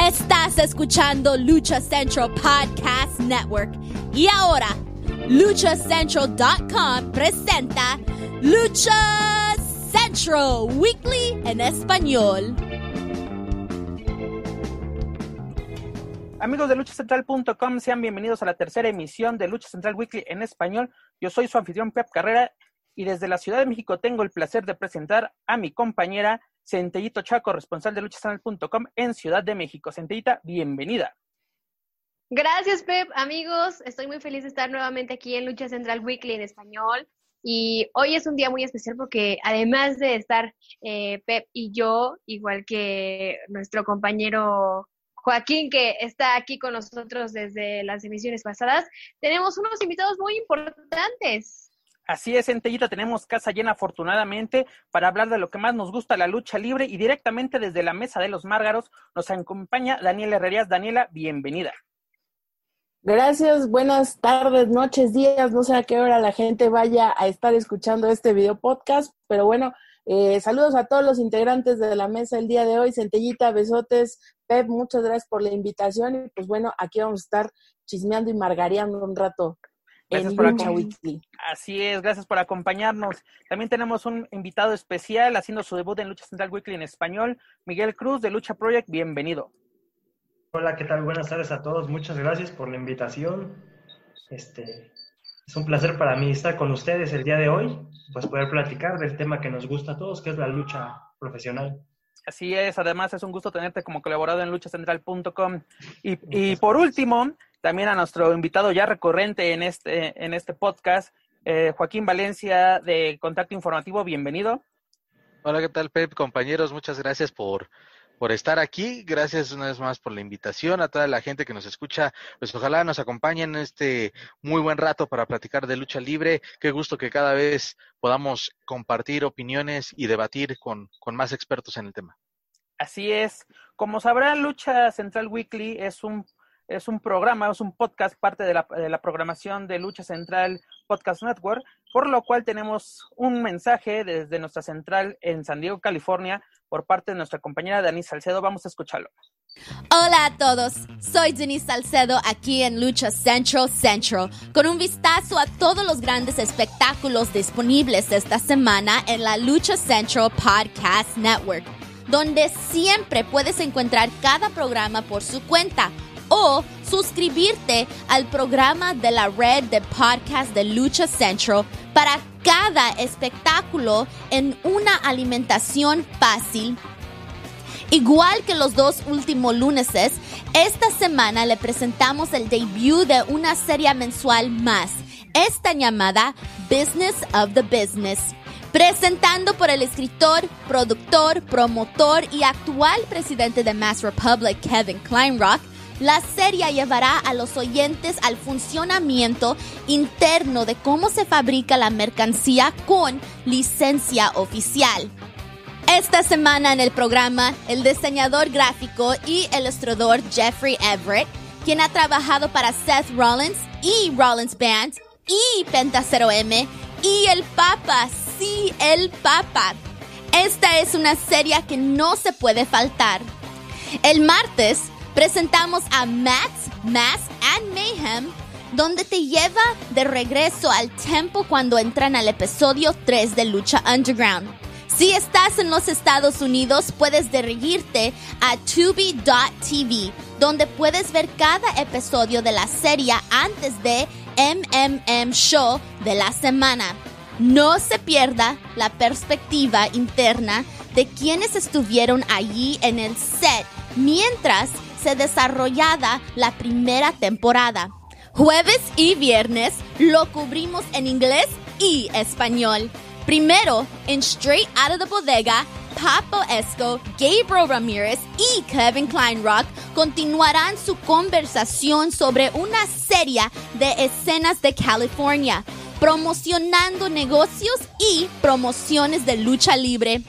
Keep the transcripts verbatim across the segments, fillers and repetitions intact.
Estás escuchando Lucha Central Podcast Network. Y ahora, lucha central punto com presenta Lucha Central Weekly en español. Amigos de lucha central punto com, sean bienvenidos a la tercera emisión de Lucha Central Weekly en español. Yo soy su anfitrión Pep Carrera y desde la Ciudad de México tengo el placer de presentar a mi compañera Centellito Chaco, responsable de lucha central punto com en Ciudad de México. Centellita, bienvenida. Gracias, Pep. Amigos, estoy muy feliz de estar nuevamente aquí en Lucha Central Weekly en español. Y hoy es un día muy especial porque además de estar eh, Pep y yo, igual que nuestro compañero Joaquín, que está aquí con nosotros desde las emisiones pasadas, tenemos unos invitados muy importantes. Así es, Centellita, tenemos casa llena afortunadamente para hablar de lo que más nos gusta, la lucha libre, y directamente desde la Mesa de los Márgaros nos acompaña Daniela Herrerías. Daniela, bienvenida. Gracias, buenas tardes, noches, días, no sé a qué hora la gente vaya a estar escuchando este video podcast, pero bueno, eh, saludos a todos los integrantes de la mesa el día de hoy. Centellita, besotes. Pep, muchas gracias por la invitación y pues bueno, aquí vamos a estar chismeando y margareando un rato. Gracias por acom- Así es, gracias por acompañarnos. También tenemos un invitado especial haciendo su debut en Lucha Central Weekly en español, Miguel Cruz de Lucha Project, bienvenido. Hola, ¿qué tal? Buenas tardes a todos, muchas gracias por la invitación. Este, es un placer para mí estar con ustedes el día de hoy, pues poder platicar del tema que nos gusta a todos, que es la lucha profesional. Así es, además es un gusto tenerte como colaborador en lucha central punto com. Y, y por último, también a nuestro invitado ya recurrente en este, en este podcast, eh, Joaquín Valencia de Contacto Informativo, bienvenido. Hola, ¿qué tal, Pep? Compañeros, muchas gracias por, por estar aquí. Gracias una vez más por la invitación. A toda la gente que nos escucha, pues ojalá nos acompañen en este muy buen rato para platicar de lucha libre. Qué gusto que cada vez podamos compartir opiniones y debatir con, con más expertos en el tema. Así es. Como sabrán, Lucha Central Weekly es un Es un programa, es un podcast, parte de la, de la programación de Lucha Central Podcast Network, por lo cual tenemos un mensaje desde nuestra central en San Diego, California, por parte de nuestra compañera Denise Salcedo. Vamos a escucharlo. Hola a todos, soy Denise Salcedo aquí en Lucha Central Central, con un vistazo a todos los grandes espectáculos disponibles esta semana en la Lucha Central Podcast Network, donde siempre puedes encontrar cada programa por su cuenta, o suscribirte al programa de la red de podcast de Lucha Central para cada espectáculo en una alimentación fácil. Igual que los dos últimos luneses, esta semana le presentamos el debut de una serie mensual más, esta llamada Business of the Business. Presentando por el escritor, productor, promotor y actual presidente de Mass Republic, Kevin Kleinrock, la serie llevará a los oyentes al funcionamiento interno de cómo se fabrica la mercancía con licencia oficial. Esta semana en el programa, el diseñador gráfico y ilustrador Jeffrey Everett, quien ha trabajado para Seth Rollins y Rollins Band y Penta cero eme y el Papa, sí, el Papa. Esta es una serie que no se puede faltar. El martes presentamos a Matt's Mask and Mayhem, donde te lleva de regreso al tiempo cuando entran al episodio tres de Lucha Underground. Si estás en los Estados Unidos, puedes dirigirte a Tubi punto t v, donde puedes ver cada episodio de la serie antes de M M M Show de la semana. No se pierda la perspectiva interna de quienes estuvieron allí en el set mientras se desarrollaba la primera temporada. Jueves y viernes lo cubrimos en inglés y español. Primero, en Straight Out of the Bodega, Papo Esco, Gabriel Ramírez y Kevin Kleinrock continuarán su conversación sobre una serie de escenas de California, promocionando negocios y promociones de lucha libre.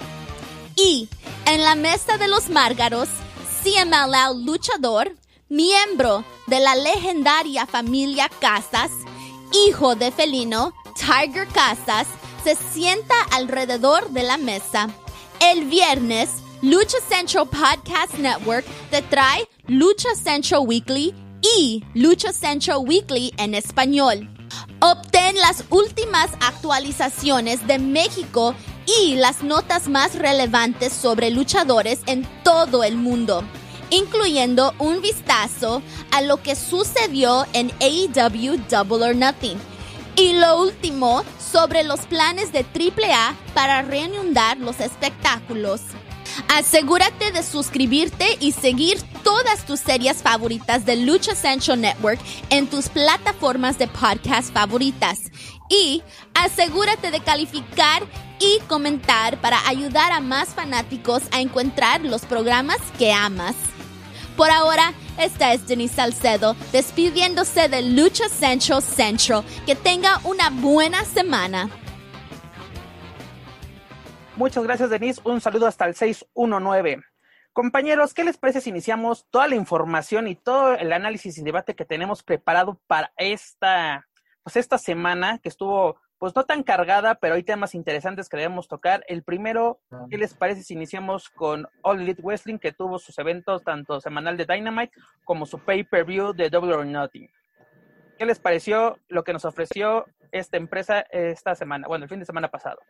Y en la Mesa de los Márgaros, C M L L luchador, miembro de la legendaria familia Casas, hijo de Felino, Tiger Casas, se sienta alrededor de la mesa. El viernes, Lucha Central Podcast Network te trae Lucha Central Weekly y Lucha Central Weekly en español. Obtén las últimas actualizaciones de México y las notas más relevantes sobre luchadores en todo el mundo, incluyendo un vistazo a lo que sucedió en A E W Double or Nothing. Y lo último sobre los planes de Triple A para reanudar los espectáculos. Asegúrate de suscribirte y seguir todas tus series favoritas de Lucha Central Network en tus plataformas de podcast favoritas. Y asegúrate de calificar y comentar para ayudar a más fanáticos a encontrar los programas que amas. Por ahora, esta es Denise Salcedo, despidiéndose de Lucha Central Central. Que tenga una buena semana. Muchas gracias, Denise. Un saludo hasta el seis uno nueve. Compañeros, ¿qué les parece si iniciamos toda la información y todo el análisis y debate que tenemos preparado para esta, pues esta semana, que estuvo pues no tan cargada, pero hay temas interesantes que debemos tocar? El primero, ¿qué les parece si iniciamos con All Elite Wrestling, que tuvo sus eventos tanto semanal de Dynamite como su pay-per-view de Double or Nothing? ¿Qué les pareció lo que nos ofreció esta empresa esta semana, bueno, el fin de semana pasado?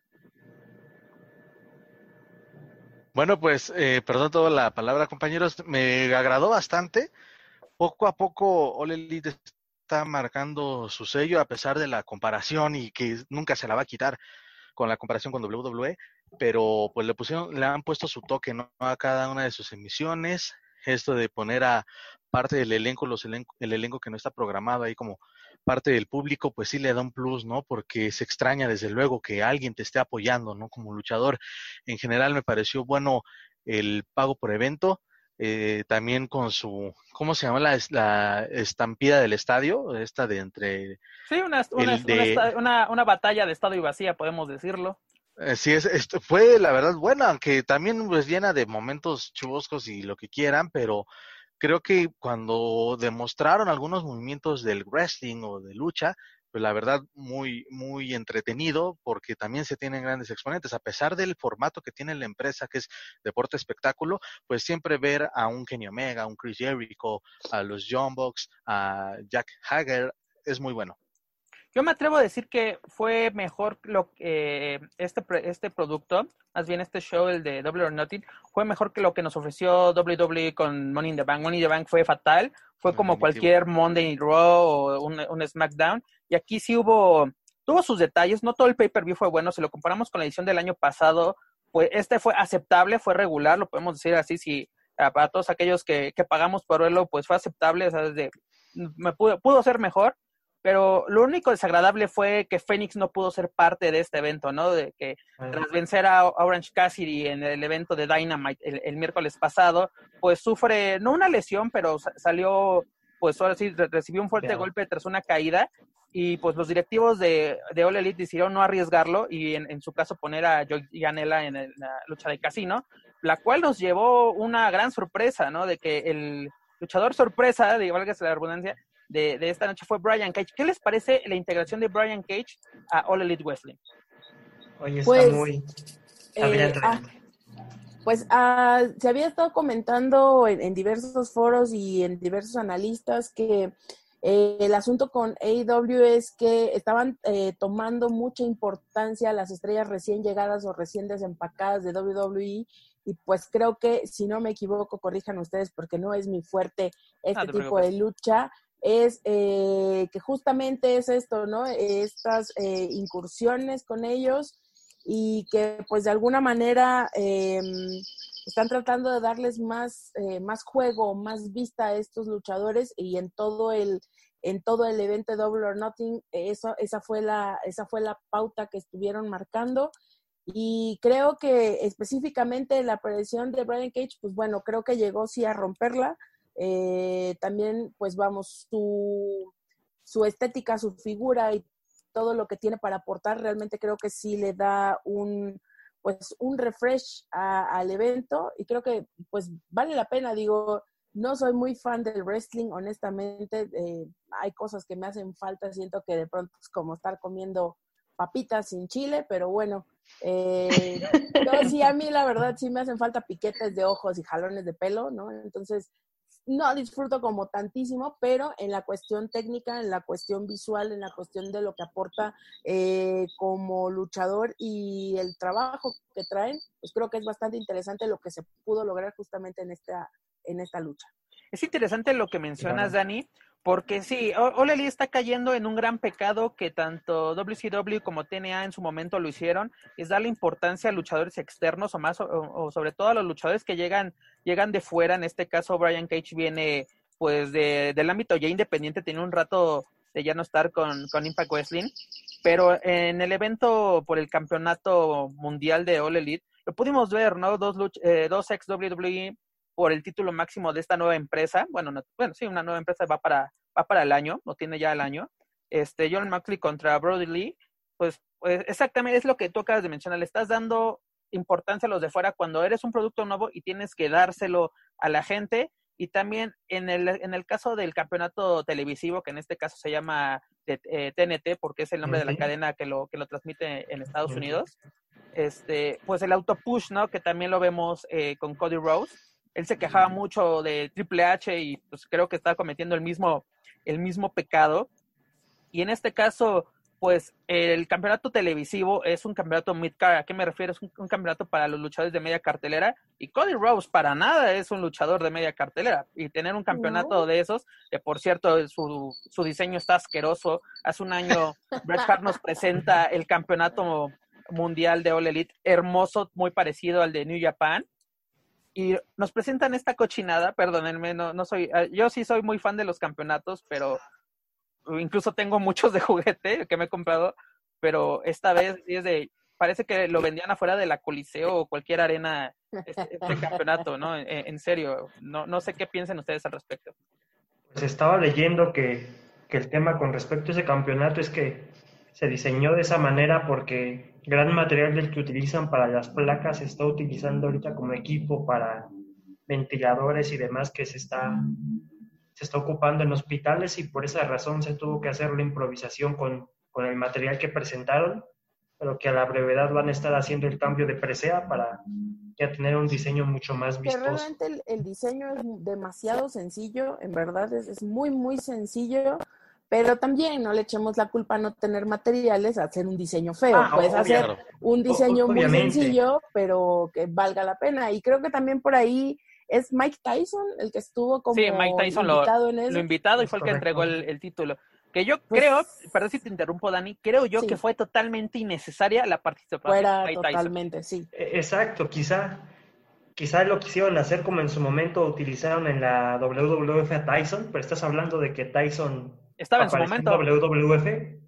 Bueno, pues, eh, perdón toda la palabra, compañeros, me agradó bastante. Poco a poco All Elite está marcando su sello a pesar de la comparación y que nunca se la va a quitar con la comparación con W W E, pero pues le pusieron, le han puesto su toque, ¿no?, a cada una de sus emisiones. Esto de poner a parte del elenco, los elenco, el elenco que no está programado ahí como parte del público, pues sí le da un plus, ¿no? Porque se extraña desde luego que alguien te esté apoyando, ¿no? Como luchador. En general me pareció bueno el pago por evento, eh, también con su, ¿cómo se llama? La, la estampida del estadio, esta de entre... Sí, una, una, de, una, una, una batalla de estadio vacía, podemos decirlo. Sí, es, esto fue la verdad buena, aunque también pues llena de momentos chuscos y lo que quieran, pero creo que cuando demostraron algunos movimientos del wrestling o de lucha, pues la verdad muy muy entretenido, porque también se tienen grandes exponentes, a pesar del formato que tiene la empresa, que es deporte espectáculo, pues siempre ver a un Kenny Omega, a un Chris Jericho, a los Young Bucks, a Jack Hager, es muy bueno. Yo me atrevo a decir que fue mejor lo que eh, este, este producto, más bien este show, el de Double or Nothing, fue mejor que lo que nos ofreció W W E con Money in the Bank. Money in the Bank fue fatal, fue como Definitivo. Cualquier Monday Night Raw o un, un SmackDown, y aquí sí hubo, tuvo sus detalles, no todo el pay-per-view fue bueno, si lo comparamos con la edición del año pasado, pues este fue aceptable, fue regular, lo podemos decir así, si para todos aquellos que, que pagamos por verlo, pues fue aceptable, o sea, desde, me pudo, pudo ser mejor. Pero lo único desagradable fue que Fénix no pudo ser parte de este evento, ¿no? De que tras vencer a Orange Cassidy en el evento de Dynamite el, el miércoles pasado, pues sufre, no una lesión, pero salió, pues ahora sí, recibió un fuerte yeah. golpe tras una caída, y pues los directivos de, de All Elite decidieron no arriesgarlo y en, en su caso poner a Joey Janela en el, la lucha de casino, la cual nos llevó una gran sorpresa, ¿no? De que el luchador sorpresa, de valga la redundancia, De, de esta noche fue Brian Cage. ¿Qué les parece la integración de Brian Cage a All Elite Wrestling? Oye, está pues, muy... Eh, ah, pues ah, se había estado comentando en, en diversos foros y en diversos analistas que eh, el asunto con A E W es que estaban eh, tomando mucha importancia las estrellas recién llegadas o recién desempacadas de W W E, y pues creo que, si no me equivoco, corrijan ustedes porque no es mi fuerte este no tipo de lucha, es eh, que justamente es esto, ¿no? Estas eh, incursiones con ellos, y que pues de alguna manera eh, están tratando de darles más, eh, más juego, más vista a estos luchadores, y en todo el en todo el evento Double or Nothing, eso, esa fue la esa fue la pauta que estuvieron marcando. Y creo que específicamente la aparición de Brian Cage, pues bueno, creo que llegó sí a romperla. Eh, también, pues vamos, su, su estética, su figura y todo lo que tiene para aportar, realmente creo que sí le da un, pues, un refresh a, al evento, y creo que pues vale la pena. Digo, no soy muy fan del wrestling, honestamente, eh, hay cosas que me hacen falta, siento que de pronto es como estar comiendo papitas sin chile, pero bueno, eh, yo sí, a mí la verdad sí me hacen falta piquetes de ojos y jalones de pelo, ¿no? Entonces no disfruto como tantísimo, pero en la cuestión técnica, en la cuestión visual, en la cuestión de lo que aporta eh, como luchador y el trabajo que traen, pues creo que es bastante interesante lo que se pudo lograr justamente en esta, en esta lucha. Es interesante lo que mencionas, Dani, porque sí, All Elite está cayendo en un gran pecado que tanto W C W como T N A en su momento lo hicieron, es darle importancia a luchadores externos o más, o, o sobre todo a los luchadores que llegan, llegan de fuera. En este caso, Brian Cage viene pues de, del ámbito ya independiente, tiene un rato de ya no estar con, con Impact Wrestling, pero en el evento por el campeonato mundial de All Elite, lo pudimos ver, ¿no? Dos, luch- eh, dos ex W W E por el título máximo de esta nueva empresa. Bueno, no, bueno, sí, una nueva empresa va para, va para el año, no tiene ya el año. Este, John Moxley contra Brody Lee, pues, pues exactamente es lo que tú acabas de mencionar. Le estás dando importancia a los de fuera cuando eres un producto nuevo y tienes que dárselo a la gente. Y también en el, en el caso del campeonato televisivo, que en este caso se llama eh, T N T, porque es el nombre uh-huh. de la cadena que lo, que lo transmite en Estados uh-huh. Unidos, este, pues el auto-push, ¿no? Que también lo vemos eh, con Cody Rhodes. Él se quejaba mucho de Triple H y pues creo que está cometiendo el mismo, el mismo pecado. Y en este caso, pues el campeonato televisivo es un campeonato mid-card. ¿A qué me refiero? Es un, un campeonato para los luchadores de media cartelera. Y Cody Rhodes para nada es un luchador de media cartelera. Y tener un campeonato no. de esos, que por cierto su, su diseño está asqueroso. Hace un año Bret Hart nos presenta el campeonato mundial de All Elite, hermoso, muy parecido al de New Japan. Y nos presentan esta cochinada, perdónenme, no, no soy, yo sí soy muy fan de los campeonatos, pero incluso tengo muchos de juguete que me he comprado, pero esta vez es de, parece que lo vendían afuera de la Coliseo o cualquier arena, este, este campeonato, ¿no? En, en serio, no, no sé qué piensen ustedes al respecto. Pues estaba leyendo que, que el tema con respecto a ese campeonato es que se diseñó de esa manera porque gran material del que utilizan para las placas se está utilizando ahorita como equipo para ventiladores y demás que se está, se está ocupando en hospitales, y por esa razón se tuvo que hacer la improvisación con, con el material que presentaron, pero que a la brevedad van a estar haciendo el cambio de presea para ya tener un diseño mucho más vistoso. Que realmente el, el diseño es demasiado sencillo, en verdad es, es muy muy sencillo. Pero también no le echemos la culpa a no tener materiales a hacer un diseño feo. Ah, Puedes obvio, hacer un diseño muy sencillo, pero que valga la pena. Y creo que también por ahí es Mike Tyson el que estuvo como sí, Mike Tyson invitado lo, en eso. lo invitado y fue el que entregó el, el título. Que yo pues, creo, perdón si te interrumpo, Dani, creo yo sí. que fue totalmente innecesaria la participación Fuera de Mike totalmente, Tyson. sí. Exacto, quizá, quizá lo quisieron hacer como en su momento utilizaron en la W W F a Tyson, pero estás hablando de que Tyson estaba en su momento en W W F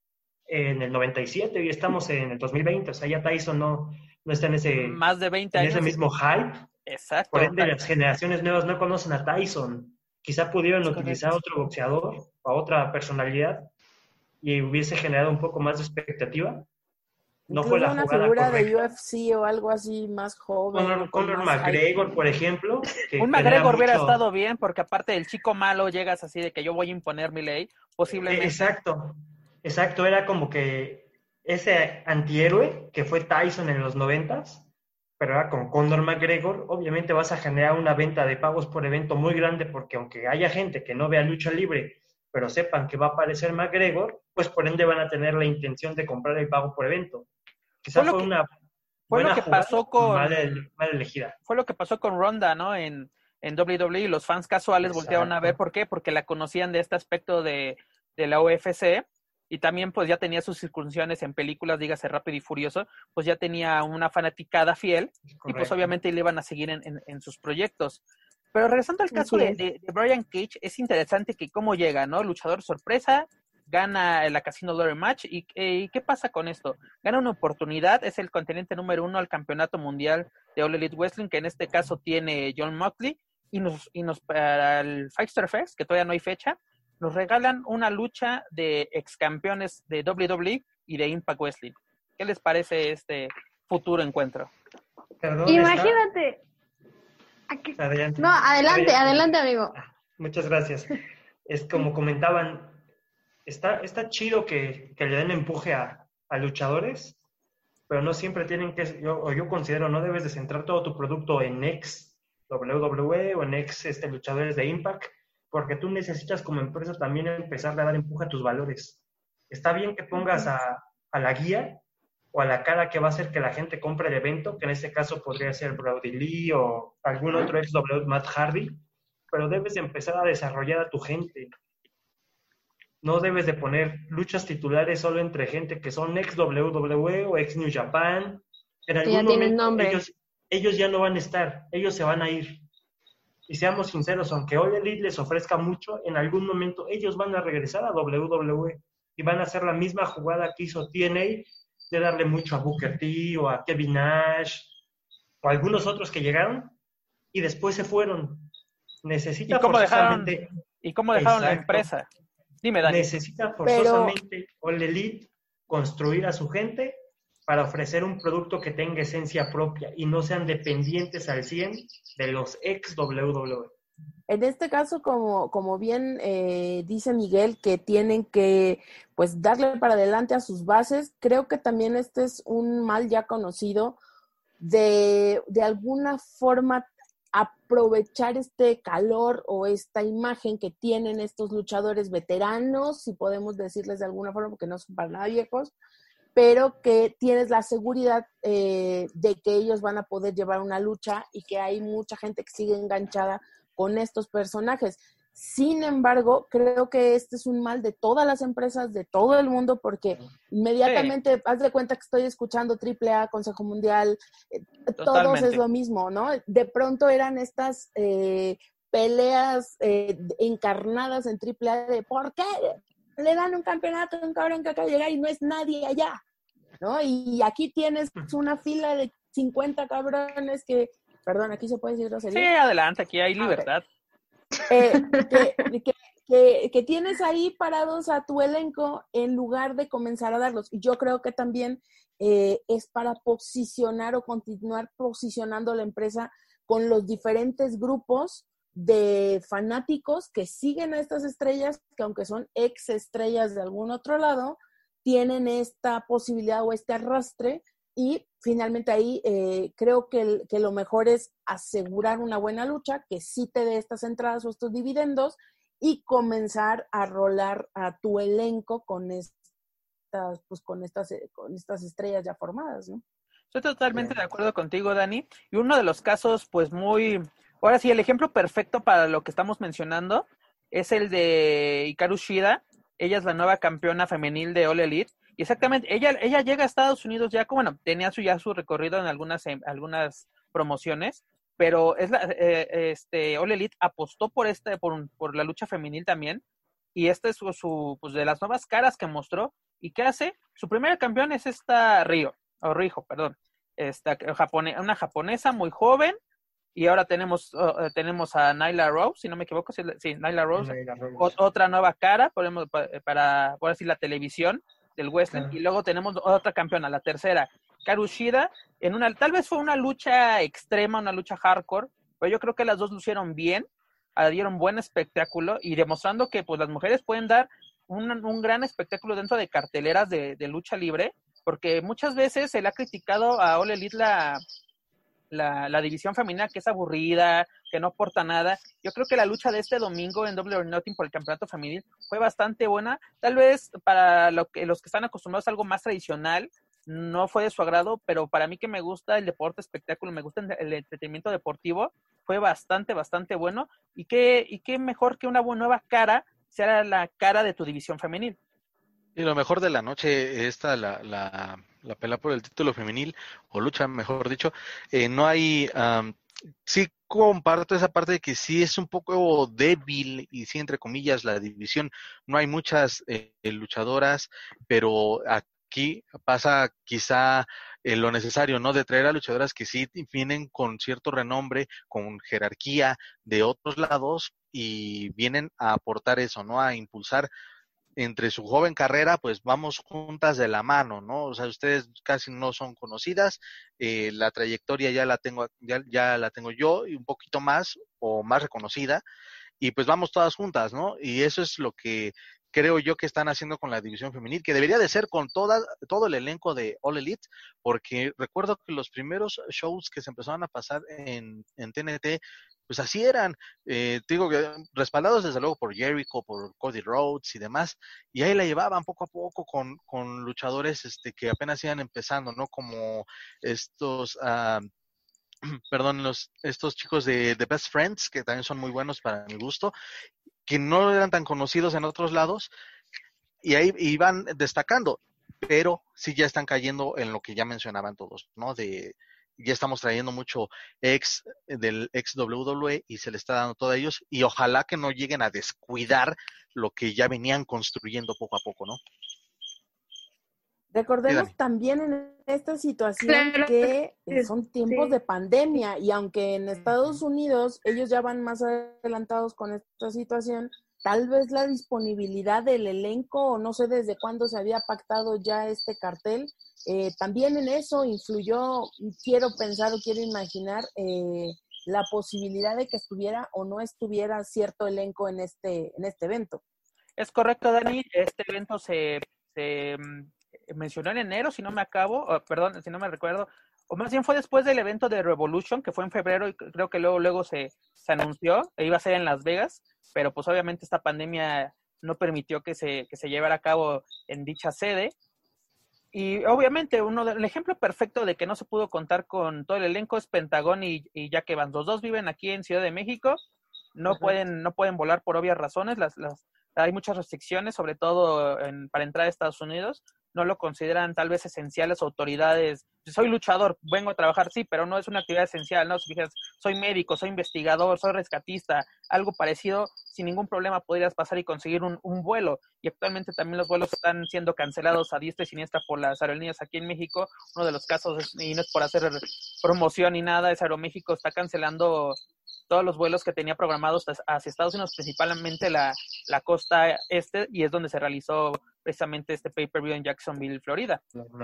en el noventa y siete y estamos en el dos mil veinte, o sea, ya Tyson no, no está en ese, más de veinte en años, ese mismo hype. Exacto. Por ende, las generaciones nuevas no conocen a Tyson. Quizá pudieron es utilizar correcto. Otro boxeador o otra personalidad y hubiese generado un poco más de expectativa. No Incluso fue la una jugada figura correcta. de U F C o algo así más joven. Conor, Conor McGregor, hype. Por ejemplo. Que un McGregor hubiera mucho... estado bien, porque aparte del chico malo llegas así de que yo voy a imponer mi ley, posiblemente. Exacto, exacto. Era como que ese antihéroe que fue Tyson en los noventas, pero ahora con Conor McGregor, obviamente vas a generar una venta de pagos por evento muy grande, porque aunque haya gente que no vea lucha libre, pero sepan que va a aparecer McGregor, pues por ende van a tener la intención de comprar el pago por evento. Quizá fue, fue una fue lo que pasó con mal, mal elegida. Fue lo que pasó con Ronda, ¿no? En, en W W E, los fans casuales Exacto. voltearon a ver por qué, porque la conocían de este aspecto de, de la U F C, y también pues ya tenía sus incursiones en películas, dígase Rápido y Furioso, pues ya tenía una fanaticada fiel, Correcto. Y pues obviamente le iban a seguir en, en, en sus proyectos. Pero regresando al caso de, de, de Brian Cage, es interesante que cómo llega, ¿no? Luchador sorpresa, gana la Casino Lottery Match, y, y ¿qué pasa con esto? Gana una oportunidad, es el contendiente número uno al campeonato mundial de All Elite Wrestling, que en este caso tiene John Moxley, y nos, y nos para el Five Star Fest, que todavía no hay fecha, nos regalan una lucha de ex campeones de W W E y de Impact Wrestling. ¿Qué les parece este futuro encuentro? Perdón, Imagínate. Aquí... Adelante. No, adelante, adelante, amigo. Muchas gracias. Es como comentaban, está, está chido que, que le den empuje a, a luchadores, pero no siempre tienen que, yo, o yo considero, no debes de centrar todo tu producto en ex W W E o en ex este, luchadores de Impact, porque tú necesitas como empresa también empezar a dar empuje a tus valores. Está bien que pongas a, a la guía o a la cara que va a hacer que la gente compre el evento, que en este caso podría ser Brody Lee o algún otro ex W, Matt Hardy, pero debes de empezar a desarrollar a tu gente. No debes de poner luchas titulares solo entre gente que son ex W W E o ex New Japan. En algún ya tienen momento nombre. ellos, ellos ya no van a estar, ellos se van a ir. Y seamos sinceros, aunque All Elite les ofrezca mucho, en algún momento ellos van a regresar a W W E y van a hacer la misma jugada que hizo T N A de darle mucho a Booker T o a Kevin Nash o a algunos otros que llegaron y después se fueron. Necesita ¿Y cómo dejaron, forzosamente... ¿y cómo dejaron la Exacto. empresa? Dime, Dani. Necesita forzosamente All Elite construir a su gente para ofrecer un producto que tenga esencia propia y no sean dependientes al cien de los ex W W E. En este caso, como, como bien eh, dice Miguel, que tienen que pues darle para adelante a sus bases, creo que también este es un mal ya conocido de, de alguna forma aprovechar este calor o esta imagen que tienen estos luchadores veteranos, si podemos decirles de alguna forma, porque no son para nada viejos, pero que tienes la seguridad eh, de que ellos van a poder llevar una lucha y que hay mucha gente que sigue enganchada con estos personajes. Sin embargo, creo que este es un mal de todas las empresas, de todo el mundo, porque inmediatamente, sí. haz de cuenta que estoy escuchando triple A, Consejo Mundial, eh, todos es lo mismo, ¿no? De pronto eran estas eh, peleas eh, encarnadas en triple A de ¿por qué le dan un campeonato a un cabrón que acaba de llegar y no es nadie allá? ¿No? Y aquí tienes una fila de cincuenta cabrones que, perdón, aquí se puede decir grosería. Sí, adelante, aquí hay libertad. Eh, que, que, que, que tienes ahí parados a tu elenco en lugar de comenzar a darlos. Y yo creo que también eh, es para posicionar o continuar posicionando la empresa con los diferentes grupos de fanáticos que siguen a estas estrellas, que aunque son ex estrellas de algún otro lado, tienen esta posibilidad o este arrastre. Y finalmente ahí eh, creo que, el, que lo mejor es asegurar una buena lucha, que sí te dé estas entradas o estos dividendos y comenzar a rolar a tu elenco con estas, pues, con estas, con estas estrellas ya formadas, ¿no? Estoy totalmente de acuerdo contigo, Dani. Y uno de los casos, pues muy... Ahora sí, el ejemplo perfecto para lo que estamos mencionando es el de Hikaru Shida. Ella es la nueva campeona femenil de All Elite. Y exactamente, ella, ella llega a Estados Unidos ya, como, bueno, tenía su, ya su recorrido en algunas, en algunas promociones, pero es la, eh, este, All Elite apostó por, este, por, por la lucha femenil también, y esta es su, su, pues de las nuevas caras que mostró. ¿Y qué hace? Su primera campeona es esta Ryo, o Riho, perdón, esta, japone, una japonesa muy joven, y ahora tenemos, uh, tenemos a Nyla Rose, si no me equivoco, sí, sí Nyla Rose, Nyla Rose. O, otra nueva cara, podemos, para, para, por decir, la televisión del wrestling, uh-huh. Y luego tenemos otra campeona, la tercera, Hikaru Shida, en una, tal vez fue una lucha extrema, una lucha hardcore, pero yo creo que las dos lucieron bien, dieron buen espectáculo, y demostrando que pues las mujeres pueden dar un, un gran espectáculo dentro de carteleras de, de lucha libre, porque muchas veces se le ha criticado a All Elite la, la, la división femenina, que es aburrida, que no aporta nada. Yo creo que la lucha de este domingo en Double or Nothing por el campeonato femenil fue bastante buena. Tal vez para lo que, los que están acostumbrados a algo más tradicional, no fue de su agrado, pero para mí que me gusta el deporte espectáculo, me gusta el entretenimiento deportivo, fue bastante, bastante bueno. Y qué, y qué mejor que una buena nueva cara sea la cara de tu división femenil. Y lo mejor de la noche, esta, la, la, la pelea por el título femenil, o lucha, mejor dicho, eh, no hay, um, sí comparto esa parte de que sí es un poco débil, y sí, entre comillas, la división, no hay muchas eh, luchadoras, pero aquí pasa quizá eh, lo necesario, ¿no? De traer a luchadoras que sí vienen con cierto renombre, con jerarquía de otros lados, y vienen a aportar eso, ¿no? A impulsar entre su joven carrera, pues vamos juntas de la mano, ¿no? O sea, ustedes casi no son conocidas, eh, la trayectoria ya la tengo, ya, ya la tengo yo, y un poquito más, o más reconocida, y pues vamos todas juntas, ¿no? Y eso es lo que creo yo que están haciendo con la división femenil, que debería de ser con toda, todo el elenco de All Elite, porque recuerdo que los primeros shows que se empezaron a pasar en, en T N T, pues así eran, eh, digo, respaldados desde luego por Jericho, por Cody Rhodes y demás, y ahí la llevaban poco a poco con, con luchadores este, que apenas iban empezando, ¿no? Como estos, uh, perdón, los, estos chicos de The Best Friends, que también son muy buenos para mi gusto, que no eran tan conocidos en otros lados, y ahí iban destacando, pero sí ya están cayendo en lo que ya mencionaban todos, ¿no? De ya estamos trayendo mucho ex del ex W W E y se le está dando todo a ellos, y ojalá que no lleguen a descuidar lo que ya venían construyendo poco a poco, ¿no? Recordemos Dígame. También en esta situación Claro. que eh, son tiempos Sí. de pandemia, y aunque en Estados Unidos ellos ya van más adelantados con esta situación, tal vez la disponibilidad del elenco, o no sé desde cuándo se había pactado ya este cartel, eh, también en eso influyó. Quiero pensar o quiero imaginar eh, la posibilidad de que estuviera o no estuviera cierto elenco en este, en este evento. Es correcto, Dani. Este evento se, se mm, mencionó en enero, si no me acabo, o, perdón, si no me recuerdo, o más bien fue después del evento de Revolution, que fue en febrero, y creo que luego luego se, se anunció, e iba a ser en Las Vegas, pero pues obviamente esta pandemia no permitió que se, que se llevara a cabo en dicha sede. Y obviamente uno de, el ejemplo perfecto de que no se pudo contar con todo el elenco es Pentagón y, y Jack Evans. Los dos viven aquí en Ciudad de México, no uh-huh. pueden no pueden volar por obvias razones, las, las, hay muchas restricciones, sobre todo en, para entrar a Estados Unidos. No lo consideran tal vez esenciales autoridades. Soy luchador, vengo a trabajar, sí, pero no es una actividad esencial, ¿no? Si fijas, soy médico, soy investigador, soy rescatista, algo parecido, sin ningún problema podrías pasar y conseguir un, un vuelo. Y actualmente también los vuelos están siendo cancelados a diestra y siniestra por las aerolíneas aquí en México. Uno de los casos, es, y no es por hacer promoción ni nada, es Aeroméxico está cancelando todos los vuelos que tenía programados hacia Estados Unidos, principalmente la, la costa este, y es donde se realizó precisamente este pay-per-view en Jacksonville, Florida.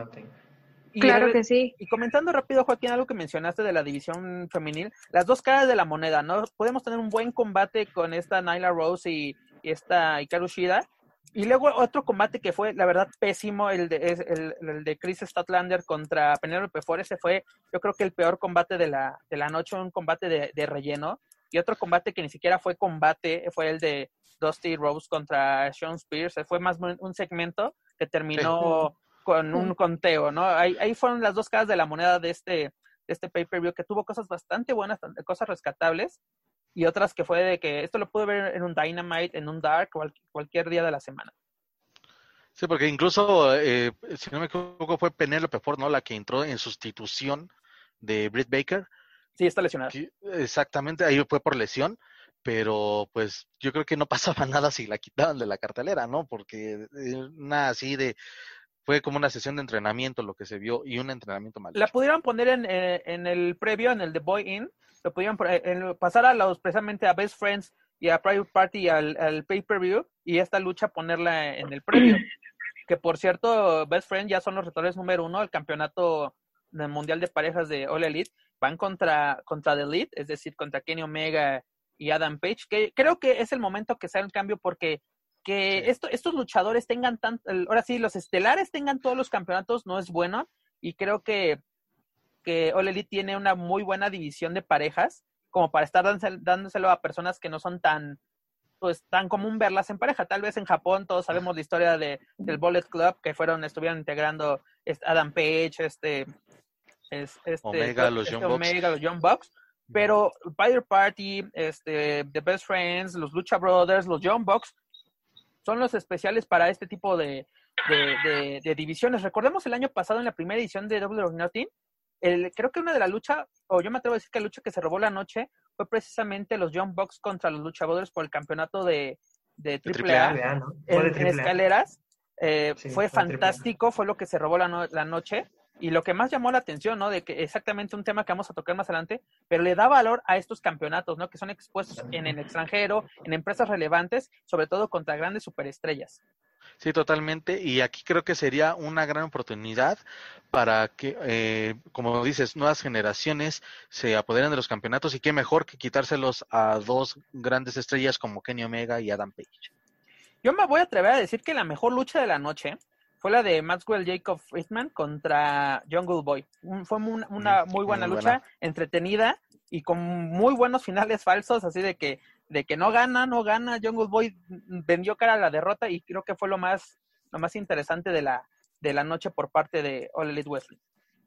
Y claro que sí. Y comentando rápido, Joaquín, algo que mencionaste de la división femenil, las dos caras de la moneda, ¿no? Podemos tener un buen combate con esta Nyla Rose y, y esta Hikaru Shida, y luego otro combate que fue, la verdad, pésimo, el de, el, el de Chris Statlander contra Penelope Ford. Ese fue, yo creo que el peor combate de la, de la noche, un combate de, de relleno. Y otro combate que ni siquiera fue combate, fue el de Dusty Rhodes contra Shawn Spears. Fue más un segmento que terminó con un conteo, ¿no? Ahí, ahí fueron las dos caras de la moneda de este, de este pay-per-view, que tuvo cosas bastante buenas, cosas rescatables, y otras que fue de que esto lo pude ver en un Dynamite, en un Dark, cual, cualquier día de la semana. Sí, porque incluso, eh, si no me equivoco, fue Penelope Ford, ¿no? La que entró en sustitución de Britt Baker. Sí, está lesionada. Que, exactamente, ahí fue por lesión, pero pues yo creo que no pasaba nada si la quitaban de la cartelera, ¿no? Porque nada así de... Fue como una sesión de entrenamiento lo que se vio, y un entrenamiento mal hecho. La pudieron poner en, eh, en el previo, en el The Boy In, lo pudieron en, pasar a los, precisamente a Best Friends y a Private Party al, al pay-per-view, y esta lucha ponerla en el previo. Que por cierto, Best Friends ya son los retadores número uno del campeonato del mundial de parejas de All Elite. Van contra, contra The Elite, es decir, contra Kenny Omega y Adam Page, que creo que es el momento que sea el cambio, porque que sí. esto, estos luchadores tengan tanto, ahora sí, los estelares tengan todos los campeonatos no es bueno, y creo que, que All Elite tiene una muy buena división de parejas, como para estar dándoselo, dándoselo a personas que no son tan, pues, tan común verlas en pareja. Tal vez en Japón todos sabemos la historia de, del Bullet Club, que fueron, estuvieron integrando Adam Page, este, este, Omega, los este Young Omega, Bucks. los Young Bucks. Pero Private Party, este, The Best Friends, los Lucha Brothers, los Young Bucks, son los especiales para este tipo de, de, de, de divisiones. Recordemos el año pasado en la primera edición de Double or Nothing, el, creo que una de las luchas, o yo me atrevo a decir que la lucha que se robó la noche fue precisamente los Young Bucks contra los Lucha Brothers por el campeonato de, de triple A, triple A, ¿no? en, en escaleras. Eh, sí, fue fantástico, fue lo que se robó la, no, la noche. Y lo que más llamó la atención, ¿no? De que exactamente un tema que vamos a tocar más adelante, pero le da valor a estos campeonatos, ¿no? Que son expuestos en el extranjero, en empresas relevantes, sobre todo contra grandes superestrellas. Sí, totalmente. Y aquí creo que sería una gran oportunidad para que, eh, como dices, nuevas generaciones se apoderen de los campeonatos, y qué mejor que quitárselos a dos grandes estrellas como Kenny Omega y Adam Page. Yo me voy a atrever a decir que la mejor lucha de la noche fue la de Maxwell Jacob Friedman contra Jungle Boy. Un, fue una, una muy buena muy lucha, buena. entretenida y con muy buenos finales falsos, así de que de que no gana, no gana. Jungle Boy vendió cara a la derrota y creo que fue lo más lo más interesante de la de la noche por parte de All Elite Wrestling.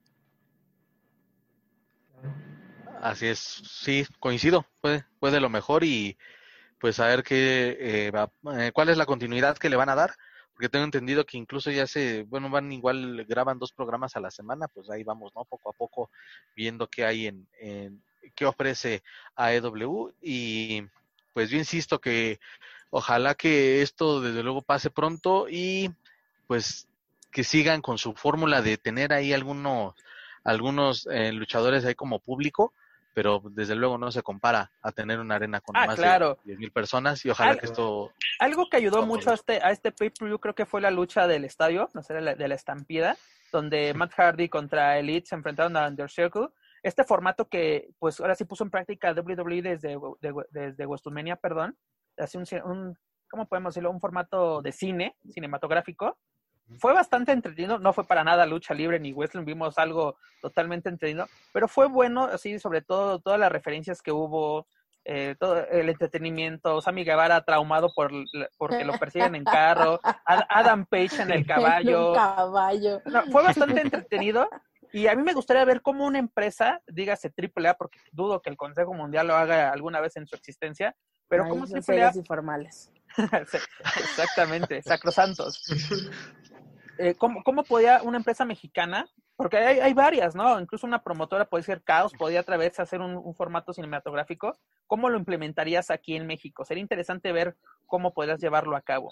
Así es, sí, coincido, fue, fue de lo mejor y pues a ver qué, eh, va, eh, cuál es la continuidad que le van a dar, porque tengo entendido que incluso ya se, bueno, van igual, graban dos programas a la semana, pues ahí vamos, ¿no? Poco a poco viendo qué hay en, en qué ofrece A E W y pues yo insisto que ojalá que esto desde luego pase pronto y pues que sigan con su fórmula de tener ahí algunos, algunos eh, luchadores ahí como público, pero desde luego no se compara a tener una arena con ah, más claro. de diez mil personas y ojalá Al, que esto... Algo que ayudó mucho a este, a este pay-per-view creo que fue la lucha del estadio, no sé, de la, de la estampida, donde Matt Hardy contra Elite se enfrentaron a Under Circle. Este formato que, pues, ahora sí puso en práctica W W E desde, de, desde WrestleMania, perdón, hace un, un, ¿cómo podemos decirlo? Un formato de cine, cinematográfico. Fue bastante entretenido, no fue para nada lucha libre ni wrestling, vimos algo totalmente entretenido, pero fue bueno, así, sobre todo, todas las referencias que hubo, eh, todo el entretenimiento, Sammy Guevara traumado por porque lo persiguen en carro, Ad, Adam Page en el caballo. En un caballo. No, fue bastante entretenido y a mí me gustaría ver cómo una empresa, dígase triple A, porque dudo que el Consejo Mundial lo haga alguna vez en su existencia, pero Ay, como son triple A... serios y formales. Exactamente, sacrosantos. Eh, ¿cómo, ¿Cómo podía una empresa mexicana, porque hay, hay varias, ¿no? Incluso una promotora puede ser Caos, podía atreverse a hacer un, un formato cinematográfico. ¿Cómo lo implementarías aquí en México? Sería interesante ver cómo podrías llevarlo a cabo.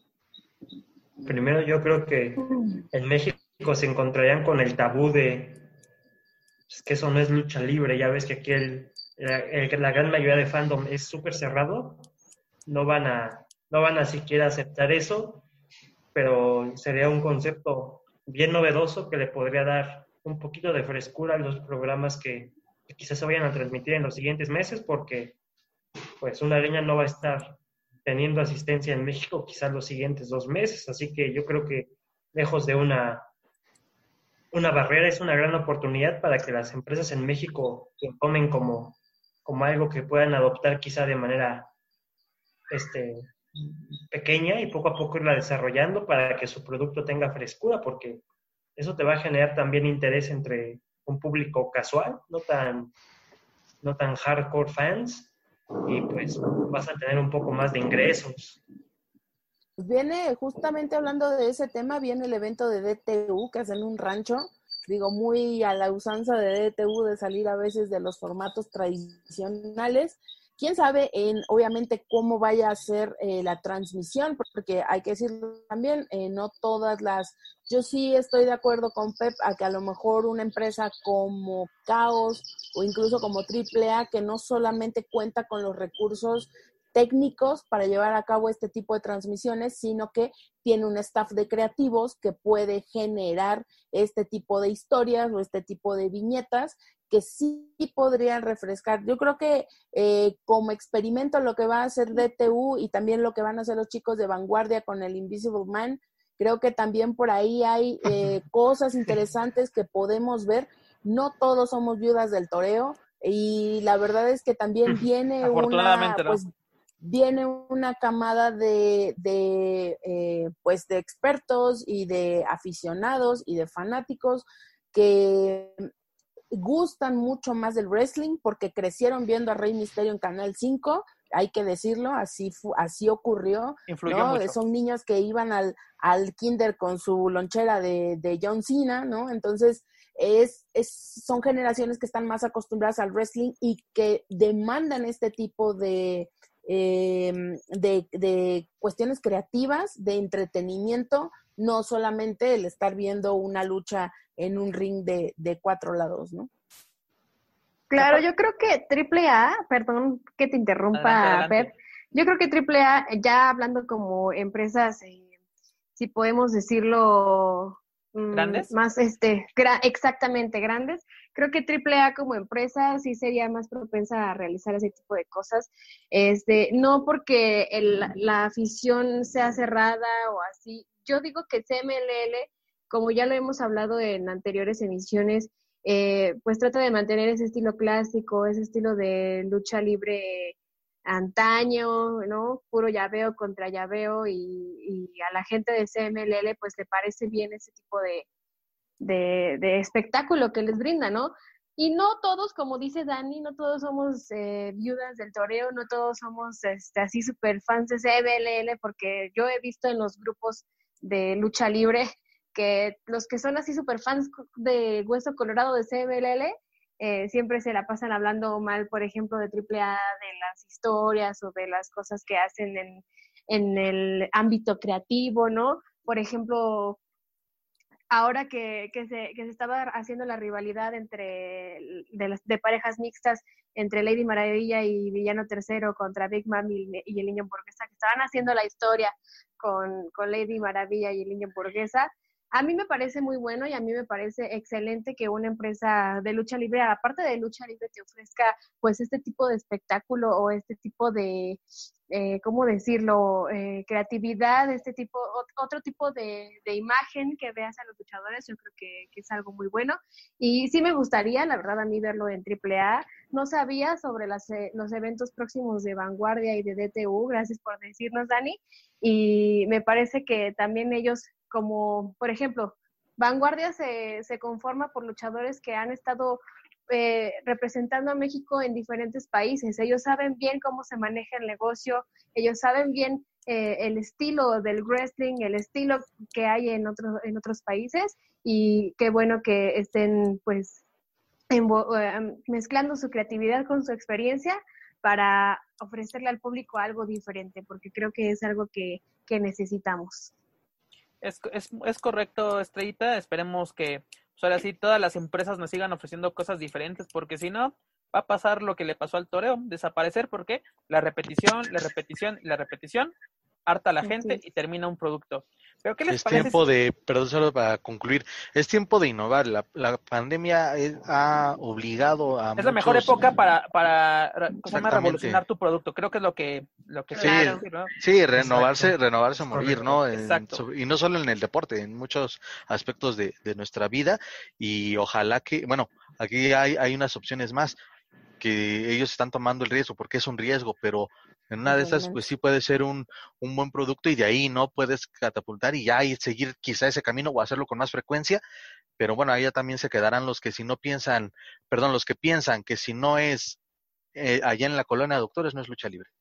Primero yo creo que en México se encontrarían con el tabú de pues, que eso no es lucha libre. Ya ves que aquí el, el, la gran mayoría de fandom es súper cerrado. No van a, no van a siquiera aceptar eso. Pero sería un concepto bien novedoso que le podría dar un poquito de frescura a los programas que, que quizás se vayan a transmitir en los siguientes meses, porque pues una arena no va a estar teniendo asistencia en México quizás los siguientes dos meses, así que yo creo que lejos de una, una barrera es una gran oportunidad para que las empresas en México lo tomen como, como algo que puedan adoptar quizá de manera este pequeña y poco a poco irla desarrollando para que su producto tenga frescura, porque eso te va a generar también interés entre un público casual, no tan, no tan hardcore fans, y pues vas a tener un poco más de ingresos. Viene, justamente hablando de ese tema, viene el evento de D T U que hacen un rancho, digo, muy a la usanza de D T U de salir a veces de los formatos tradicionales. Quién sabe, en obviamente, cómo vaya a ser eh, la transmisión, porque hay que decirlo también, eh, no todas las... Yo sí estoy de acuerdo con Pep a que a lo mejor una empresa como Caos o incluso como triple A, que no solamente cuenta con los recursos técnicos para llevar a cabo este tipo de transmisiones, sino que tiene un staff de creativos que puede generar este tipo de historias o este tipo de viñetas que sí podrían refrescar. Yo creo que eh, como experimento lo que va a hacer D T U y también lo que van a hacer los chicos de Vanguardia con el Invisible Man, creo que también por ahí hay eh, cosas interesantes que podemos ver. No todos somos viudas del toreo y la verdad es que también viene una... Pues, viene una camada de, de eh, pues de expertos y de aficionados y de fanáticos que gustan mucho más del wrestling porque crecieron viendo a Rey Mysterio en Canal cinco, hay que decirlo, así fu- así ocurrió, ¿no? Son niños que iban al, al kinder con su lonchera de, de John Cena, ¿no? Entonces, es, es, son generaciones que están más acostumbradas al wrestling y que demandan este tipo de, eh, de, de cuestiones creativas, de entretenimiento, no solamente el estar viendo una lucha en un ring de, de cuatro lados, ¿no? Claro, yo creo que triple A, perdón que te interrumpa, adelante, adelante. Pep, yo creo que triple A, ya hablando como empresas, eh, si podemos decirlo, ¿grandes? Más, este, gra- exactamente, grandes, Creo que Triple A como empresa sí sería más propensa a realizar ese tipo de cosas, este, no porque el, la afición sea cerrada o así. Yo digo que C M L L, como ya lo hemos hablado en anteriores emisiones, eh, pues trata de mantener ese estilo clásico, ese estilo de lucha libre antaño, ¿no? Puro llaveo contra llaveo, y, y a la gente de C M L L pues le parece bien ese tipo de, de, de espectáculo que les brinda, ¿no? Y no todos, como dice Dani, no todos somos eh, viudas del toreo, no todos somos este, así super fans de C M L L, porque yo he visto en los grupos de lucha libre que los que son así super fans de Hueso Colorado de C M L L eh, siempre se la pasan hablando mal, por ejemplo, de Triple A, de las historias o de las cosas que hacen en, en el ámbito creativo, ¿no? Por ejemplo, ahora que, que, se, que se estaba haciendo la rivalidad entre de, las, de parejas mixtas entre Lady Maravilla y Villano Tercero contra Big Mami y el Niño Hamburguesa, que estaban haciendo la historia con, con Lady Maravilla y el Niño Hamburguesa, a mí me parece muy bueno y a mí me parece excelente que una empresa de lucha libre, aparte de lucha libre, te ofrezca pues este tipo de espectáculo o este tipo de, eh, ¿cómo decirlo?, eh, creatividad, este tipo, otro tipo de, de imagen que veas a los luchadores. Yo creo que, que es algo muy bueno. Y sí me gustaría, la verdad, a mí verlo en Triple A. No sabía sobre las, los eventos próximos de Vanguardia y de D T U, gracias por decirnos, Dani. Y me parece que también ellos, como por ejemplo, Vanguardia se, se conforma por luchadores que han estado eh, representando a México en diferentes países. Ellos saben bien cómo se maneja el negocio, ellos saben bien eh, el estilo del wrestling, el estilo que hay en, otro, en otros países, y qué bueno que estén pues en, eh, mezclando su creatividad con su experiencia para ofrecerle al público algo diferente, porque creo que es algo que, que necesitamos. Es, es, es correcto, Estrellita. Esperemos que pues ahora sí todas las empresas nos sigan ofreciendo cosas diferentes, porque si no, va a pasar lo que le pasó al toreo, desaparecer, porque la repetición, la repetición y la repetición harta a la gente y termina un producto. Pero ¿qué les es parece? tiempo de, perdón, solo para concluir, es tiempo de innovar. La, la pandemia es, ha obligado a es muchos... la mejor época para para revolucionar tu producto. Creo que es lo que lo que sí, claro. decir, ¿no? Sí, renovarse, Exacto. renovarse o morir, ¿no? Exacto. En, y no solo en el deporte, en muchos aspectos de, de nuestra vida, y ojalá que, bueno, aquí hay, hay unas opciones más que ellos están tomando el riesgo, porque es un riesgo, pero en una de esas pues sí puede ser un, un buen producto, y de ahí no puedes catapultar y ya y seguir quizá ese camino o hacerlo con más frecuencia. Pero bueno, ahí ya también se quedarán los que si no piensan, perdón, los que piensan que si no es eh, allá en la colonia de doctores no es lucha libre.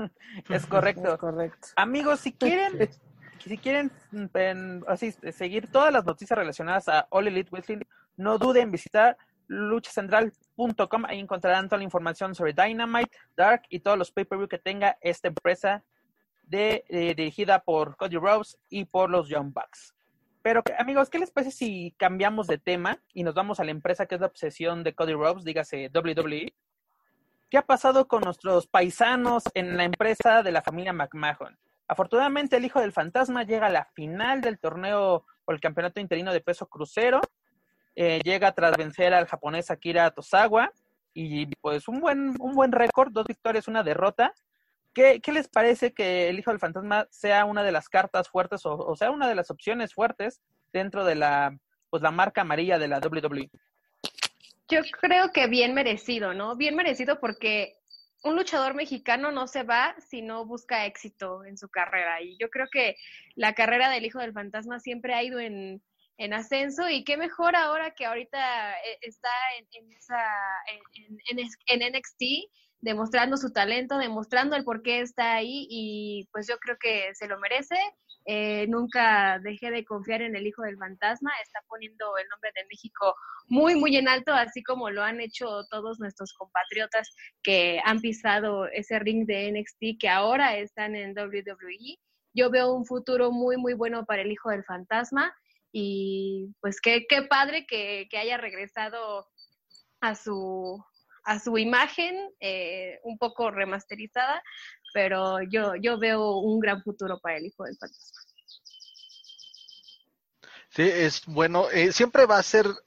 Es correcto. Es correcto. Amigos, si quieren si quieren en, así, seguir todas las noticias relacionadas a All Elite Wrestling, no duden en visitar lucha central punto com. Ahí encontrarán toda la información sobre Dynamite, Dark y todos los pay-per-view que tenga esta empresa de, de, dirigida por Cody Rhodes y por los Young Bucks. Pero amigos, ¿qué les parece si cambiamos de tema y nos vamos a la empresa que es la obsesión de Cody Rhodes, dígase doble u doble u E? ¿Qué ha pasado con nuestros paisanos en la empresa de la familia McMahon? Afortunadamente, el hijo del fantasma llega a la final del torneo por el campeonato interino de peso crucero. Eh, llega tras vencer al japonés Akira Tozawa, y pues un buen un buen récord, dos victorias, una derrota. ¿Qué, ¿Qué les parece que el hijo del fantasma sea una de las cartas fuertes o, o sea una de las opciones fuertes dentro de la pues la marca amarilla de la doble u doble u E? Yo creo que bien merecido, ¿no? Bien merecido, porque un luchador mexicano no se va si no busca éxito en su carrera, y yo creo que la carrera del hijo del fantasma siempre ha ido en en ascenso, y qué mejor ahora que ahorita está en, en, esa, en, en, en N X T, demostrando su talento, demostrando el por qué está ahí, y pues yo creo que se lo merece. Eh, nunca dejé de confiar en el hijo del fantasma, está poniendo el nombre de México muy, muy en alto, así como lo han hecho todos nuestros compatriotas que han pisado ese ring de N X T, que ahora están en doble u doble u E. Yo veo un futuro muy, muy bueno para el hijo del fantasma. Y pues qué, qué padre que, que haya regresado a su a su imagen, eh, un poco remasterizada, pero yo, yo veo un gran futuro para el hijo del fantasma. Sí, es bueno, eh, siempre va a ser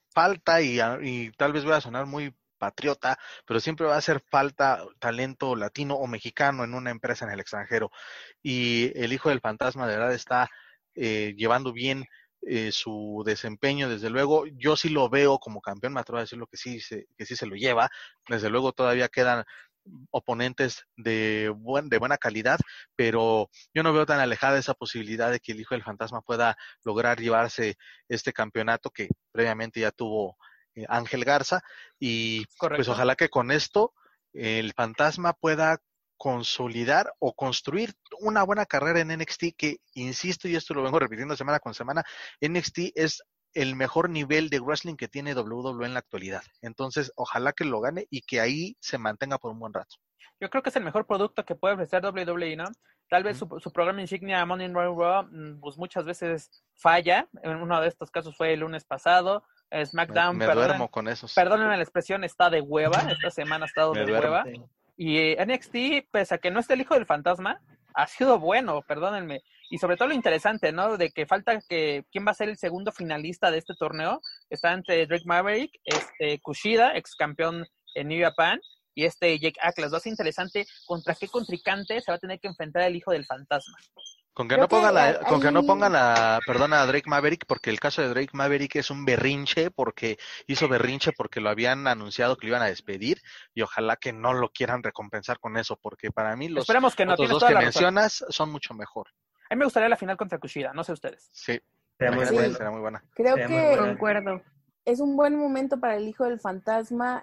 falta, y, y tal vez voy a sonar muy patriota, pero siempre va a hacer falta talento latino o mexicano en una empresa en el extranjero. Y el Hijo del Fantasma de verdad está eh, llevando bien eh, su desempeño, desde luego. Yo sí lo veo como campeón, me atrevo a decirlo que sí, se, que sí se lo lleva. Desde luego todavía quedan oponentes de, buen, de buena calidad, pero yo no veo tan alejada esa posibilidad de que el Hijo del Fantasma pueda lograr llevarse este campeonato que previamente ya tuvo eh, Ángel Garza, y Correcto. Pues ojalá que con esto eh, el Fantasma pueda consolidar o construir una buena carrera en N X T, que insisto, y esto lo vengo repitiendo semana con semana, N X T es el mejor nivel de wrestling que tiene W W E en la actualidad. Entonces, ojalá que lo gane y que ahí se mantenga por un buen rato. Yo creo que es el mejor producto que puede ofrecer W W E, ¿no? Tal vez mm. su, su programa insignia Monday Night Raw, pues muchas veces falla. En uno de estos casos fue el lunes pasado. SmackDown, me, me perdonen, duermo con esos. Perdónenme la expresión, está de hueva. Esta semana ha estado me de duermo. hueva. Y eh, N X T, pese a que no esté el Hijo del Fantasma, ha sido bueno, perdónenme. Y sobre todo lo interesante, ¿no? De que falta que quién va a ser el segundo finalista de este torneo. Está entre Drake Maverick, este Kushida, ex campeón en New Japan, y este Jake Atlas. Va a ser interesante contra qué contrincante se va a tener que enfrentar el Hijo del Fantasma. Con que, no pongan la, con que no pongan la, perdona, a Drake Maverick, porque el caso de Drake Maverick es un berrinche, porque hizo berrinche porque lo habían anunciado que lo iban a despedir, y ojalá que no lo quieran recompensar con eso, porque para mí los Esperemos que no, otros dos que mencionas son mucho mejor. A mí me gustaría la final contra Kushida, no sé ustedes. Sí, será muy, sí. buena. será muy buena. Creo será que Concuerdo. Es un buen momento para el Hijo del Fantasma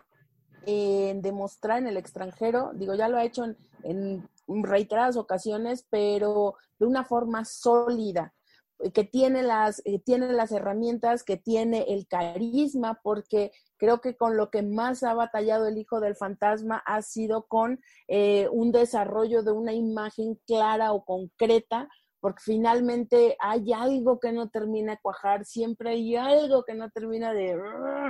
en demostrar en el extranjero, digo, ya lo ha hecho en, en reiteradas ocasiones, pero de una forma sólida, que tiene las, eh, tiene las herramientas, que tiene el carisma, porque creo que con lo que más ha batallado el Hijo del Fantasma ha sido con eh, un desarrollo de una imagen clara o concreta, porque finalmente hay algo que no termina de cuajar, siempre hay algo que no termina de,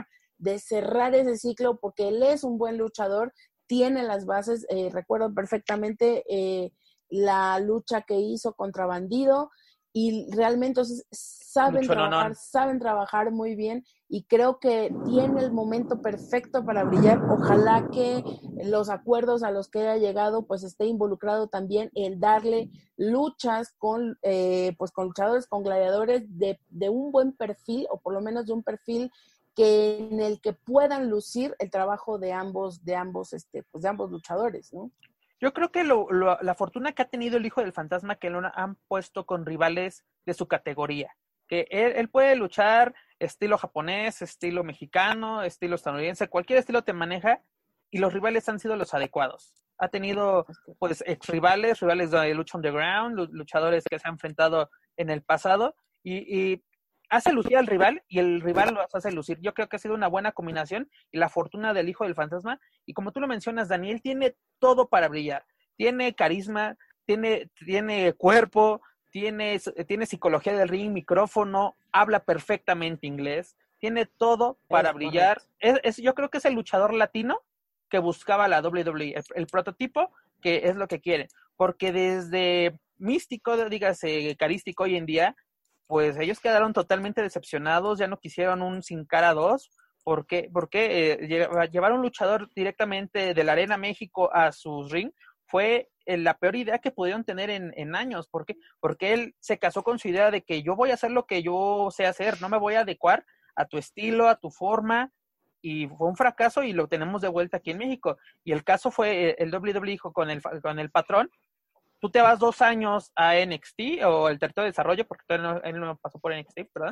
de cerrar ese ciclo, porque él es un buen luchador, tiene las bases, eh, recuerdo perfectamente eh, la lucha que hizo contra Bandido, y realmente entonces saben Mucho trabajar, no, no. saben trabajar muy bien, y creo que tiene el momento perfecto para brillar. Ojalá que los acuerdos a los que haya llegado pues esté involucrado también el darle luchas con eh, pues con luchadores, con gladiadores de, de un buen perfil, o por lo menos de un perfil que en el que puedan lucir el trabajo de ambos, de ambos, este, pues de ambos luchadores, ¿no? Yo creo que lo, lo, la fortuna que ha tenido el Hijo del Fantasma, que lo han puesto con rivales de su categoría. Que él, él puede luchar estilo japonés, estilo mexicano, estilo estadounidense, cualquier estilo te maneja, y los rivales han sido los adecuados. Ha tenido, pues, ex rivales, rivales de lucha underground, luchadores que se han enfrentado en el pasado, y, y hace lucir al rival, y el rival lo hace lucir. Yo creo que ha sido una buena combinación, y la fortuna del Hijo del Fantasma, y como tú lo mencionas, Daniel, tiene todo para brillar. Tiene carisma, tiene, tiene cuerpo, tiene, tiene psicología del ring, micrófono, habla perfectamente inglés, tiene todo para es brillar. Es, es, yo creo que es el luchador latino que buscaba la W W E, el, el prototipo que es lo que quiere, porque desde místico, dígase carístico hoy en día, pues ellos quedaron totalmente decepcionados, ya no quisieron un Sin Cara dos, ¿por qué? Porque eh, llevar un luchador directamente de la Arena México a su ring fue eh, la peor idea que pudieron tener en, en años. ¿Por qué? Porque él se casó con su idea de que yo voy a hacer lo que yo sé hacer, no me voy a adecuar a tu estilo, a tu forma, y fue un fracaso, y lo tenemos de vuelta aquí en México. Y el caso fue el W W E con el, con el patrón. Tú te vas dos años a N X T o el territorio de desarrollo, porque él no, él no pasó por N X T, perdón.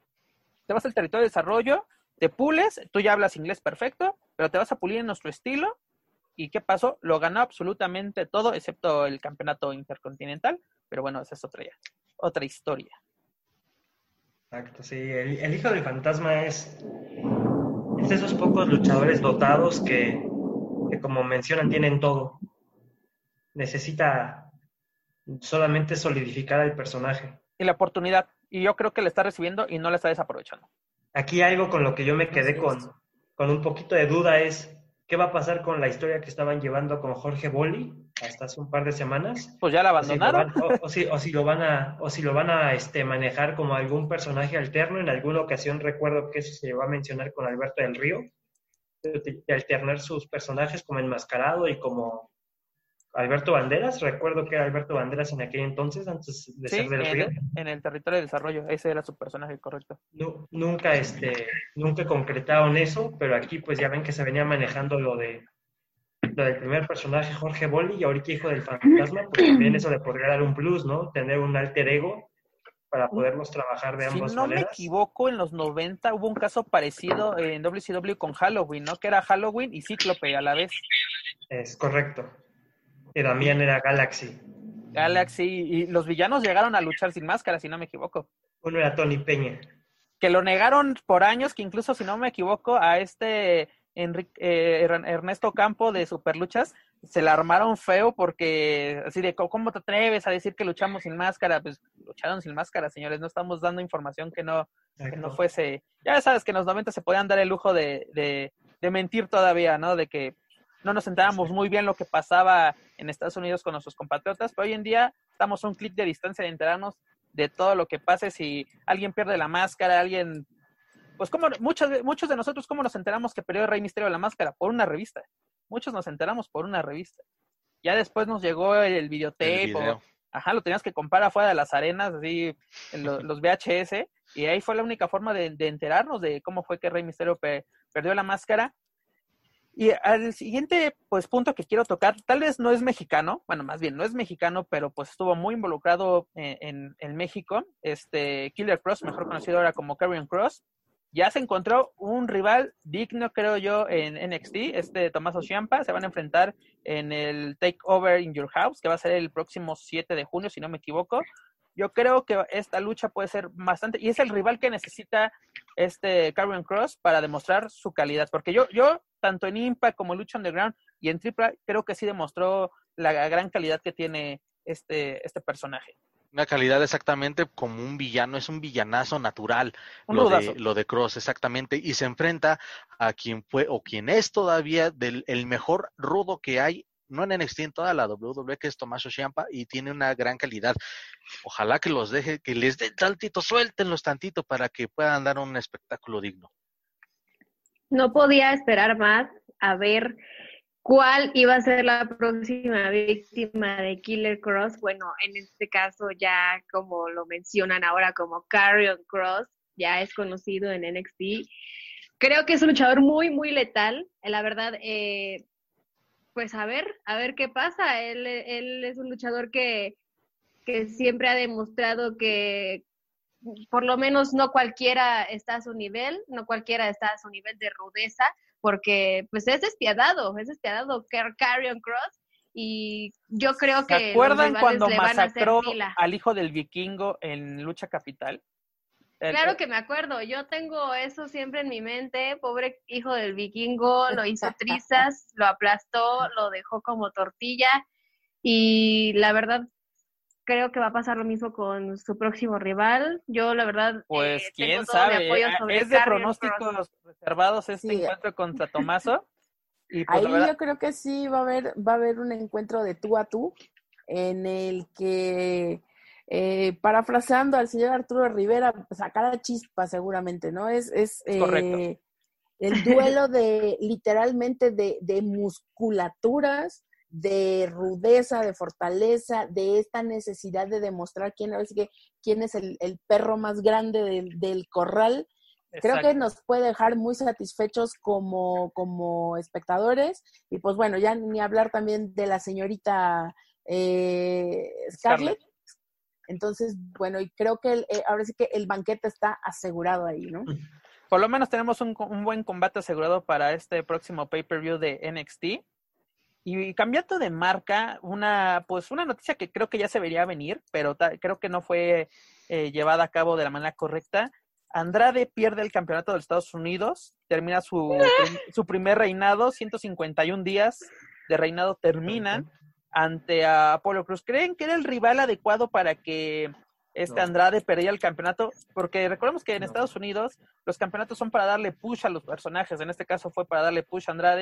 Te vas al territorio de desarrollo, te pules, tú ya hablas inglés perfecto, pero te vas a pulir en nuestro estilo. ¿Y qué pasó? Lo ganó absolutamente todo, excepto el campeonato intercontinental. Pero bueno, esa es otra, otra historia. Exacto, sí. El, el Hijo del Fantasma es, es de esos pocos luchadores dotados que, que, como mencionan, tienen todo. Necesita solamente solidificar al personaje. Y la oportunidad. Y yo creo que la está recibiendo y no la está desaprovechando. Aquí algo con lo que yo me quedé con, con un poquito de duda es ¿qué va a pasar con la historia que estaban llevando con Jorge Bolli hasta hace un par de semanas. Pues ya la abandonaron. O si lo van, o, o si, o si lo van a, o si lo van a este, manejar como algún personaje alterno. En alguna ocasión recuerdo que eso se llegó a mencionar con Alberto del Río, de, de alternar sus personajes como enmascarado y como Alberto Banderas. Recuerdo que era Alberto Banderas en aquel entonces, antes de Sí, ser del en, Río. en el territorio de desarrollo, ese era su personaje correcto. No, nunca, este, nunca concretaron eso, pero aquí pues ya ven que se venía manejando lo de lo del primer personaje, Jorge Bolli, y ahorita Hijo del Fantasma, pues también eso le podría dar un plus, ¿no? Tener un alter ego para poderlos trabajar de ambas Si no maneras. me equivoco, en los noventa hubo un caso parecido en W C W con Halloween, ¿no? Que era Halloween y Cíclope a la vez. Es correcto. Y Damián era Galaxy. Galaxy, y los villanos llegaron a luchar sin máscara, si no me equivoco. Uno era Tony Peña. Que lo negaron por años, que incluso, si no me equivoco, a este Enrique, eh, Ernesto Campo de Superluchas se la armaron feo porque así de, ¿cómo te atreves a decir que luchamos sin máscara? Pues lucharon sin máscara, señores, no estamos dando información que no, que no fuese... Ya sabes que en los noventa se podían dar el lujo de, de, de mentir todavía, ¿no? De que no nos enterábamos muy bien lo que pasaba en Estados Unidos con nuestros compatriotas, pero hoy en día estamos a un clic de distancia de enterarnos de todo lo que pase. Si alguien pierde la máscara, alguien... Pues como muchos, muchos de nosotros, ¿cómo nos enteramos que perdió el Rey Misterio la máscara? Por una revista. Muchos nos enteramos por una revista. Ya después nos llegó el videotape. El video. o, ajá, lo tenías que comprar afuera de las arenas, así, en lo, los V H S, y ahí fue la única forma de, de enterarnos de cómo fue que Rey Misterio pe, perdió la máscara. Y al siguiente, pues, punto que quiero tocar, tal vez no es mexicano, bueno, más bien no es mexicano, pero pues estuvo muy involucrado en, en, en México, este Killer Cross, mejor conocido ahora como Karrion Cross. Ya se encontró un rival digno, creo yo, en N X T, este Tommaso Ciampa. Se van a enfrentar en el Takeover in Your House, que va a ser el próximo siete de junio, si no me equivoco. Yo creo que esta lucha puede ser bastante, y es el rival que necesita este Karrion Cross para demostrar su calidad, porque yo, yo tanto en Impact como en Lucha Underground y en Triple A, creo que sí demostró la gran calidad que tiene este, este personaje. Una calidad exactamente como un villano, es un villanazo natural, Un lo rudazo. de, lo de Cross, exactamente, y se enfrenta a quien fue, o quien es todavía del, el mejor rudo que hay, no en N X T, en toda la W W E, que es Tommaso Ciampa, y tiene una gran calidad. Ojalá que los deje, que les den tantito, suéltenlos tantito para que puedan dar un espectáculo digno. No podía esperar más a ver cuál iba a ser la próxima víctima de Killer Cross. Bueno, en este caso ya como lo mencionan ahora como Karrion Cross, ya es conocido en N X T. Creo que es un luchador muy, muy letal. La verdad, eh, pues a ver, a ver qué pasa. Él, él es un luchador que, que siempre ha demostrado que por lo menos no cualquiera está a su nivel, no cualquiera está a su nivel de rudeza, porque pues es despiadado, es despiadado Karrion Cross, y yo creo que ¿Se acuerdan cuando le van a hacer masacró fila. al hijo del vikingo en Lucha Capital? El, Claro que me acuerdo, yo tengo eso siempre en mi mente, pobre hijo del vikingo, lo hizo trizas, lo aplastó, lo dejó como tortilla, y la verdad creo que va a pasar lo mismo con su próximo rival. Yo, la verdad, Pues eh, quién tengo todo mi sabe, apoyo sobre es de Karrion pronósticos Cross. reservados este Sí. encuentro contra Tommaso. Y pues Ahí la verdad, yo creo que sí va a haber, va a haber un encuentro de tú a tú, en el que, eh, parafraseando al señor Arturo Rivera, sacará chispa seguramente, ¿no? Es, es eh, correcto. el duelo de, literalmente, de, de musculaturas, de rudeza, de fortaleza, de esta necesidad de demostrar quién, ahora sí que, quién es el, el perro más grande del, del corral. Creo Exacto. que nos puede dejar muy satisfechos como, como espectadores. Y pues bueno, ya ni hablar también de la señorita eh, Scarlett. Scarlett. Entonces, bueno, y creo que el, eh, ahora sí que el banquete está asegurado ahí, ¿no? Por lo menos tenemos un, un buen combate asegurado para este próximo pay-per-view de N X T. Y cambiando de marca, una pues una noticia que creo que ya se vería venir, pero ta- creo que no fue eh, llevada a cabo de la manera correcta. Andrade pierde el campeonato de los Estados Unidos, termina su, prim- su primer reinado, ciento cincuenta y un días de reinado terminan ante a Apollo Crews. ¿Creen que era el rival adecuado para que este No. Andrade perdiera el campeonato? Porque recordemos que en No. Estados Unidos los campeonatos son para darle push a los personajes, en este caso fue para darle push a Andrade.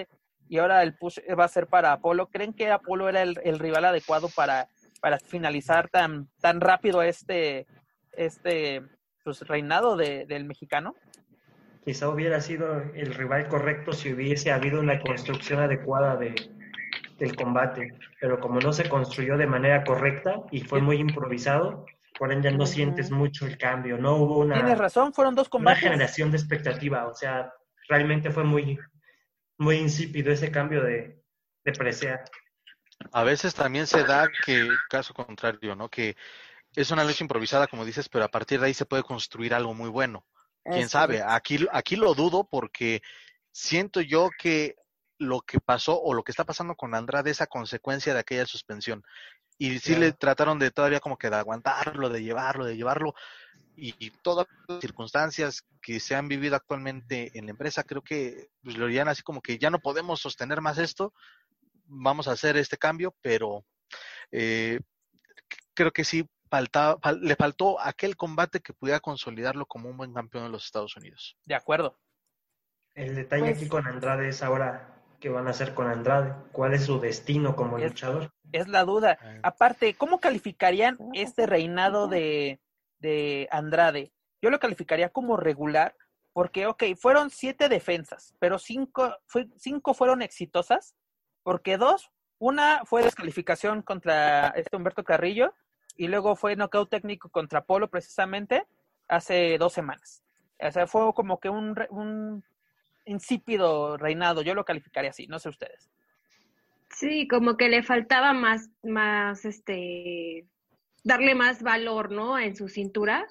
y ahora el push va a ser para Apolo. ¿Creen que Apolo era el, el rival adecuado para, para finalizar tan, tan rápido este, este pues, reinado de, del mexicano? Quizá hubiera sido el rival correcto si hubiese habido una construcción adecuada de, del combate, pero como no se construyó de manera correcta y fue muy improvisado, por ende no uh-huh. sientes mucho el cambio, no hubo una... Tienes razón, fueron dos combates. Una generación de expectativa, o sea, realmente fue muy, muy insípido ese cambio de, de presea. A veces también se da que, caso contrario, ¿no? Que es una lucha improvisada, como dices, pero a partir de ahí se puede construir algo muy bueno. Quién es sabe, correcto. aquí, aquí lo dudo porque siento yo que lo que pasó o lo que está pasando con Andrade es a consecuencia de aquella suspensión. Y sí claro. le trataron de todavía como que de aguantarlo, de llevarlo, de llevarlo. Y, y todas las circunstancias que se han vivido actualmente en la empresa, creo que pues, lo dirían así como que ya no podemos sostener más esto, vamos a hacer este cambio, pero eh, creo que sí. Falta, fal, le faltó aquel combate que pudiera consolidarlo como un buen campeón de los Estados Unidos. De acuerdo. El detalle pues, aquí con Andrade es ahora qué van a hacer con Andrade, cuál es su destino como es, luchador. Es la duda. Aparte, ¿cómo calificarían este reinado de, de Andrade? Yo lo calificaría como regular, porque, ok, fueron siete defensas, pero cinco, fue, cinco fueron exitosas, porque dos, una fue descalificación contra este Humberto Carrillo, y luego fue knockout técnico contra Polo precisamente hace dos semanas. O sea, fue como que un, un insípido reinado, yo lo calificaría así, no sé ustedes. Sí, como que le faltaba más, más, este, darle más valor, ¿no? En su cintura.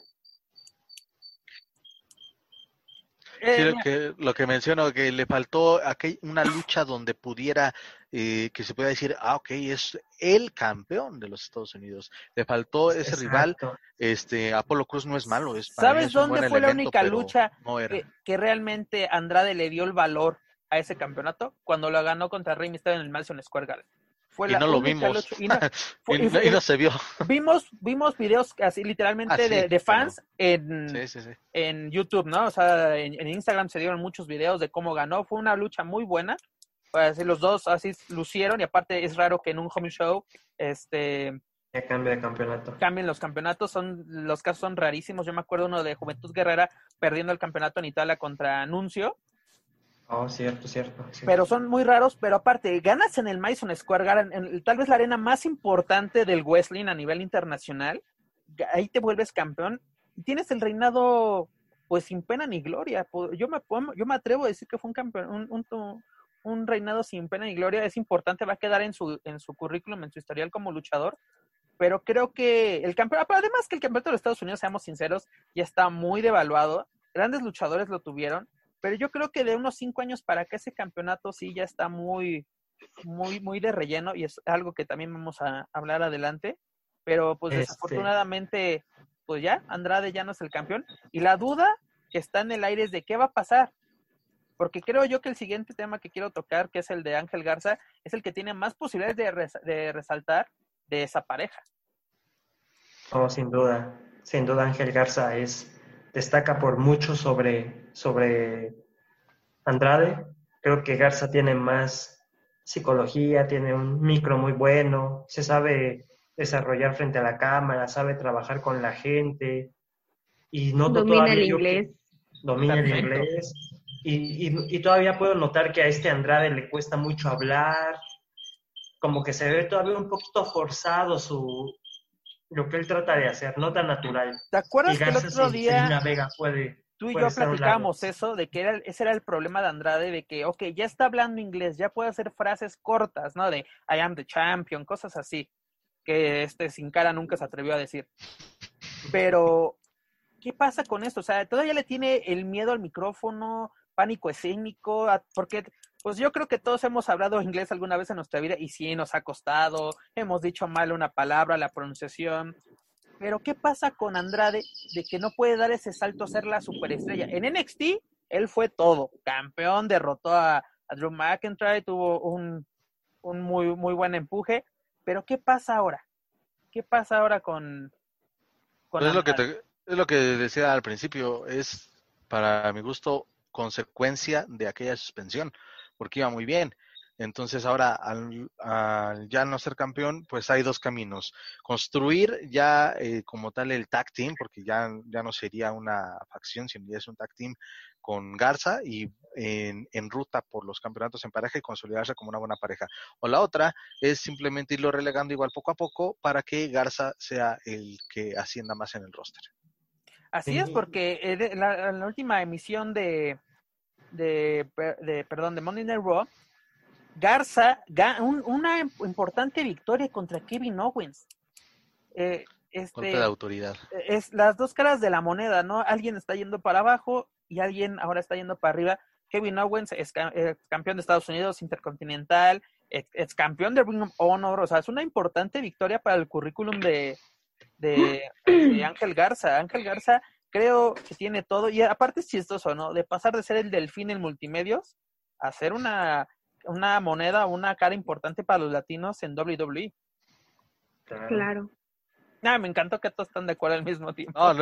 Sí, lo que, lo que menciono, que le faltó aquel, una lucha donde pudiera, eh, que se pueda decir, ah, ok, es el campeón de los Estados Unidos. Le faltó ese Exacto. rival, este, Apolo Cruz no es malo. Es, para ¿Sabes mí es un dónde buen fue elemento, la única lucha no que, que realmente Andrade le dio el valor a ese campeonato? Cuando lo ganó contra Rey Mysterio en el Madison Square Garden. Fue y la no lo vimos. Lucha, y, no, fue, y, y, y no se vio. Vimos, vimos videos así literalmente ah, sí, de, de fans pero... en, sí, sí, sí. en YouTube, ¿no? O sea, en, en Instagram se dieron muchos videos de cómo ganó. Fue una lucha muy buena. Pues, así, los dos así lucieron y aparte es raro que en un home show este ya cambie de campeonato. Cambien los campeonatos, son los casos son rarísimos. Yo me acuerdo uno de Juventud Guerrera perdiendo el campeonato en Italia contra Nuncio. Oh, cierto, cierto, cierto. Pero son muy raros, pero aparte, ganas en el Madison Square Garden, en, tal vez la arena más importante del wrestling a nivel internacional, ahí te vuelves campeón y tienes el reinado, pues, sin pena ni gloria. Yo me, yo me atrevo a decir que fue un campeón, un, un, un reinado sin pena ni gloria, es importante, va a quedar en su, en su currículum, en su historial como luchador, pero creo que el campeón, además que el campeonato de los Estados Unidos, seamos sinceros, ya está muy devaluado, grandes luchadores lo tuvieron, pero yo creo que de unos cinco años para acá ese campeonato sí ya está muy, muy, muy de relleno y es algo que también vamos a hablar adelante. Pero pues este... desafortunadamente, pues ya, Andrade ya no es el campeón. Y la duda que está en el aire es de qué va a pasar. Porque creo yo que el siguiente tema que quiero tocar, que es el de Ángel Garza, es el que tiene más posibilidades de, res- de resaltar de esa pareja. Oh, sin duda. Sin duda Ángel Garza es... destaca por mucho sobre, sobre Andrade. Creo que Garza tiene más psicología, tiene un micro muy bueno, se sabe desarrollar frente a la cámara, sabe trabajar con la gente y noto domina todavía el inglés. Domina Perfecto. el inglés y, y, y todavía puedo notar que a este Andrade le cuesta mucho hablar, como que se ve todavía un poquito forzado su... lo que él trata de hacer, no tan natural. ¿Te acuerdas que el otro día Vega puede, tú y puede yo platicábamos eso, de que era, ese era el problema de Andrade, de que, ok, ya está hablando inglés, ya puede hacer frases cortas, ¿no? De I am the champion, cosas así, que este Sin Cara nunca se atrevió a decir. Pero, ¿qué pasa con esto? O sea, todavía le tiene el miedo al micrófono, pánico escénico, porque... Pues yo creo que todos hemos hablado inglés alguna vez en nuestra vida y sí, nos ha costado, hemos dicho mal una palabra, la pronunciación, pero ¿qué pasa con Andrade de que no puede dar ese salto a ser la superestrella? En N X T, él fue todo, campeón, derrotó a, a Drew McIntyre, tuvo un, un muy, muy buen empuje, pero ¿qué pasa ahora? ¿Qué pasa ahora con, con pues es, lo que Andrade? te, es lo que decía al principio, es para mi gusto consecuencia de aquella suspensión, porque iba muy bien. Entonces ahora, al, al ya no ser campeón, pues hay dos caminos. Construir ya eh, como tal el tag team, porque ya, ya no sería una facción, sino ya es un tag team con Garza y en, en ruta por los campeonatos en pareja y consolidarse como una buena pareja. O la otra es simplemente irlo relegando igual poco a poco para que Garza sea el que ascienda más en el roster. Así Sí. es, porque en la, en la última emisión de, de, de, perdón, de Monday Night Raw, Garza, un, una importante victoria contra Kevin Owens. Eh, este, Golpe de autoridad. Es las dos caras de la moneda, ¿no? Alguien está yendo para abajo y alguien ahora está yendo para arriba. Kevin Owens es, es campeón de Estados Unidos, intercontinental, es, es campeón de Ring of Honor, o sea, es una importante victoria para el currículum de, de, de Ángel Garza. Ángel Garza creo que tiene todo, y aparte es chistoso, ¿no? De pasar de ser el delfín en multimedios a ser una, una moneda, una cara importante para los latinos en doble u doble u E. Claro. Claro. Ah, me encantó que todos están de acuerdo al mismo tiempo. No, no.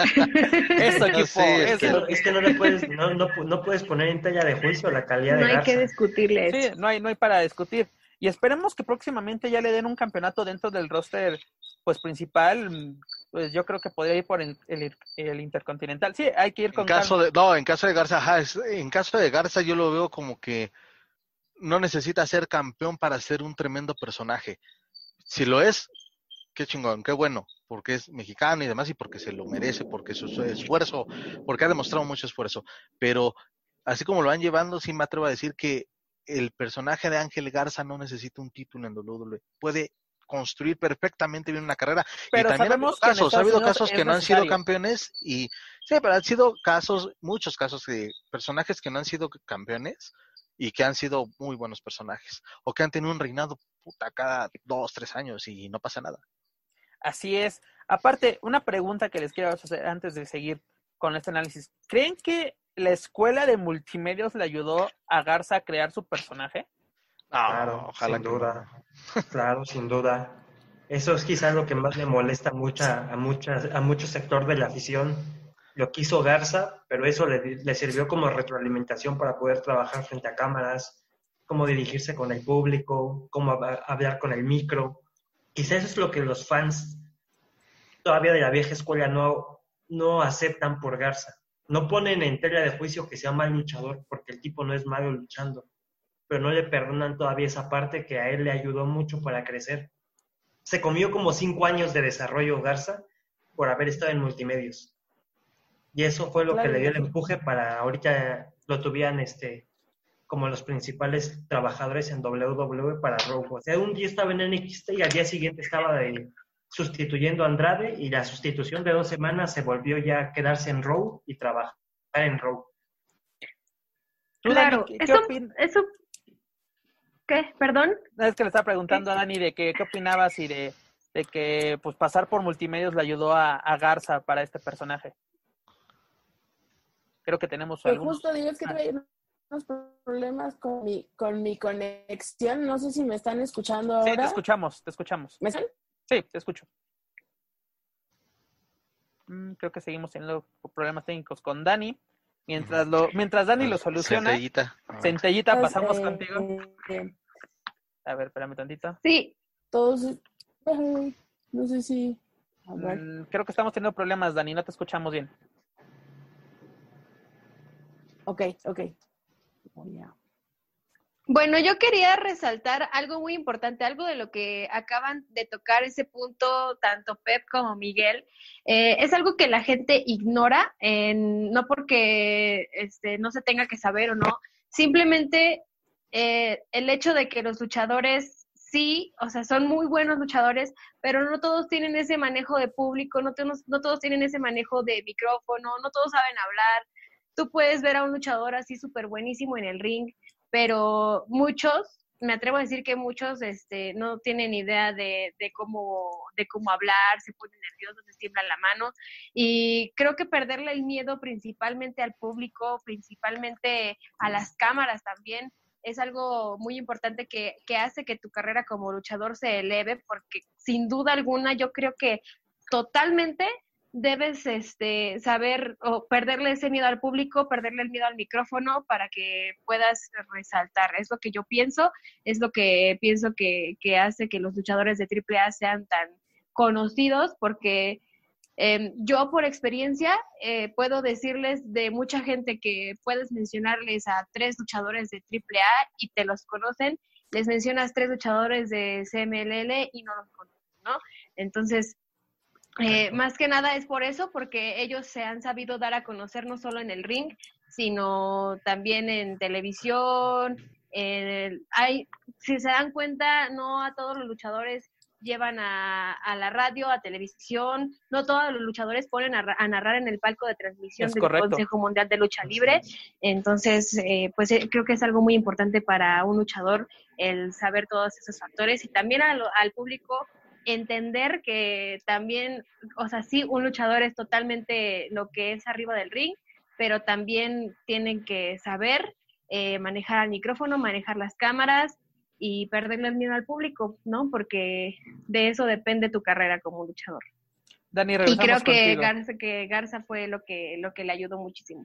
Eso, equipo, No, sí, es eso. Es que, no, es que no le puedes, no, no, no puedes poner en talla de juicio la calidad No de hay Garza. que discutirle Sí, eso. no hay, no hay para discutir. Y esperemos que próximamente ya le den un campeonato dentro del roster pues principal. Pues yo creo que podría ir por el, el, el Intercontinental. Sí, hay que ir con En caso calma. de, no, en caso de Garza, ajá, es- en caso de Garza yo lo veo como que no necesita ser campeón para ser un tremendo personaje. Si lo es, qué chingón, qué bueno, porque es mexicano y demás y porque se lo merece, porque su, su esfuerzo, porque ha demostrado mucho esfuerzo. Pero así como lo van llevando, sí me atrevo a decir que el personaje de Ángel Garza no necesita un título en doble u doble u E. Puede construir perfectamente bien una carrera. Pero y también ha habido sabemos que en casos, ha Estados habido Unidos casos es que no han sido necesario. campeones y sí, pero han sido casos, muchos casos de personajes que no han sido campeones y que han sido muy buenos personajes o que han tenido un reinado puta cada dos, tres años y no pasa nada. Así es. Aparte, una pregunta que les quiero hacer antes de seguir con este análisis. ¿Creen que la escuela de multimedios le ayudó a Garza a crear su personaje? No, Claro, ojalá sin que duda. no. Claro, sin duda. Eso es quizás lo que más le molesta mucha, a, muchas, a mucho sector de la afición. Lo que hizo Garza, pero eso le, le sirvió como retroalimentación para poder trabajar frente a cámaras, cómo dirigirse con el público, cómo hab- hablar con el micro. Quizás eso es lo que los fans todavía de la vieja escuela no, no aceptan por Garza. No ponen en tela de juicio que sea mal luchador, porque el tipo no es malo luchando, pero no le perdonan todavía esa parte que a él le ayudó mucho para crecer. Se comió como cinco años de desarrollo Garza por haber estado en multimedios. Y eso fue lo Claro, que le dio el sí. empuje para ahorita lo tuvieran este, como los principales trabajadores en doble u doble u E para Raw. O sea, un día estaba en N X T y al día siguiente estaba de, sustituyendo a Andrade, y la sustitución de dos semanas se volvió ya a quedarse en Raw y trabajar en Raw. ¿Tú, Claro, Dani, qué, qué eso, opin- eso, ¿qué? ¿Perdón? Es que le estaba preguntando a Dani de que, qué opinabas y de, de que pues pasar por multimedios le ayudó a, a Garza para este personaje. Creo que tenemos Que algunos. justo digo, es que Ah. tuve unos problemas con mi, con mi conexión. No sé si me están escuchando Sí, ahora. te escuchamos, te escuchamos. ¿Me están? Sí, te escucho. Mm, creo que seguimos teniendo problemas técnicos con Dani. Mientras lo, mientras Dani lo soluciona, Centellita. Centellita, pasamos Eh, contigo. eh, A ver, espérame tantito. Sí, todos, ay, no sé si. A ver. Mm, creo que estamos teniendo problemas, Dani, no te escuchamos bien. Ok, ok. Voy a- bueno, yo quería resaltar algo muy importante, algo de lo que acaban de tocar ese punto, tanto Pep como Miguel. Eh, es algo que la gente ignora, en- no porque este, no se tenga que saber o no, simplemente eh, el hecho de que los luchadores sí, o sea, son muy buenos luchadores, pero no todos tienen ese manejo de público, no, todos- no todos tienen ese manejo de micrófono, no todos saben hablar. Tú puedes ver a un luchador así súper buenísimo en el ring, pero muchos, me atrevo a decir que muchos este, no tienen idea de, de, cómo, de cómo hablar, se ponen nerviosos, se tiemblan la mano, y creo que perderle el miedo principalmente al público, principalmente a las cámaras también, es algo muy importante que, que hace que tu carrera como luchador se eleve, porque sin duda alguna yo creo que totalmente debes este, saber o perderle ese miedo al público, perderle el miedo al micrófono para que puedas resaltar. Es lo que yo pienso, es lo que pienso que, que hace que los luchadores de triple A sean tan conocidos, porque eh, yo por experiencia eh, puedo decirles de mucha gente que puedes mencionarles a tres luchadores de triple A y te los conocen, les mencionas tres luchadores de C M L L y no los conocen, ¿no? Entonces, Eh, más que nada es por eso, porque ellos se han sabido dar a conocer no solo en el ring, sino también en televisión. En el, hay, si se dan cuenta, no a todos los luchadores llevan a, a la radio, a televisión, no todos los luchadores ponen a, a narrar en el palco de transmisión Es del correcto. Consejo Mundial de Lucha Libre. Entonces, eh, pues eh, creo que es algo muy importante para un luchador el saber todos esos factores, y también a lo, al público entender que también, o sea, sí, un luchador es totalmente lo que es arriba del ring, pero también tienen que saber eh, manejar el micrófono, manejar las cámaras y perderle el miedo al público, ¿no? Porque de eso depende tu carrera como luchador. Dani, Y regresamos creo que contigo. Garza, que Garza fue lo que, lo que le ayudó muchísimo.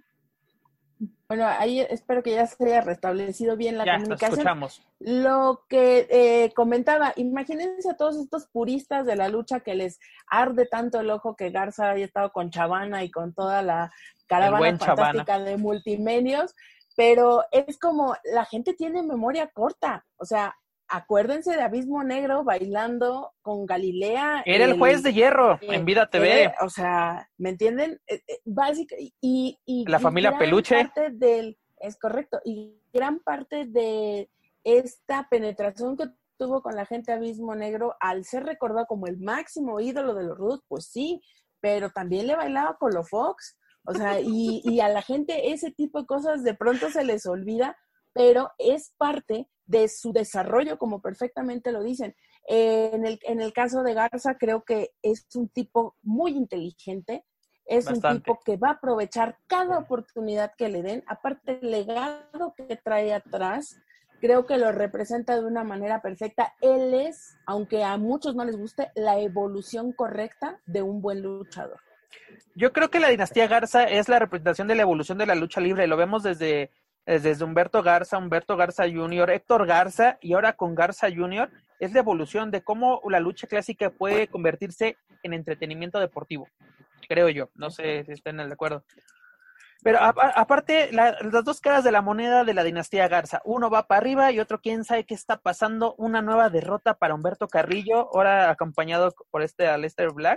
Bueno, ahí espero que ya se haya restablecido bien la Ya, nos comunicación. escuchamos. Lo que eh, comentaba, imagínense a todos estos puristas de la lucha que les arde tanto el ojo que Garza haya estado con Chavana y con toda la caravana buen fantástica Chavana. de multimedios, pero es como, la gente tiene memoria corta, o sea, acuérdense de Abismo Negro bailando con Galilea. Era el juez de hierro eh, en Vida T V. eh, o sea, ¿me entienden? Eh, eh, básica, y, y La y familia gran Peluche. parte del, es correcto, y gran parte de esta penetración que tuvo con la gente Abismo Negro, al ser recordado como el máximo ídolo de los Rudos, pues sí, pero también le bailaba con los Fox, o sea, y, y a la gente ese tipo de cosas de pronto se les olvida, pero es parte de su desarrollo, como perfectamente lo dicen. Eh, en, el, en el caso de Garza, creo que es un tipo muy inteligente, es Bastante. un tipo que va a aprovechar cada oportunidad que le den, aparte el legado que trae atrás, creo que lo representa de una manera perfecta. Él es, aunque a muchos no les guste, la evolución correcta de un buen luchador. Yo creo que la dinastía Garza es la representación de la evolución de la lucha libre. Lo vemos desde, desde Humberto Garza, Humberto Garza junior, Héctor Garza, y ahora con Garza junior Es la evolución de cómo la lucha clásica puede convertirse en entretenimiento deportivo, creo yo. No sé si estén de acuerdo. Pero a, a, aparte, la, las dos caras de la moneda de la dinastía Garza. Uno va para arriba y otro quién sabe qué está pasando. Una nueva derrota para Humberto Carrillo, ahora acompañado por este Aleister Black,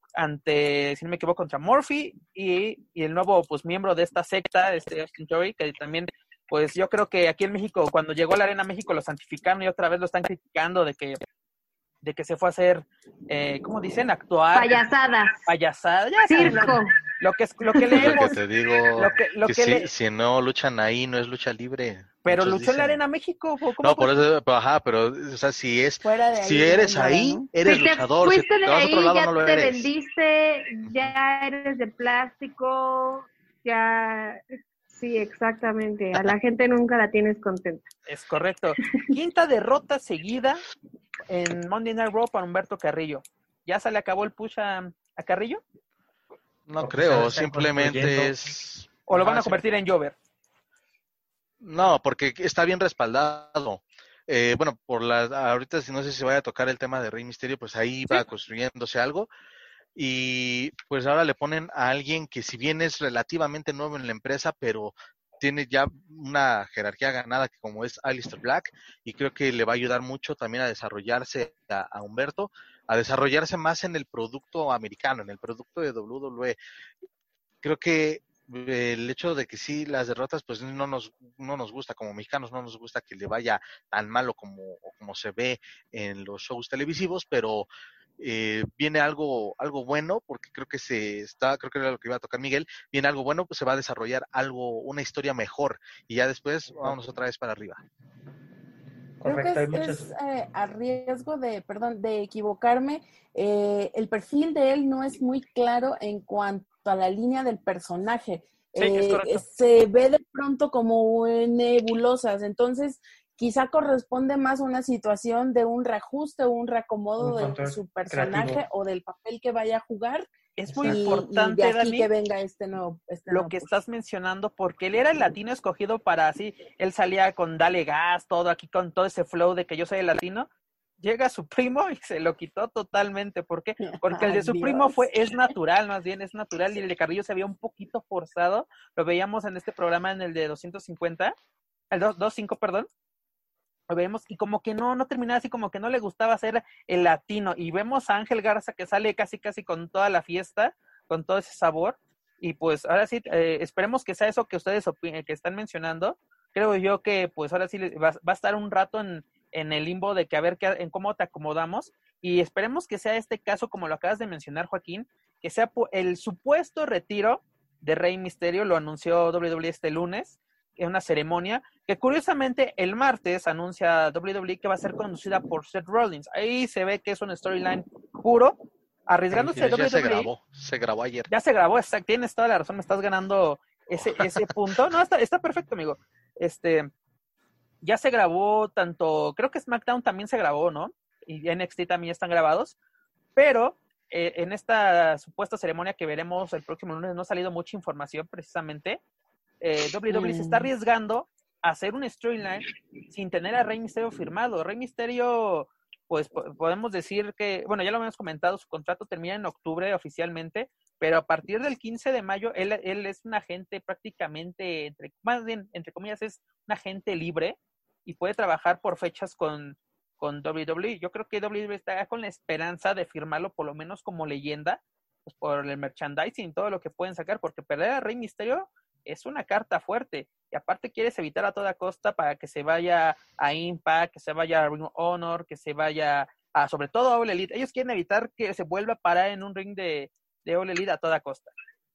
ante, si no me equivoco, contra Murphy, y, y el nuevo pues miembro de esta secta, este Austin Theory, que también, pues yo creo que aquí en México, cuando llegó a la Arena México, lo santificaron y otra vez lo están criticando de que de que se fue a hacer, eh, ¿cómo dicen? Actuar. Payasadas. Payasada. Ya Circo. saben, lo que es lo que Lo que leemos. te digo, Lo que, lo que, que si, le- si no luchan ahí, no es lucha libre. Pero Muchos luchó en la dicen. Arena México. ¿cómo No, fue? por eso, pero, ajá, pero, o sea, si es, Fuera de ahí, si eres no, ahí, ¿no? eres Si te luchador. Si fuiste te de vas a ahí, otro lado, ya no lo te eres. vendiste, ya eres de plástico, ya... Sí, exactamente. A la gente nunca la tienes contenta. Es correcto. Quinta derrota seguida en Monday Night Raw para Humberto Carrillo. ¿Ya se le acabó el push a, a Carrillo? No O creo, quizás está simplemente construyendo. es... ¿O lo Ajá, van a sí. convertir en Jover? No, porque está bien respaldado. Eh, bueno, por la ahorita si no sé si vaya a tocar el tema de Rey Misterio, pues ahí va construyéndose algo. Y pues ahora le ponen a alguien que si bien es relativamente nuevo en la empresa, pero tiene ya una jerarquía ganada que como es Aleister Black, y creo que le va a ayudar mucho también a desarrollarse a, a Humberto, a desarrollarse más en el producto americano, en el producto de doble u doble u E. Creo que el hecho de que sí las derrotas pues no nos no nos gusta, como mexicanos no nos gusta que le vaya tan malo como, como se ve en los shows televisivos, pero eh, viene algo algo bueno, porque creo que se está, creo que era lo que iba a tocar Miguel, viene algo bueno, pues se va a desarrollar algo, una historia mejor, y ya después vámonos otra vez para arriba. Creo Correcto, hay que es, muchas... es, eh, a riesgo de, perdón, de equivocarme, eh, el perfil de él no es muy claro en cuanto a la línea del personaje. Sí, es Eh, correcto. se ve de pronto como nebulosas, entonces quizá corresponde más a una situación de un reajuste o un reacomodo Un de control su personaje creativo. o del papel que vaya a jugar, es muy y, importante, y de aquí Dani, que venga este nuevo, este lo nuevo que push. estás mencionando, porque él era el latino escogido para así, él salía con Dale Gas, todo aquí con todo ese flow de que yo soy el latino. Llega su primo y se lo quitó totalmente. ¿Por qué? Porque el de su Dios. primo fue, es natural, más bien, es natural, y el de Carrillo se veía un poquito forzado. Lo veíamos en este programa, en el de doscientos cincuenta, el doscientos cinco, perdón. Lo vemos, y como que no, no terminaba así, como que no le gustaba ser el latino. Y vemos a Ángel Garza que sale casi, casi con toda la fiesta, con todo ese sabor. Y pues ahora sí, eh, esperemos que sea eso que ustedes opinen, que están mencionando. Creo yo que pues ahora sí va, va a estar un rato en en el limbo de que a ver qué, en cómo te acomodamos, y esperemos que sea este caso, como lo acabas de mencionar, Joaquín, que sea el supuesto retiro de Rey Mysterio. Lo anunció doble u doble u E este lunes, en una ceremonia, que curiosamente el martes anuncia doble u doble u E que va a ser conducida por Seth Rollins. Ahí se ve que es un storyline puro, arriesgándose. Ya doble u doble u E. se grabó, se grabó ayer. Ya se grabó, exacto, tienes toda la razón, me estás ganando ese, ese punto. No, está, está perfecto, amigo. Este... Ya se grabó tanto, creo que SmackDown también se grabó, ¿no? Y N X T también están grabados, pero eh, en esta supuesta ceremonia que veremos el próximo lunes no ha salido mucha información precisamente. Eh, doble u doble u E mm. se está arriesgando a hacer un storyline sin tener a Rey Mysterio firmado. Rey Mysterio, pues po- podemos decir que, bueno, ya lo hemos comentado, su contrato termina en octubre oficialmente, pero a partir del quince de mayo, él, él es un agente prácticamente, entre, más bien, entre comillas, es un agente libre, y puede trabajar por fechas con, con doble u doble u E. Yo creo que doble u doble u E está con la esperanza de firmarlo por lo menos como leyenda, pues por el merchandising, todo lo que pueden sacar, porque perder a Rey Mysterio es una carta fuerte, y aparte quieres evitar a toda costa para que se vaya a Impact, que se vaya a Ring of Honor, que se vaya a, sobre todo a All Elite. Ellos quieren evitar que se vuelva a parar en un ring de, de All Elite a toda costa.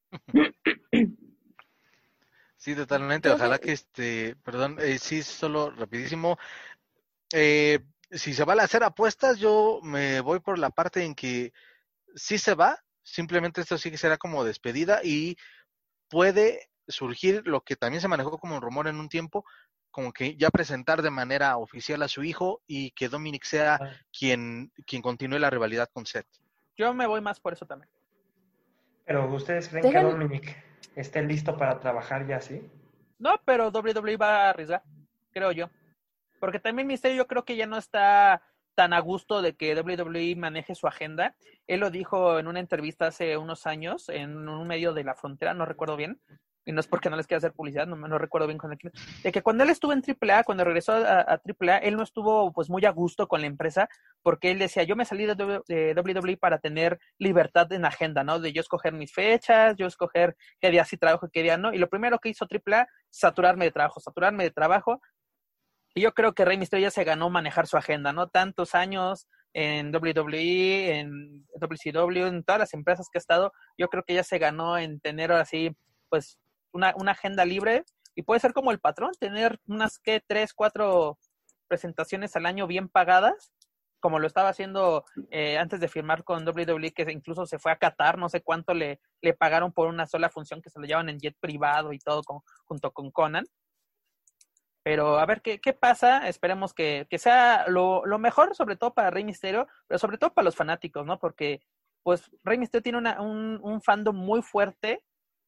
Sí, totalmente. Ojalá que este, perdón, eh, sí, solo rapidísimo. Eh, si se van a hacer apuestas, yo me voy por la parte en que sí se va, simplemente esto sí que será como despedida, y puede surgir lo que también se manejó como un rumor en un tiempo, como que ya presentar de manera oficial a su hijo y que Dominic sea ah. quien, quien continúe la rivalidad con Seth. Yo me voy más por eso también. Pero ¿ustedes creen Dejan... que Dominic esté listo para trabajar ya así? No, pero doble u doble u E va a arriesgar, creo yo. Porque también Mysterio yo creo que ya no está tan a gusto de que doble u doble u E maneje su agenda. Él lo dijo en una entrevista hace unos años en un medio de la frontera, no recuerdo bien, y no es porque no les quiera hacer publicidad, no, no recuerdo bien con el, de que cuando él estuvo en triple A, cuando regresó a, a triple A, él no estuvo pues muy a gusto con la empresa, porque él decía, yo me salí de doble u doble u E para tener libertad en agenda, ¿no? De yo escoger mis fechas, yo escoger qué día sí trabajo y qué día no, y lo primero que hizo triple A, saturarme de trabajo, saturarme de trabajo, y yo creo que Rey Mysterio ya se ganó manejar su agenda, ¿no? Tantos años en doble u doble u E, en W C W, en todas las empresas que ha estado, yo creo que ya se ganó en tener así, pues, Una, una agenda libre, y puede ser como el patrón, tener unas que tres, cuatro presentaciones al año bien pagadas, como lo estaba haciendo eh, antes de firmar con doble u doble u E, que incluso se fue a Qatar, no sé cuánto le, le pagaron por una sola función, que se lo llevan en jet privado y todo con, junto con Conan. Pero a ver qué, qué pasa, esperemos que, que sea lo, lo mejor, sobre todo para Rey Mysterio, pero sobre todo para los fanáticos, ¿no? Porque pues Rey Mysterio tiene una, un, un fandom muy fuerte.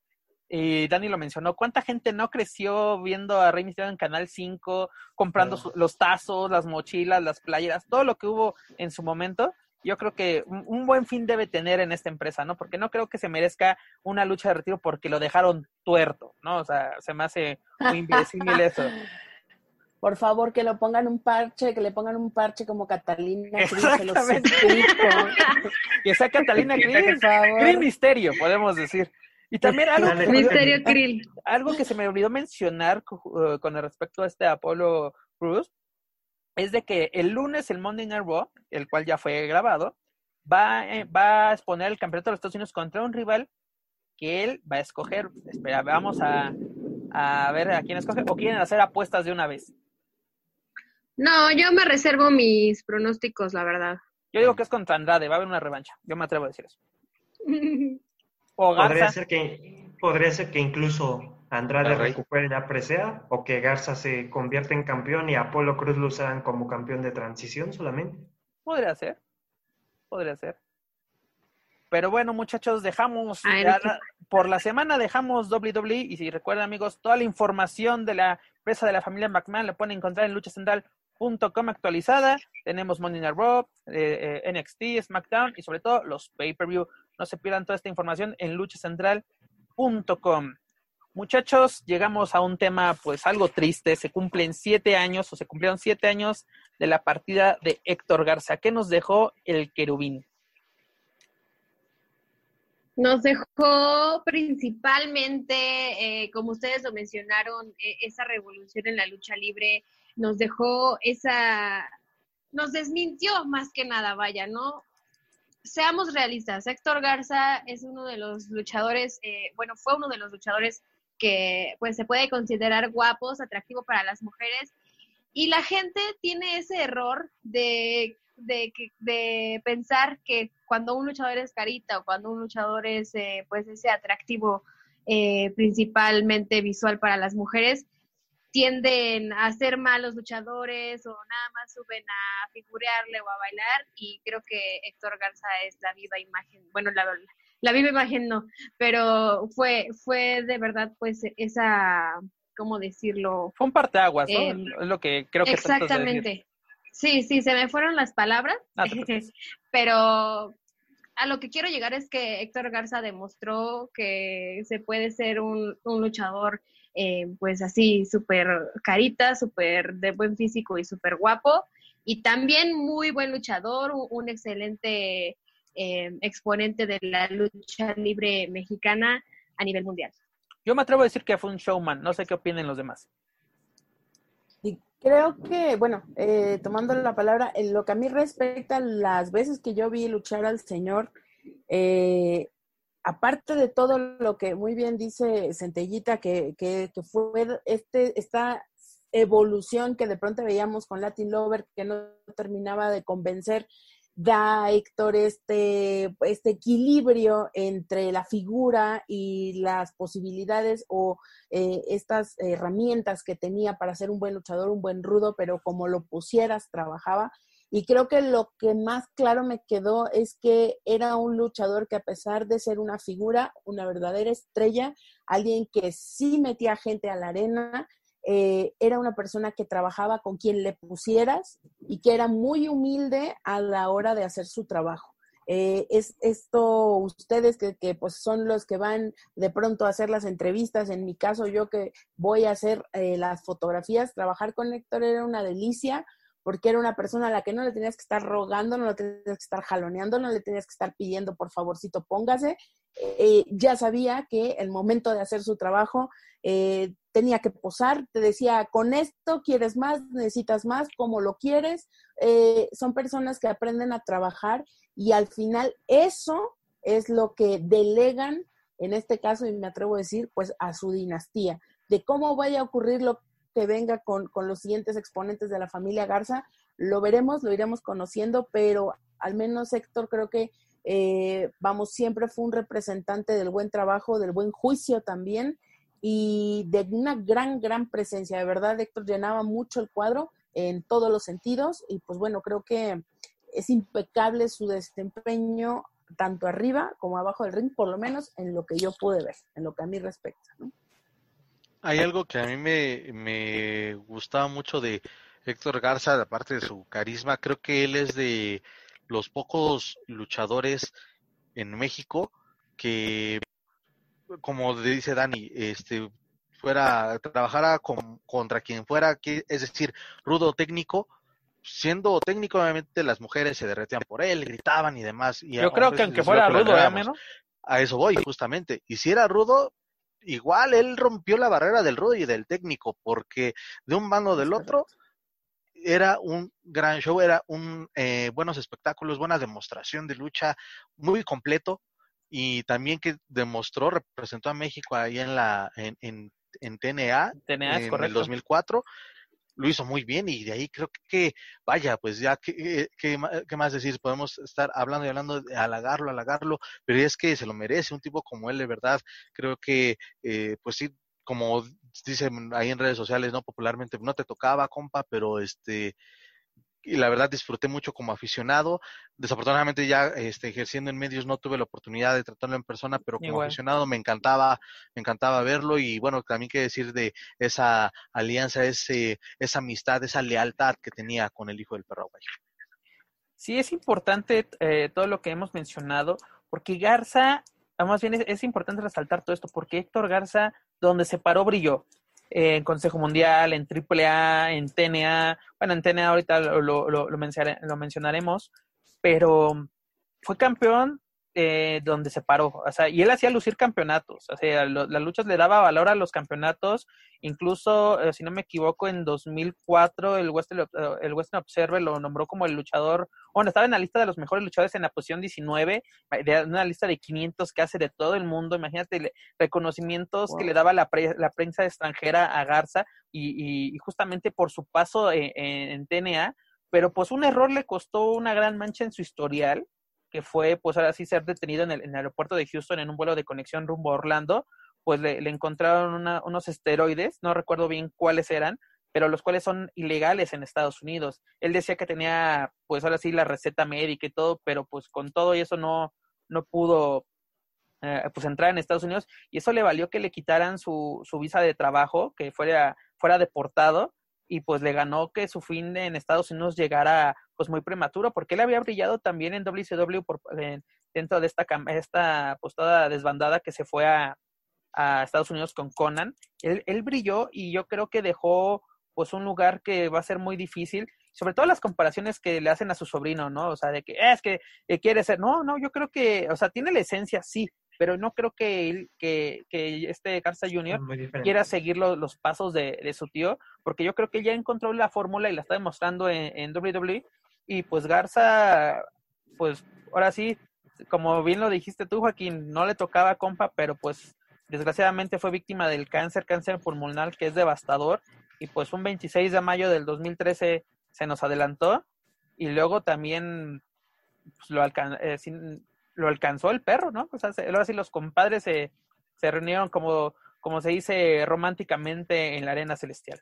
Y Dani lo mencionó, ¿cuánta gente no creció viendo a Rey Mysterio en Canal cinco, comprando oh. su, los tazos, las mochilas, las playeras, todo lo que hubo en su momento? Yo creo que un, un buen fin debe tener en esta empresa, ¿no? Porque no creo que se merezca una lucha de retiro porque lo dejaron tuerto, ¿no? O sea, se me hace muy inverosímil eso. Por favor, que lo pongan un parche, que le pongan un parche como Catalina Krill. Exactamente. Que sea Catalina Krill, Rey Mysterio, podemos decir. Y también algo que, Mysterio Krill. Algo que se me olvidó mencionar uh, con respecto a este Apollo Crews es de que el lunes el Monday Night Raw, el cual ya fue grabado, va, eh, va a exponer el campeonato de los Estados Unidos contra un rival que él va a escoger. Espera, vamos a, a ver a quién escoge, o quieren hacer apuestas de una vez. No, yo me reservo mis pronósticos, la verdad. Yo digo que es contra Andrade, va a haber una revancha. Yo me atrevo a decir eso. O Garza. Podría ser que, podría ser que incluso Andrade recupere la presea, o que Garza se convierta en campeón y Apollo Crews lo usaran como campeón de transición solamente. Podría ser. Podría ser. Pero bueno, muchachos, dejamos, Ay, ya, no, por la semana dejamos doble u doble u E, y si recuerdan, amigos, toda la información de la empresa de la familia McMahon la pueden encontrar en lucha central punto com actualizada. Tenemos Monday Night Raw, eh, eh, N X T, SmackDown y sobre todo los pay-per-view. No se pierdan toda esta información en lucha central punto com. Muchachos, llegamos a un tema pues algo triste. Se cumplen siete años o se cumplieron siete años de la partida de Héctor Garza. ¿Qué nos dejó el querubín? Nos dejó principalmente, eh, como ustedes lo mencionaron, eh, esa revolución en la lucha libre, nos dejó esa, nos desmintió más que nada, vaya, ¿no? Seamos realistas, Héctor Garza es uno de los luchadores, eh, bueno, fue uno de los luchadores que pues se puede considerar guapos, atractivo para las mujeres, y la gente tiene ese error de De, de pensar que cuando un luchador es carita o cuando un luchador es eh, pues ese atractivo eh, principalmente visual para las mujeres, tienden a ser malos luchadores o nada más suben a figurearle o a bailar, y creo que Héctor Garza es la viva imagen, bueno, la, la viva imagen no, pero fue, fue de verdad pues esa, ¿cómo decirlo? Fue un parteaguas, ¿no? Eh, es lo que creo que exactamente. Sí, sí, se me fueron las palabras, ah, pero a lo que quiero llegar es que Héctor Garza demostró que se puede ser un, un luchador eh, pues así súper carita, súper de buen físico y súper guapo, y también muy buen luchador, un, un excelente eh, exponente de la lucha libre mexicana a nivel mundial. Yo me atrevo a decir que fue un showman, no sé qué opinen los demás. Y creo que, bueno, eh, tomando la palabra, en lo que a mí respecta, las veces que yo vi luchar al señor, eh, aparte de todo lo que muy bien dice Centellita, que, que, que fue este, esta evolución que de pronto veíamos con Latin Lover, que no terminaba de convencer, da Héctor este, este equilibrio entre la figura y las posibilidades o eh, estas herramientas que tenía para ser un buen luchador, un buen rudo, pero como lo pusieras, trabajaba. Y creo que lo que más claro me quedó es que era un luchador que, a pesar de ser una figura, una verdadera estrella, alguien que sí metía gente a la arena, Eh, era una persona que trabajaba con quien le pusieras y que era muy humilde a la hora de hacer su trabajo. Eh, es esto, ustedes que, que pues son los que van de pronto a hacer las entrevistas, en mi caso yo que voy a hacer eh, las fotografías, trabajar con Héctor era una delicia, porque era una persona a la que no le tenías que estar rogando, no le tenías que estar jaloneando, no le tenías que estar pidiendo por favorcito póngase, eh, ya sabía que el momento de hacer su trabajo eh, tenía que posar, te decía, con esto quieres más, necesitas más, ¿cómo lo quieres? Eh, son personas que aprenden a trabajar y al final eso es lo que delegan, en este caso, y me atrevo a decir, pues a su dinastía, de cómo vaya a ocurrir lo que venga con, con los siguientes exponentes de la familia Garza, lo veremos, lo iremos conociendo, pero al menos Héctor creo que eh, vamos, siempre fue un representante del buen trabajo, del buen juicio también, y de una gran, gran presencia. De verdad, Héctor llenaba mucho el cuadro en todos los sentidos, y pues bueno, creo que es impecable su desempeño tanto arriba como abajo del ring, por lo menos en lo que yo pude ver, en lo que a mí respecta, ¿no? Hay algo que a mí me, me gustaba mucho de Héctor Garza, aparte de su carisma. Creo que él es de los pocos luchadores en México que, como dice Dani, este fuera, trabajara con, contra quien fuera, que, es decir, rudo técnico. Siendo técnico, obviamente las mujeres se derretían por él, gritaban y demás. Y yo creo que aunque fuera rudo, ¿eh, ¿no? A eso voy, justamente. Y si era rudo, igual él rompió la barrera del rudo y del técnico, porque de un bando del otro era un gran show, era un eh, buenos espectáculos, buena demostración de lucha, muy completo, y también que demostró, representó a México ahí en la en, en, en T N A, T N A, es en correcto. el dos mil cuatro. Lo hizo muy bien, y de ahí creo que, vaya, pues ya, ¿qué, qué, qué más decir? Podemos estar hablando y hablando, de halagarlo, halagarlo, pero es que se lo merece, un tipo como él, de verdad. Creo que, eh, pues sí, como dicen ahí en redes sociales, no popularmente, no te tocaba, compa, pero este, y la verdad disfruté mucho como aficionado. Desafortunadamente ya este, ejerciendo en medios no tuve la oportunidad de tratarlo en persona, pero como Igual. aficionado me encantaba, me encantaba verlo y bueno, también qué decir de esa alianza, ese, esa amistad, esa lealtad que tenía con el hijo del perro aguayo. Sí, es importante eh, todo lo que hemos mencionado, porque Garza, más bien es, es importante resaltar todo esto, porque Héctor Garza, donde se paró, brilló. Eh, en Consejo Mundial, en Triple A, en T N A, bueno, en T N A ahorita lo, lo, lo, lo, mencionare, lo mencionaremos, pero fue campeón eh, donde se paró, o sea, y él hacía lucir campeonatos, o sea, lo, las luchas le daba valor a los campeonatos, incluso, eh, si no me equivoco, en dos mil cuatro el Western, el Western Observer lo nombró como el luchador, bueno, estaba en la lista de los mejores luchadores en la posición diecinueve, de una lista de quinientos que hace de todo el mundo, imagínate, reconocimientos wow. que le daba la, pre, la prensa extranjera a Garza, y, y, y justamente por su paso en, en, en T N A, pero pues un error le costó una gran mancha en su historial, que fue pues ahora sí ser detenido en el, en el aeropuerto de Houston en un vuelo de conexión rumbo a Orlando, pues le, le encontraron una, unos esteroides, no recuerdo bien cuáles eran, pero los cuales son ilegales en Estados Unidos. Él decía que tenía pues ahora sí la receta médica y todo, pero pues con todo y eso no, no pudo eh, pues entrar en Estados Unidos, y eso le valió que le quitaran su, su visa de trabajo, que fuera, fuera deportado, y pues le ganó que su fin en Estados Unidos llegara pues muy prematuro, porque él había brillado también en W C W por, eh, dentro de esta, esta pues toda desbandada que se fue a, a Estados Unidos con Conan. Él, él brilló y yo creo que dejó pues un lugar que va a ser muy difícil, sobre todo las comparaciones que le hacen a su sobrino, ¿no? O sea, de que eh, es que eh, quiere ser, no, no, yo creo que, o sea, tiene la esencia, sí, pero no creo que él, que, que este Garza junior quiera seguir lo, los pasos de, de su tío, porque yo creo que ya encontró la fórmula y la está demostrando en, en W W E, y pues Garza, pues ahora sí, como bien lo dijiste tú, Joaquín, no le tocaba compa, pero pues desgraciadamente fue víctima del cáncer, cáncer pulmonar, que es devastador, y pues un veintiséis de mayo del dos mil trece se nos adelantó, y luego también pues, lo alcanzó, eh, sin, lo alcanzó el perro, ¿no? O sea, ahora sí los compadres se, se reunieron como, como se dice románticamente en la arena celestial.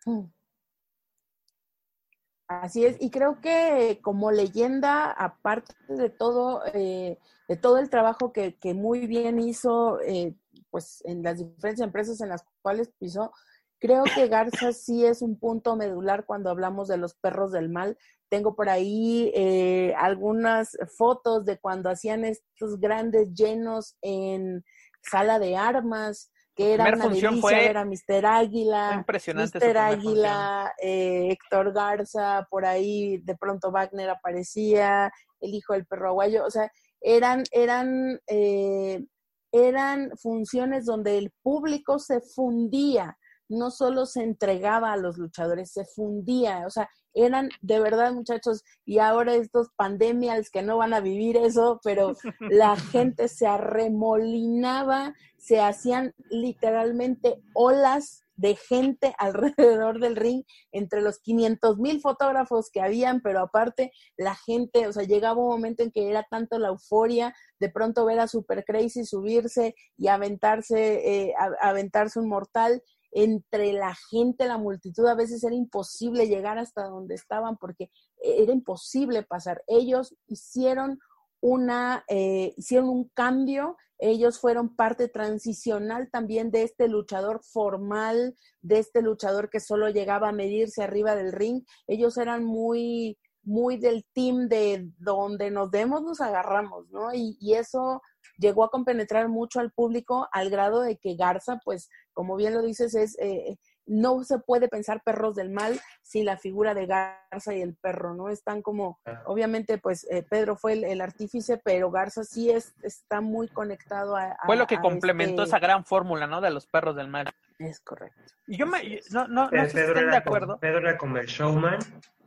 Así es, y creo que como leyenda, aparte de todo, eh, de todo el trabajo que, que muy bien hizo, eh, pues en las diferentes empresas en las cuales pisó, creo que Garza sí es un punto medular cuando hablamos de los perros del mal. Tengo por ahí eh, algunas fotos de cuando hacían estos grandes llenos en Sala de Armas, que era una delicia fue, ver a mister Águila, impresionante mister Águila, eh, Héctor Garza, por ahí de pronto Wagner aparecía, el hijo del perro aguayo, o sea, eran, eran, eh, eran funciones donde el público se fundía, no solo se entregaba a los luchadores, se fundía, o sea, eran de verdad, muchachos, y ahora estos pandemials que no van a vivir eso, pero la gente se arremolinaba, se hacían literalmente olas de gente alrededor del ring, entre los quinientos mil fotógrafos que habían, pero aparte la gente, o sea, llegaba un momento en que era tanto la euforia, de pronto ver a Super Crazy subirse y aventarse, eh, a, aventarse un mortal, entre la gente, la multitud, a veces era imposible llegar hasta donde estaban porque era imposible pasar. Ellos hicieron una, eh, hicieron un cambio, ellos fueron parte transicional también de este luchador formal, de este luchador que solo llegaba a medirse arriba del ring. Ellos eran muy, muy del team de donde nos demos, nos agarramos, ¿no? Y, y eso llegó a compenetrar mucho al público al grado de que Garza, pues, como bien lo dices, es eh, no se puede pensar perros del mal sin la figura de Garza y el perro, ¿no? Están como, obviamente, pues, eh, Pedro fue el, el artífice, pero Garza sí es, está muy conectado a... a fue lo que complementó este... esa gran fórmula, ¿no? De los perros del mal. Es correcto. Y yo me, no, no, no Pedro, sé si estén de acuerdo. Como, Pedro era como el showman,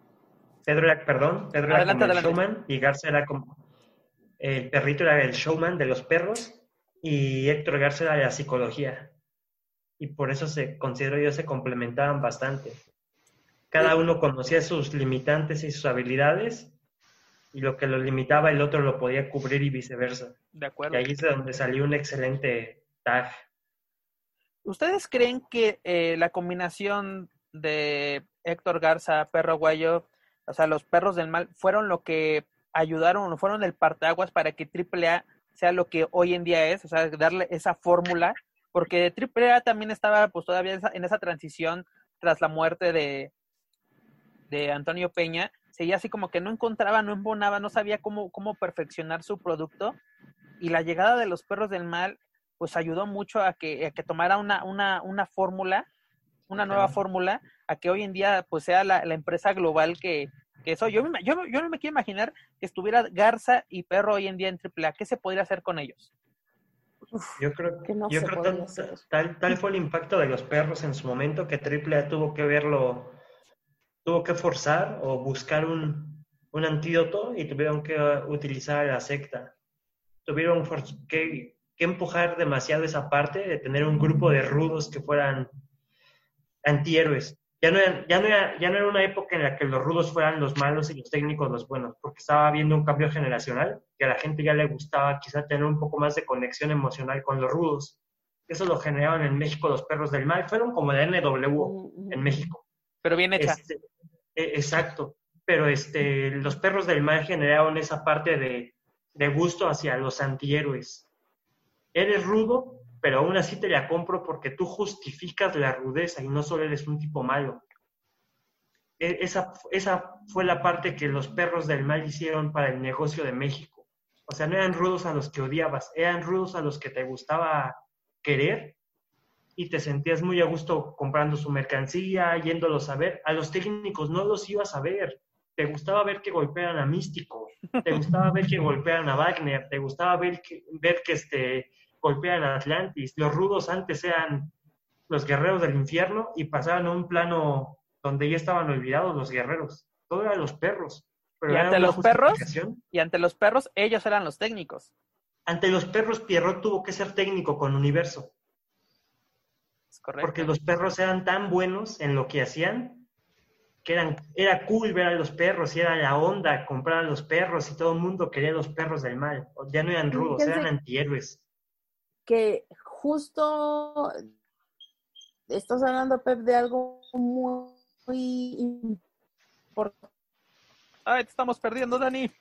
Pedro era, perdón, Pedro era adelante, como el adelante. showman y Garza era como, el perrito era el showman de los perros y Héctor Garza era la psicología. Y por eso se considero yo se complementaban bastante. Cada uno conocía sus limitantes y sus habilidades, y lo que lo limitaba el otro lo podía cubrir y viceversa. De acuerdo. Y ahí es de donde salió un excelente tag. ¿Ustedes creen que eh, la combinación de Héctor Garza, Perro Aguayo, o sea, los Perros del Mal fueron lo que ayudaron, fueron el parteaguas para que Triple A sea lo que hoy en día es, o sea, darle esa fórmula, porque Triple A también estaba pues todavía en esa, en esa transición tras la muerte de, de Antonio Peña, seguía así como que no encontraba, no embonaba, no sabía cómo, cómo perfeccionar su producto, y la llegada de los Perros del Mal pues ayudó mucho a que, a que tomara una, una, una fórmula, una nueva Claro. fórmula, a que hoy en día pues sea la, la empresa global que, que soy. Yo, me- yo, yo no me quiero imaginar que estuviera Garza y Perro hoy en día en Triple A. ¿Qué se podría hacer con ellos? Yo creo, Que no yo se creo podría tan- hacer. tal, tal fue el impacto de los Perros en su momento que Triple A tuvo que verlo, tuvo que forzar o buscar un, un antídoto y tuvieron que uh, utilizar la secta. Tuvieron for- que, que empujar demasiado esa parte de tener un grupo de rudos que fueran antihéroes. Ya no, era, ya, no era, ya no era una época en la que los rudos fueran los malos y los técnicos los buenos, porque estaba habiendo un cambio generacional, que a la gente ya le gustaba quizá tener un poco más de conexión emocional con los rudos. Eso lo generaron en México los Perros del Mal, fueron como la N W O en México. Pero bien hecha. Este, eh, exacto, pero este, los Perros del Mal generaron esa parte de, de gusto hacia los antihéroes. Eres rudo, pero aún así te la compro porque tú justificas la rudeza y no solo eres un tipo malo. E- Esa, esa fue la parte que los Perros del Mal hicieron para el negocio de México. O sea, no eran rudos a los que odiabas, eran rudos a los que te gustaba querer y te sentías muy a gusto comprando su mercancía, yéndolos a ver. A los técnicos no los ibas a ver. Te gustaba ver que golpearan a Místico, te gustaba ver que golpearan a Wagner, te gustaba ver que, ver que este, golpearan a Atlantis. Los rudos antes eran los guerreros del infierno y pasaban a un plano donde ya estaban olvidados los guerreros. Todo eran los perros. Pero Y era ante una los perros, justificación. y ante los perros, ellos eran los técnicos. Ante los perros, Pierrot tuvo que ser técnico con Universo. Es correcto. Porque los perros eran tan buenos en lo que hacían que eran, era cool ver a los perros y era la onda comprar a los perros y todo el mundo quería a los Perros del Mal. Ya no eran rudos, Fíjense eran antihéroes. que justo estás hablando, Pep, de algo muy, muy importante. Ay, te estamos perdiendo, Dani.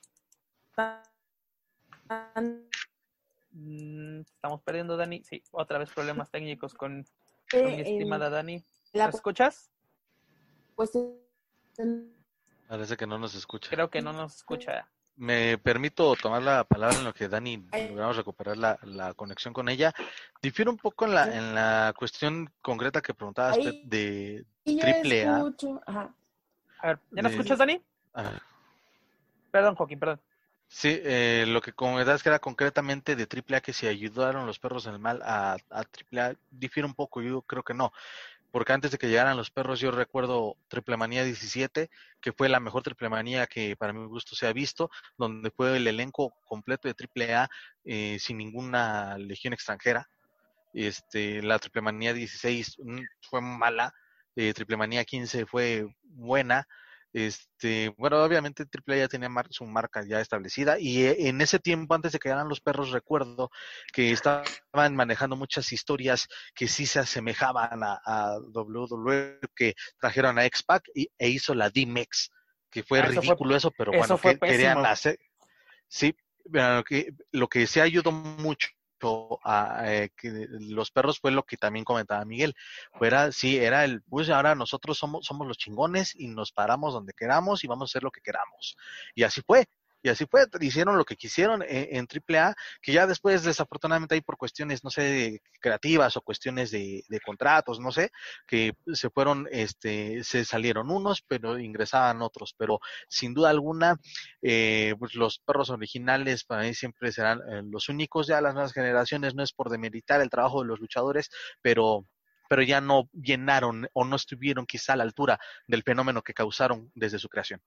Mm, estamos perdiendo, Dani. Sí, otra vez problemas técnicos con, con mi estimada Dani. La ¿Me escuchas? cuestión Parece que no nos escucha. Creo que no nos escucha. Me permito tomar la palabra en lo que Dani logramos recuperar la, la conexión con ella. Difiere un poco en la, en la cuestión concreta que preguntabas, Ahí- Pep, de y yo Triple A. escucho, ajá. A ver, ¿ya nos De- escuchas, Dani? Ah, Perdón, Joaquín, perdón. sí, eh, lo que comentabas que era concretamente de Triple A, que si ayudaron los Perros del Mal a, a Triple A, difiere un poco, yo creo que no. Porque antes de que llegaran los perros, yo recuerdo Triplemanía diecisiete, que fue la mejor Triplemanía que para mi gusto se ha visto, donde fue el elenco completo de Triple A eh, sin ninguna legión extranjera. Este, la Triplemanía dieciséis mm, fue mala, eh, Triplemanía quince fue buena. Este, bueno, obviamente Triple A ya tenía mar- su marca ya establecida y eh, en ese tiempo, antes de que llegaran los perros, recuerdo que estaban manejando muchas historias que sí se asemejaban a, a W W E, que trajeron a X-Pac y, e hizo la D-Mex, que fue Ah, eso fue- ridículo eso, pero eso bueno, fue que querían pésimo. hacer, sí, pero que, lo que sí ayudó mucho a eh, que los perros fue lo que también comentaba Miguel, fuera, sí, era el, pues ahora nosotros somos, somos los chingones y nos paramos donde queramos y vamos a hacer lo que queramos, y así fue, y así fue, hicieron lo que quisieron en, en Triple A, que ya después desafortunadamente hay por cuestiones, no sé, creativas o cuestiones de, de contratos, no sé, que se fueron, este, se salieron unos, pero ingresaban otros, pero sin duda alguna, eh, pues los perros originales para mí siempre serán eh, los únicos. Ya las nuevas generaciones, no es por demeritar el trabajo de los luchadores, pero pero ya no llenaron o no estuvieron quizá a la altura del fenómeno que causaron desde su creación.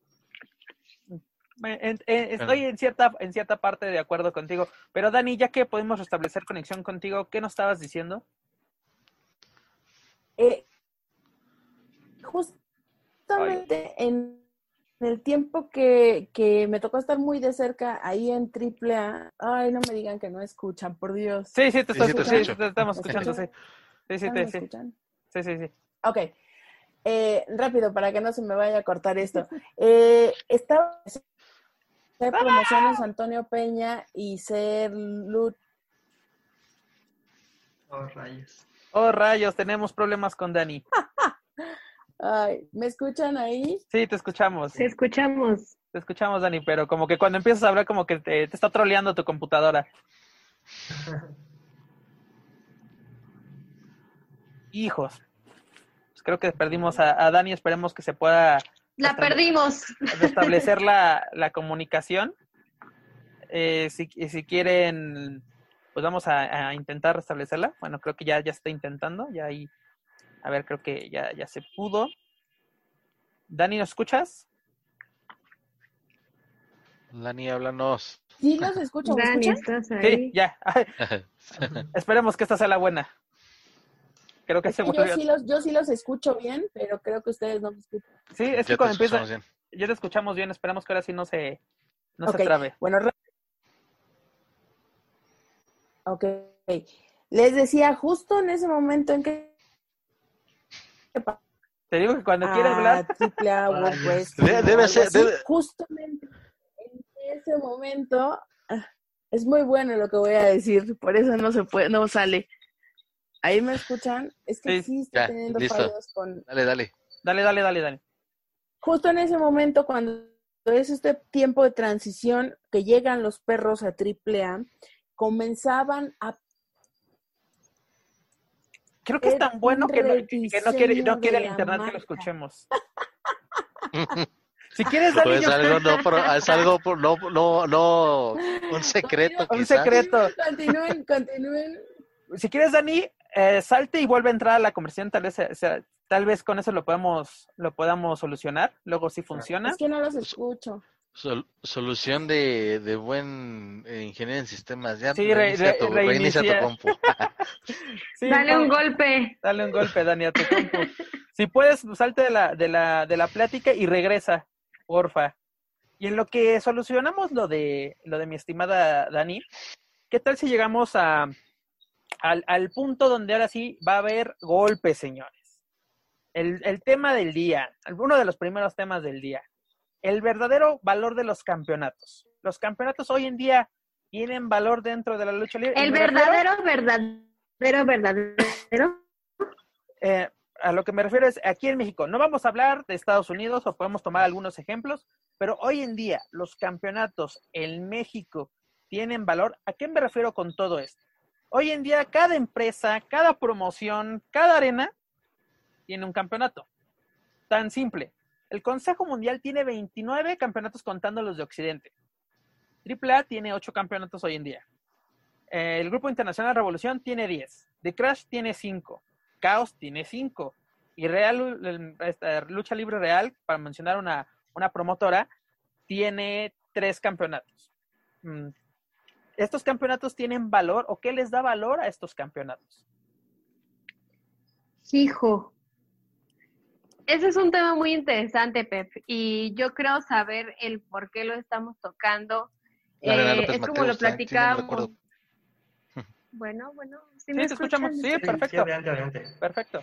En- en- estoy en cierta, en cierta parte de acuerdo contigo, pero Dani, ya que podemos restablecer conexión contigo, ¿qué nos estabas diciendo? Eh, justamente en el tiempo que, que me tocó estar muy de cerca ahí en Triple A, ay, no me digan que no escuchan, por Dios. Sí, sí, te, Sí, estoy sí te escuchando, escucho. te estamos ¿Me escuchando, sí. escuchan? Sí, sí, ¿Ah, te- me sí, escuchan? sí, sí, sí. Ok. Eh, rápido, para que no se me vaya a cortar esto. Eh, estaba ser promociones Antonio Peña y ser Lut. Oh, rayos. Oh, rayos, tenemos problemas con Dani. Ay, ¿me escuchan ahí? Sí, te escuchamos. Te escuchamos. Te escuchamos, Dani, pero como que cuando empiezas a hablar como que te, te está troleando tu computadora. Hijos. Pues creo que perdimos a, a Dani, esperemos que se pueda La restable- perdimos. restablecer la, la comunicación. Eh, si, si quieren, pues vamos a, a intentar restablecerla. Bueno, creo que ya, ya está intentando. Ya ahí, a ver, creo que ya, ya se pudo. Dani, ¿nos escuchas? Dani, háblanos. Sí, los escucho, ¿me Dani, escuchan? ¿estás Sí, ahí? ya. Esperemos que esta sea la buena. Creo que Es se que yo volvió. sí, los, yo sí los escucho bien, pero creo que ustedes no me escuchan. Sí, es Ya que te cuando empieza, escuchamos bien. ya te escuchamos bien. Esperamos que ahora sí no se, no Ok, se trabe. bueno, ra- ok. Les decía, justo en ese momento en que Te digo que cuando quiera hablar, Triple A World Rayos. Wrestling De- o debe algo ser- así, debe- justamente en ese momento, ah, es muy bueno lo que voy a decir, por eso no se puede, no sale. ¿Ahí me escuchan? Es que Sí, sí, está ya, teniendo listo. fallos con... Dale, dale. dale, dale, dale, Dani. Justo en ese momento, cuando es este tiempo de transición que llegan los perros a Triple A, comenzaban a Creo que es tan bueno que no, que no quiere, no quiere el de la internet que lo marca. escuchemos. Si quieres, Dani, Pues yo- algo no, pro- es algo por- no, no, no, un secreto Un quizás. secreto. Continúen, continúen. si quieres, Dani, eh, salte y vuelve a entrar a la conversación. Tal vez, eh, sea- tal vez con eso lo podamos, lo podamos solucionar. Luego si funciona. Es que no los escucho. Sol- solución de, de buen eh, ingeniero en sistemas. Ya, Sí, re- reinicia, re- tu, reinicia tu reinicia. compu. Sí, Dale no, un golpe. dale un golpe, Dani, a tu compu. Si puedes, salte de la, de la, de la plática y regresa, porfa. Y en lo que solucionamos lo de, lo de mi estimada Dani, ¿qué tal si llegamos a, al, al punto donde ahora sí va a haber golpes, señores? El, el tema del día, uno de los primeros temas del día, el verdadero valor de los campeonatos. Los campeonatos hoy en día tienen valor dentro de la lucha libre. El Y me refiero, verdadero, verdadero, verdadero. eh, a lo que me refiero es aquí en México. No vamos a hablar de Estados Unidos o podemos tomar algunos ejemplos, pero hoy en día los campeonatos en México tienen valor. ¿A qué me refiero con todo esto? Hoy en día cada empresa, cada promoción, cada arena tiene un campeonato. Tan simple. El Consejo Mundial tiene veintinueve campeonatos contando los de Occidente. Triple A tiene ocho campeonatos hoy en día. Eh, el Grupo Internacional Revolución tiene diez. The Crash tiene cinco. Caos tiene cinco. Y Real, esta, Lucha Libre Real, para mencionar una, una promotora, tiene tres campeonatos. Mm. ¿Estos campeonatos tienen valor o qué les da valor a estos campeonatos? Hijo. Ese es un tema muy interesante, Pep, y yo creo saber el por qué lo estamos tocando. Lorena Eh, López es como Mateos, lo está- sí, no me platicábamos. recuerdo. Bueno, bueno, sí, Sí, me te escuchamos. escuchan? Sí, Sí, perfecto. sí, adelante, adelante. Perfecto.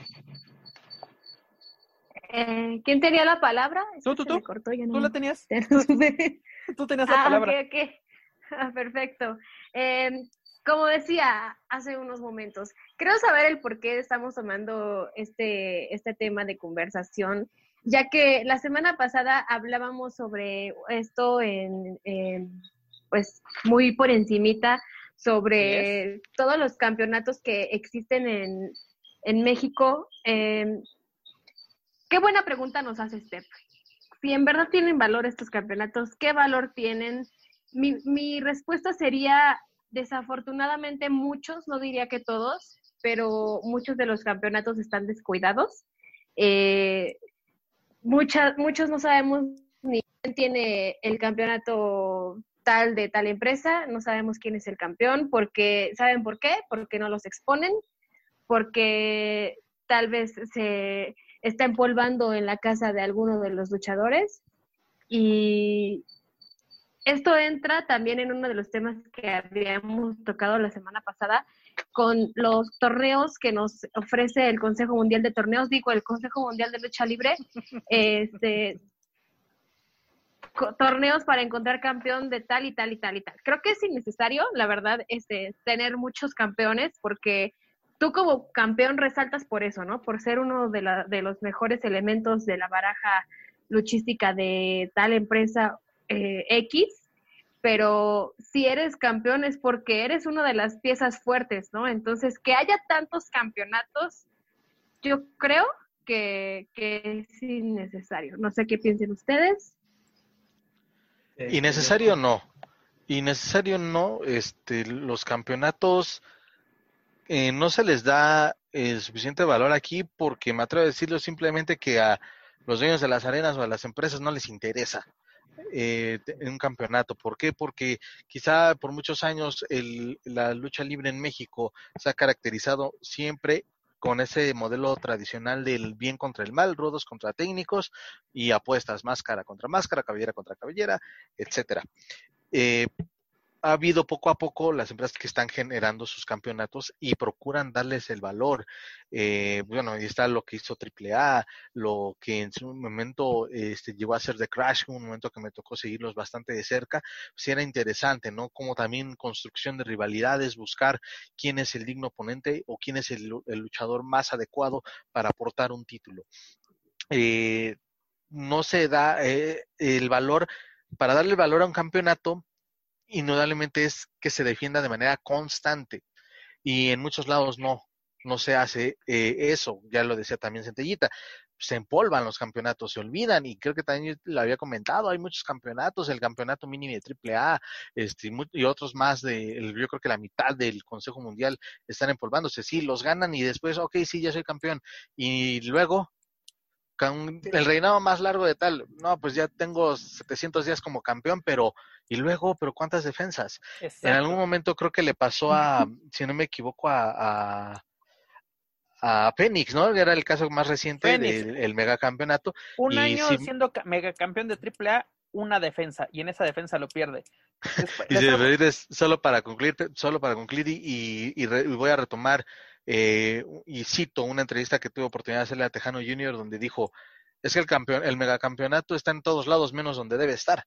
Eh, ¿Quién tenía la palabra? Tú, tú, Se tú. me cortó, ya no- Tú la tenías. ya no supe. Tú tenías la Ah, palabra. ok, ok. Ah, perfecto. Eh, como decía hace unos momentos, creo saber el por qué estamos tomando este, este tema de conversación, ya que la semana pasada hablábamos sobre esto en, en, pues muy por encimita, sobre todos los campeonatos que existen en, en México. Eh, qué buena pregunta nos hace Steph. Si en verdad tienen valor estos campeonatos, ¿qué valor tienen? Mi, mi respuesta sería, desafortunadamente muchos, no diría que todos, pero muchos de los campeonatos están descuidados. Eh, muchas, muchos no sabemos ni quién tiene el campeonato tal de tal empresa, no sabemos quién es el campeón, porque ¿saben por qué? Porque no los exponen, porque tal vez se está empolvando en la casa de alguno de los luchadores. Y esto entra también en uno de los temas que habíamos tocado la semana pasada, con los torneos que nos ofrece el Consejo Mundial de Torneos, digo, el Consejo Mundial de Lucha Libre, este, torneos para encontrar campeón de tal y tal y tal y tal. Creo que es innecesario, la verdad, este, tener muchos campeones, porque tú como campeón resaltas por eso, ¿no? Por ser uno de, la, de los mejores elementos de la baraja luchística de tal empresa eh, X, pero si eres campeón es porque eres una de las piezas fuertes, ¿no? Entonces, que haya tantos campeonatos, yo creo que, que es innecesario. No sé qué piensen ustedes. Innecesario no. Innecesario no. Este, los campeonatos eh, no se les da el suficiente valor aquí, porque me atrevo a decirlo simplemente que a los dueños de las arenas o a las empresas no les interesa eh, un campeonato. ¿Por qué? Porque quizá por muchos años el, la lucha libre en México se ha caracterizado siempre con ese modelo tradicional del bien contra el mal, rudos contra técnicos y apuestas, máscara contra máscara, cabellera contra cabellera, etcétera. Eh, ha habido poco a poco las empresas que están generando sus campeonatos y procuran darles el valor. Eh, bueno, ahí está lo que hizo triple A, lo que en su momento este, llegó a ser The Crash, un momento que me tocó seguirlos bastante de cerca. Sí era interesante, ¿no? Como también construcción de rivalidades, buscar quién es el digno oponente o quién es el, el luchador más adecuado para aportar un título. Eh, no se da eh, el valor, para darle valor a un campeonato, indudablemente es que se defienda de manera constante, y en muchos lados no, no se hace eh, eso. Ya lo decía también Centellita, se empolvan los campeonatos, se olvidan, y creo que también lo había comentado, hay muchos campeonatos, el campeonato mini de triple A, este, y, y otros más, de, yo creo que la mitad del Consejo Mundial están empolvándose, sí, los ganan y después, ok, sí, ya soy campeón, y luego el reinado más largo de tal, no, pues ya tengo setecientos días como campeón, pero, y luego, pero ¿cuántas defensas? Exacto. En algún momento creo que le pasó a, si no me equivoco, a, a, a Fénix, ¿no? Era el caso más reciente Fénix. del el megacampeonato. Un y año si, siendo megacampeón de triple A, una defensa, y en esa defensa lo pierde. Después, y si es solo para concluir, solo para concluir, y, y, y, re, y voy a retomar, eh, y cito una entrevista que tuve oportunidad de hacerle a Tejano junior, donde dijo, es que el campeón, el megacampeonato está en todos lados menos donde debe estar.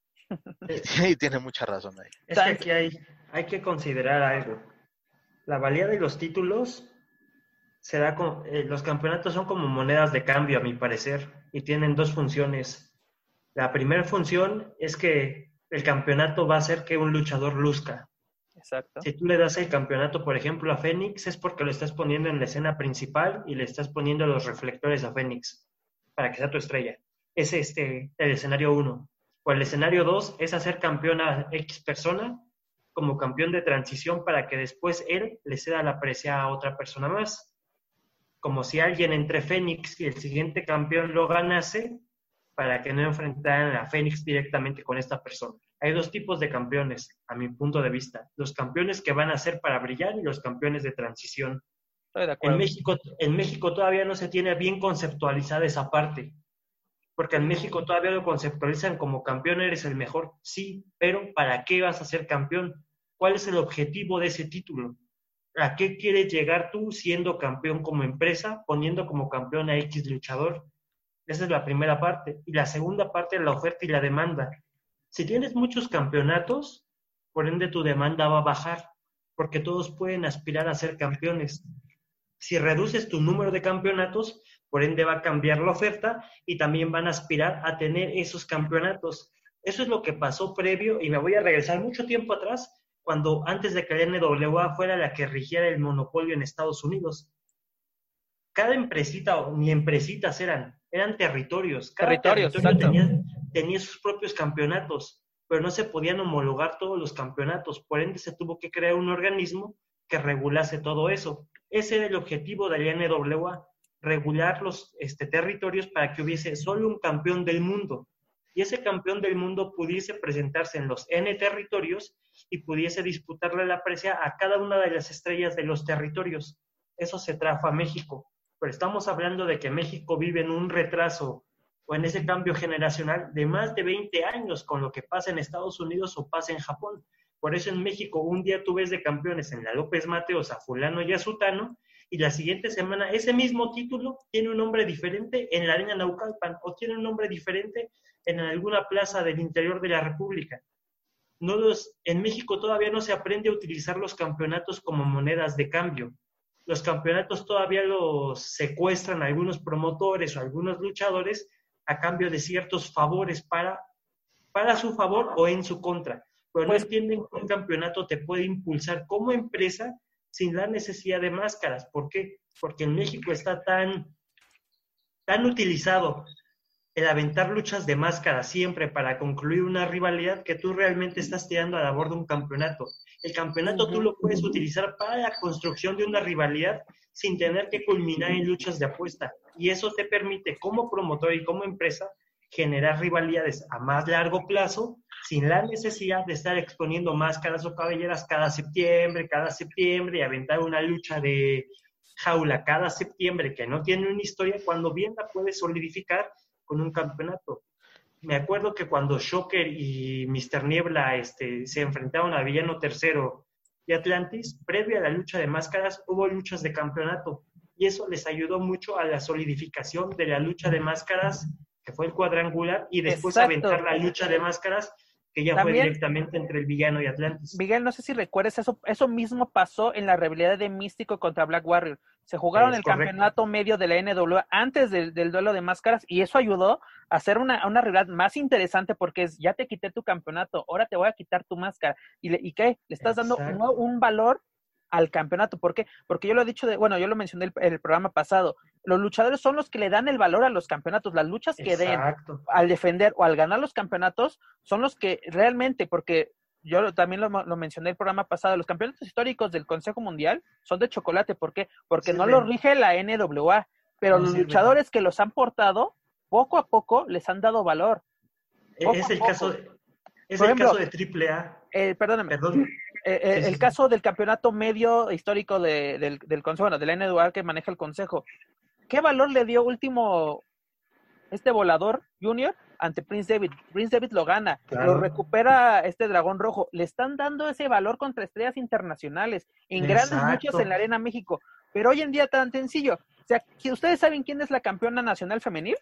Y tiene mucha razón ahí. Es que aquí hay, hay que considerar algo. La valía de los títulos se da con, eh, los campeonatos son como monedas de cambio, a mi parecer, y tienen dos funciones. La primera función es que el campeonato va a hacer que un luchador luzca. Exacto. Si tú le das el campeonato, por ejemplo, a Fénix, es porque lo estás poniendo en la escena principal y le estás poniendo los reflectores a Fénix para que sea tu estrella. Es este el escenario uno. O el escenario dos es hacer campeón a X persona como campeón de transición para que después él le ceda la presea a otra persona más. Como si alguien entre Fénix y el siguiente campeón lo ganase, para que no enfrentaran a Fénix directamente con esta persona. Hay dos tipos de campeones, a mi punto de vista. Los campeones que van a ser para brillar y los campeones de transición. Estoy de acuerdo. En México, en México todavía no se tiene bien conceptualizada esa parte, porque en México todavía lo conceptualizan como campeón eres el mejor. Sí, pero ¿para qué vas a ser campeón? ¿Cuál es el objetivo de ese título? ¿A qué quieres llegar tú siendo campeón como empresa, poniendo como campeón a X luchador? Esa es la primera parte. Y la segunda parte es la oferta y la demanda. Si tienes muchos campeonatos, por ende tu demanda va a bajar, porque todos pueden aspirar a ser campeones. Si reduces tu número de campeonatos, por ende va a cambiar la oferta y también van a aspirar a tener esos campeonatos. Eso es lo que pasó previo, y me voy a regresar mucho tiempo atrás, cuando antes de que la N W A fuera la que rigiera el monopolio en Estados Unidos. Cada empresita, o ni empresitas eran, eran territorios. Cada territorios, territorio tenía, tenía sus propios campeonatos, pero no se podían homologar todos los campeonatos. Por ende, se tuvo que crear un organismo que regulase todo eso. Ese era el objetivo de la N W A, regular los este, territorios para que hubiese solo un campeón del mundo. Y ese campeón del mundo pudiese presentarse en los N territorios y pudiese disputarle la presea a cada una de las estrellas de los territorios. Eso se trajo a México. Pero estamos hablando de que México vive en un retraso o en ese cambio generacional de más de veinte años con lo que pasa en Estados Unidos o pasa en Japón. Por eso en México un día tú ves de campeones en la López Mateos a fulano y a sutano, y la siguiente semana ese mismo título tiene un nombre diferente en la Arena Naucalpan o tiene un nombre diferente en alguna plaza del interior de la República. No los, en México todavía no se aprende a utilizar los campeonatos como monedas de cambio. Los campeonatos todavía los secuestran algunos promotores o algunos luchadores a cambio de ciertos favores para, para su favor o en su contra. Pero pues, no entienden que un campeonato te puede impulsar como empresa sin la necesidad de máscaras. ¿Por qué? Porque en México está tan, tan utilizado el aventar luchas de máscara siempre para concluir una rivalidad que tú realmente estás tirando a labor de un campeonato. El campeonato tú lo puedes utilizar para la construcción de una rivalidad sin tener que culminar en luchas de apuesta. Y eso te permite, como promotor y como empresa, generar rivalidades a más largo plazo sin la necesidad de estar exponiendo máscaras o cabelleras cada septiembre, cada septiembre y aventar una lucha de jaula cada septiembre que no tiene una historia cuando bien la puedes solidificar con un campeonato. Me acuerdo que cuando Shocker y míster Niebla este, se enfrentaron a Villano Tercero y Atlantis, previo a la lucha de máscaras hubo luchas de campeonato y eso les ayudó mucho a la solidificación de la lucha de máscaras que fue el cuadrangular y después Exacto. aventar la lucha de máscaras que ya También, fue directamente entre el Villano y Atlantis. Miguel, no sé si recuerdas, eso, eso mismo pasó en la rivalidad de Místico contra Black Warrior. Se jugaron es el correcto. campeonato medio de la N W A antes del, del duelo de máscaras y eso ayudó a hacer una, una rivalidad más interesante porque es, ya te quité tu campeonato, ahora te voy a quitar tu máscara. ¿Y, le, y qué? Le estás Exacto. dando un, un valor al campeonato. ¿Por qué? Porque yo lo he dicho, de, bueno, yo lo mencioné en el, el programa pasado, los luchadores son los que le dan el valor a los campeonatos, las luchas que Exacto. den al defender o al ganar los campeonatos son los que realmente, porque yo también lo, lo mencioné en el programa pasado, los campeonatos históricos del Consejo Mundial son de chocolate. ¿Por qué? Porque sí, no los rige la N W A, pero no, los sí, luchadores que los han portado, poco a poco les han dado valor. Poco es el poco. caso de, es el ejemplo, caso de Triple A. Eh, perdóname. Perdón. Eh, eh, sí, el sí. caso del campeonato medio histórico de, del, del Consejo, bueno, de la N W A que maneja el Consejo. ¿Qué valor le dio último este volador Junior ante Prince David? Prince David lo gana, claro. Lo recupera este Dragón Rojo. Le están dando ese valor contra estrellas internacionales en Exacto. grandes luchas en la Arena México. Pero hoy en día tan sencillo. O sea, ¿ustedes saben quién es la campeona nacional femenil?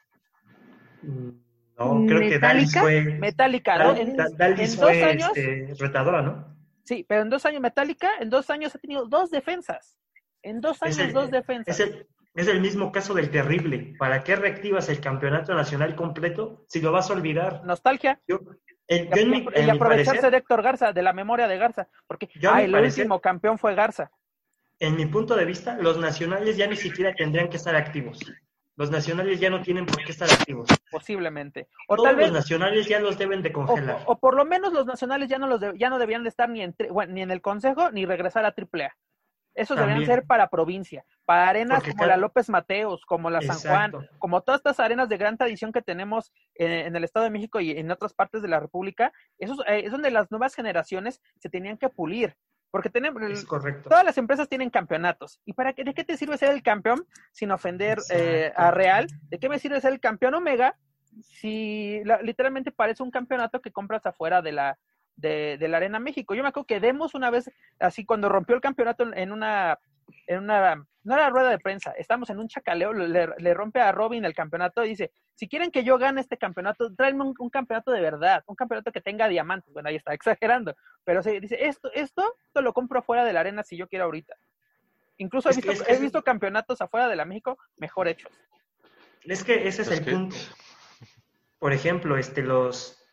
No, creo que Dalis fue... Metallica, ¿no? En, Dalis en fue dos años, este, retadora, ¿no? Sí, pero en dos años Metallica, en dos años ha tenido dos defensas. En dos años, el, dos defensas. Es el, es el mismo caso del Terrible. ¿Para qué reactivas el campeonato nacional completo si lo vas a olvidar? Nostalgia. Yo, el, y, mi, y aprovecharse parecer, de Héctor Garza, de la memoria de Garza. Porque ah, el parecer, último campeón fue Garza. En mi punto de vista, los nacionales ya ni siquiera tendrían que estar activos. Los nacionales ya no tienen por qué estar activos. Posiblemente. O Todos tal vez, los nacionales ya los deben de congelar. O, o por lo menos los nacionales ya no los de, ya no debían de estar ni en, bueno, ni en el Consejo ni regresar a Triple A. Esos También. deberían ser para provincia, para arenas Porque como cada... la López Mateos, como la Exacto. San Juan, como todas estas arenas de gran tradición que tenemos en, en el Estado de México y en otras partes de la República. Esos, eh, es donde las nuevas generaciones se tenían que pulir. Porque tenemos, es correcto. Todas las empresas tienen campeonatos. ¿Y para qué, de qué te sirve ser el campeón sin ofender eh, a Real? ¿De qué me sirve ser el campeón Omega si la, literalmente parece un campeonato que compras afuera de la, de, de la Arena México? Yo me acuerdo que Demos una vez, así cuando rompió el campeonato en una, en una no era rueda de prensa, estamos en un chacaleo, le, le rompe a Robin el campeonato y dice, si quieren que yo gane este campeonato, tráenme un, un campeonato de verdad, un campeonato que tenga diamantes. Bueno, ahí está exagerando, pero se dice, esto, esto, esto lo compro afuera de la arena si yo quiero ahorita. Incluso he visto, es que, es que he visto campeonatos afuera de la México mejor hechos. Es que ese es, es el que... punto. Por ejemplo, este, los...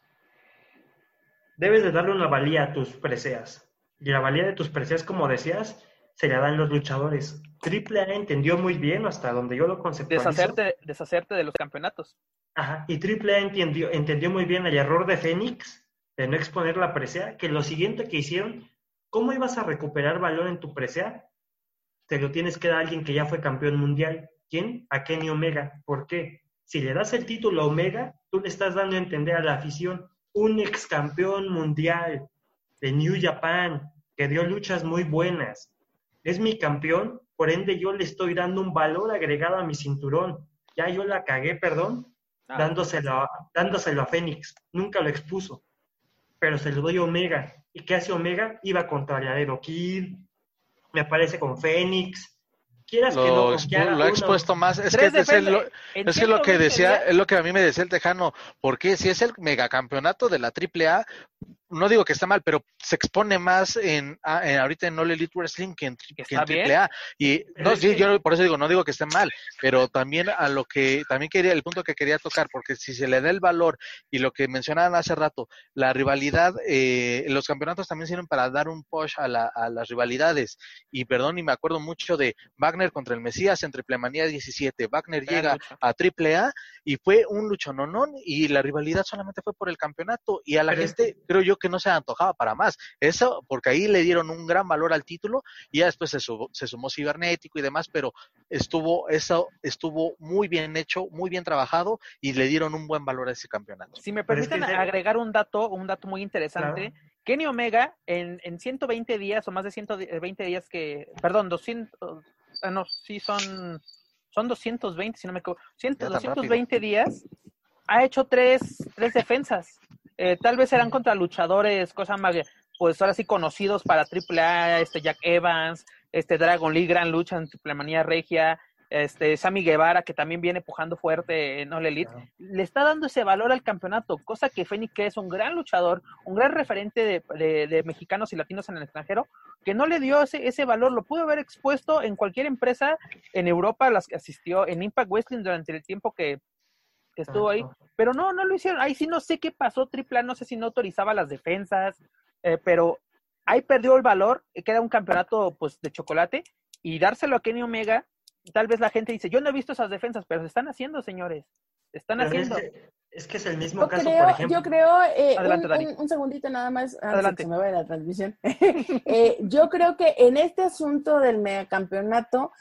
debes de darle una valía a tus preseas. Y la valía de tus preseas, como decías, se la dan los luchadores. Triple A entendió muy bien, hasta donde yo lo conceptualizo. Deshacerte, deshacerte de los campeonatos. Ajá, y Triple A entendió, entendió muy bien el error de Fénix, de no exponer la presea, que lo siguiente que hicieron, ¿cómo ibas a recuperar valor en tu presea? Te lo tienes que dar a alguien que ya fue campeón mundial. ¿Quién? A Kenny Omega. ¿Por qué? Si le das el título a Omega, tú le estás dando a entender a la afición, un ex campeón mundial de New Japan, que dio luchas muy buenas. Es mi campeón, por ende yo le estoy dando un valor agregado a mi cinturón. Ya yo la cagué, perdón, ah, dándoselo, a, dándoselo a Fénix. Nunca lo expuso. pero se lo doy a Omega. ¿Y qué hace Omega? Iba contra Laredo Kid, me aparece con Fénix. Quieras lo, que no, expu- que haga lo ha expuesto uno. más, es Tres que es, el- lo, en es que lo que ciento veinte decía, días. es lo que a mí me decía el Tejano, porque si es el megacampeonato de la triple A, no digo que está mal, pero se expone más en, a- en ahorita en All Elite Wrestling que en, tri- Que que está en triple A. Y Pero no, es sí, que- yo por eso digo, no digo que esté mal, pero también a lo que también quería, el punto que quería tocar, porque si se le da el valor y lo que mencionaban hace rato, la rivalidad, eh, los campeonatos también sirven para dar un push a, la, a las rivalidades. Y perdón, y me acuerdo mucho de Wagner contra el Mesías en Triplemanía diecisiete. Wagner Gran llega lucha. a triple A y fue un luchononón y la rivalidad solamente fue por el campeonato y a la Pero es gente creo yo que no se antojaba para más. Eso porque ahí le dieron un gran valor al título y ya después se, sub- se sumó Cibernético y demás, pero estuvo eso estuvo muy bien hecho, muy bien trabajado y le dieron un buen valor a ese campeonato. Si me Pero es permiten que ese- agregar un dato, un dato muy interesante, Claro. Kenny Omega en, en ciento veinte días o más de ciento veinte días que, perdón, doscientos, ah, no, sí son, son doscientos veinte, si no me equivoco, cien, Ya tan doscientos rápido. veinte días, ha hecho tres, tres defensas. Eh, tal vez eran contra luchadores, cosa más, pues ahora sí conocidos para triple A, este Jack Evans, este Dragon Lee, gran lucha en Triplemanía Regia, este Sammy Guevara, que también viene pujando fuerte en All Elite, Claro. le está dando ese valor al campeonato, cosa que Fénix, que es un gran luchador, un gran referente de, de, de mexicanos y latinos en el extranjero, que no le dio ese, ese valor, lo pudo haber expuesto en cualquier empresa en Europa a las que asistió, en Impact Wrestling durante el tiempo que, que estuvo ahí, Exacto. pero no, no lo hicieron. Ahí sí no sé qué pasó, Triple A, no sé si no autorizaba las defensas, eh, pero ahí perdió el valor, eh, que era un campeonato pues de chocolate, y dárselo a Kenny Omega, tal vez la gente dice, yo no he visto esas defensas, pero se están haciendo, señores, se están Pero haciendo. Es, que, es que es el mismo Yo caso, creo, por ejemplo. yo creo, eh, Adelante, un, Dani. un, un segundito nada más antes Adelante. de que se me vaya la transmisión. eh, yo creo que en este asunto del megacampeonato,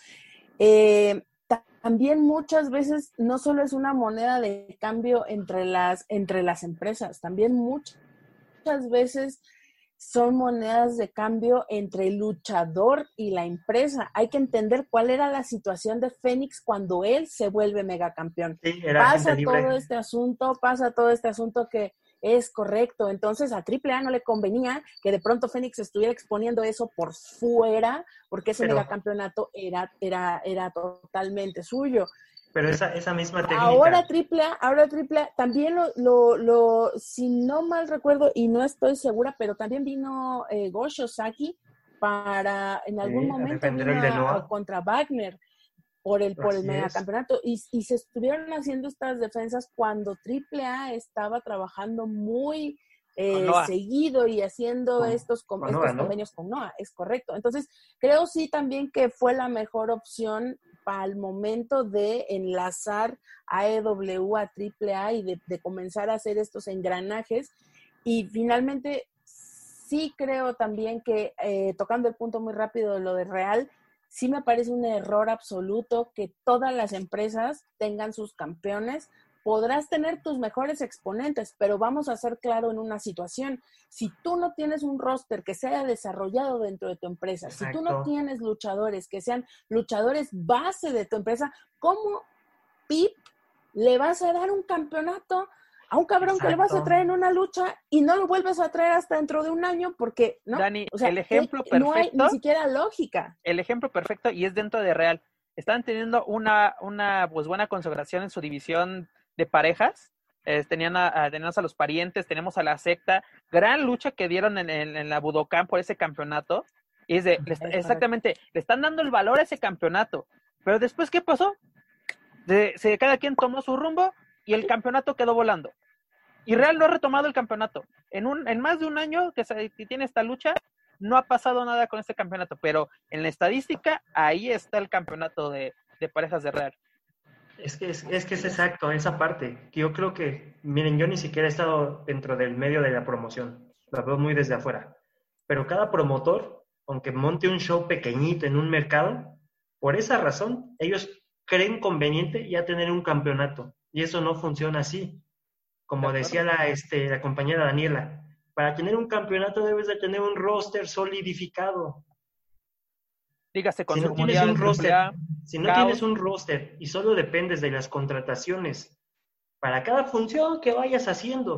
eh, ta- también muchas veces no solo es una moneda de cambio entre las, entre las empresas, también muchas, muchas veces son monedas de cambio entre el luchador y la empresa. Hay que entender cuál era la situación de Fénix cuando él se vuelve megacampeón. Sí, era Pasa agente libre. todo este asunto, pasa todo este asunto que es correcto. Entonces a Triple A no le convenía que de pronto Fénix estuviera exponiendo eso por fuera, porque ese Pero- megacampeonato era, era, era totalmente suyo. Pero esa, esa misma técnica. Ahora Triple A, ahora Triple A, también lo, lo, lo, si no mal recuerdo, y no estoy segura, pero también vino eh, Go Shosaki para, en algún Sí, a momento defender vino el de a- Noah. contra Wagner por el, por el Así megacampeonato, y, y se estuvieron haciendo estas defensas cuando Triple A estaba trabajando muy eh, Con Noah. seguido y haciendo Con- estos, con, con estos Noah, ¿no? convenios con Noah, es correcto. Entonces, creo sí también que fue la mejor opción para el momento de enlazar a E W a Triple A y de, de comenzar a hacer estos engranajes. Y finalmente, sí creo también que, eh, tocando el punto muy rápido de lo de Real, sí me parece un error absoluto que todas las empresas tengan sus campeones. Podrás tener tus mejores exponentes, pero vamos a ser claro en una situación. Si tú no tienes un roster que se haya desarrollado dentro de tu empresa, si tú no Exacto. tienes luchadores que sean luchadores base de tu empresa, ¿cómo, Pip, le vas a dar un campeonato a un cabrón que le vas a Exacto. traer en una lucha y no lo vuelves a traer hasta dentro de un año? Porque, ¿no? Dani, O sea, el ejemplo que no hay perfecto- ni siquiera lógica. El ejemplo perfecto, y es dentro de Real, están teniendo una, una pues buena consagración en su división de parejas. Eh, tenían a, a- tenemos a los parientes, tenemos a la secta, gran lucha que dieron en, en, en la Budokan por ese campeonato. Y es de, le está- Es exactamente, le están dando el valor a ese campeonato. Pero después, ¿qué pasó? De, se, cada quien tomó su rumbo y el campeonato quedó volando. Y Real no ha retomado el campeonato. En, un, en más de un año que, se, que tiene esta lucha, no ha pasado nada con este campeonato. Pero en la estadística, ahí está el campeonato de, de parejas de Real. Es que es, es que es exacto, esa parte. Que yo creo que, miren, yo ni siquiera he estado dentro del medio de la promoción. Lo veo muy desde afuera. Pero cada promotor, aunque monte un show pequeñito en un mercado, por esa razón, ellos creen conveniente ya tener un campeonato. Y eso no funciona así. Como De decía la, este, la compañera Daniela, para tener un campeonato debes de tener un roster solidificado. Dígase con Si su no tienes mundial un roster, triple A, si no Caos. tienes un roster y solo dependes de las contrataciones para cada función que vayas haciendo,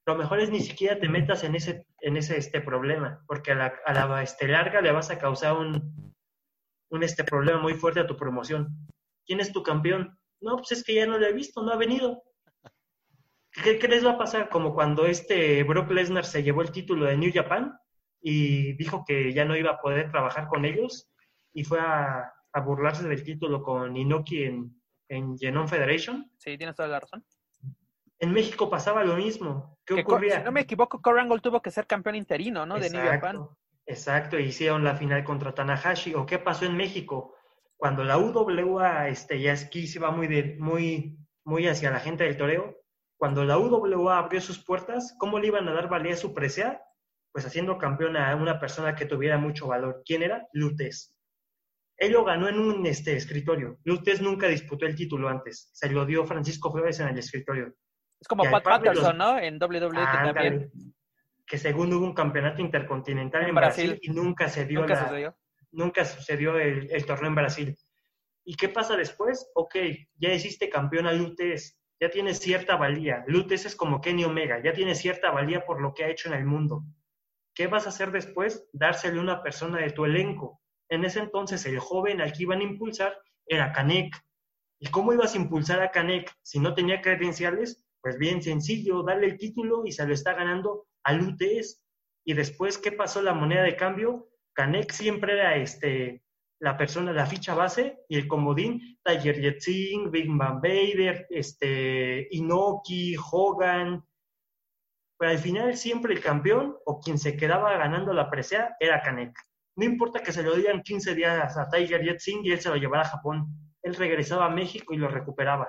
lo mejor es ni siquiera te metas en ese, en ese este problema, porque a la, a la este, larga le vas a causar un, un este problema muy fuerte a tu promoción. ¿Quién es tu campeón? No, pues es que ya no lo he visto, no ha venido. ¿Qué, qué les va a pasar? Como cuando este Brock Lesnar se llevó el título de New Japan y dijo que ya no iba a poder trabajar con ellos y fue a, a burlarse del título con Inoki en, en Genon Federation. Sí, tienes toda la razón. En México pasaba lo mismo. ¿Qué que, ocurría? Si no me equivoco, Kurt Angle tuvo que ser campeón interino, ¿no? Exacto, de New Japan. Exacto, hicieron la final contra Tanahashi. ¿O qué pasó en México? Cuando la U W A este, ya aquí se va muy, de, muy, muy hacia la gente del toreo, cuando la U W A abrió sus puertas, ¿cómo le iban a dar valía a su presea? Pues haciendo campeón a una persona que tuviera mucho valor. ¿Quién era? Lutes. Él lo ganó en un este, escritorio. Lutes nunca disputó el título antes. Se lo dio Francisco Flores en el escritorio. Es como Y Pat Patterson, los... ¿no? En W W E ah, que también. Que según hubo un campeonato intercontinental en, en Brasil, Brasil y nunca se dio nunca la, sucedió, nunca sucedió el, el torneo en Brasil. ¿Y qué pasa después? Ok, ya hiciste campeón a Lutes, ya tiene cierta valía. Lutes es como Kenny Omega, ya tiene cierta valía por lo que ha hecho en el mundo. ¿Qué vas a hacer después? Dárselo a una persona de tu elenco. En ese entonces el joven al que iban a impulsar era Canek. ¿Y cómo ibas a impulsar a Canek si no tenía credenciales? Pues bien sencillo, darle el título y se lo está ganando a Lutes. Y después, ¿qué pasó? La moneda de cambio, Canek siempre era este, la persona, la ficha base, y el comodín, Tiger Jetzing, Big Man Vader, este, Inoki, Hogan. Pero al final siempre el campeón, o quien se quedaba ganando la presea, era Canek. No importa que se lo dieran quince días a Tiger Jetzing y él se lo llevara a Japón. Él regresaba a México y lo recuperaba.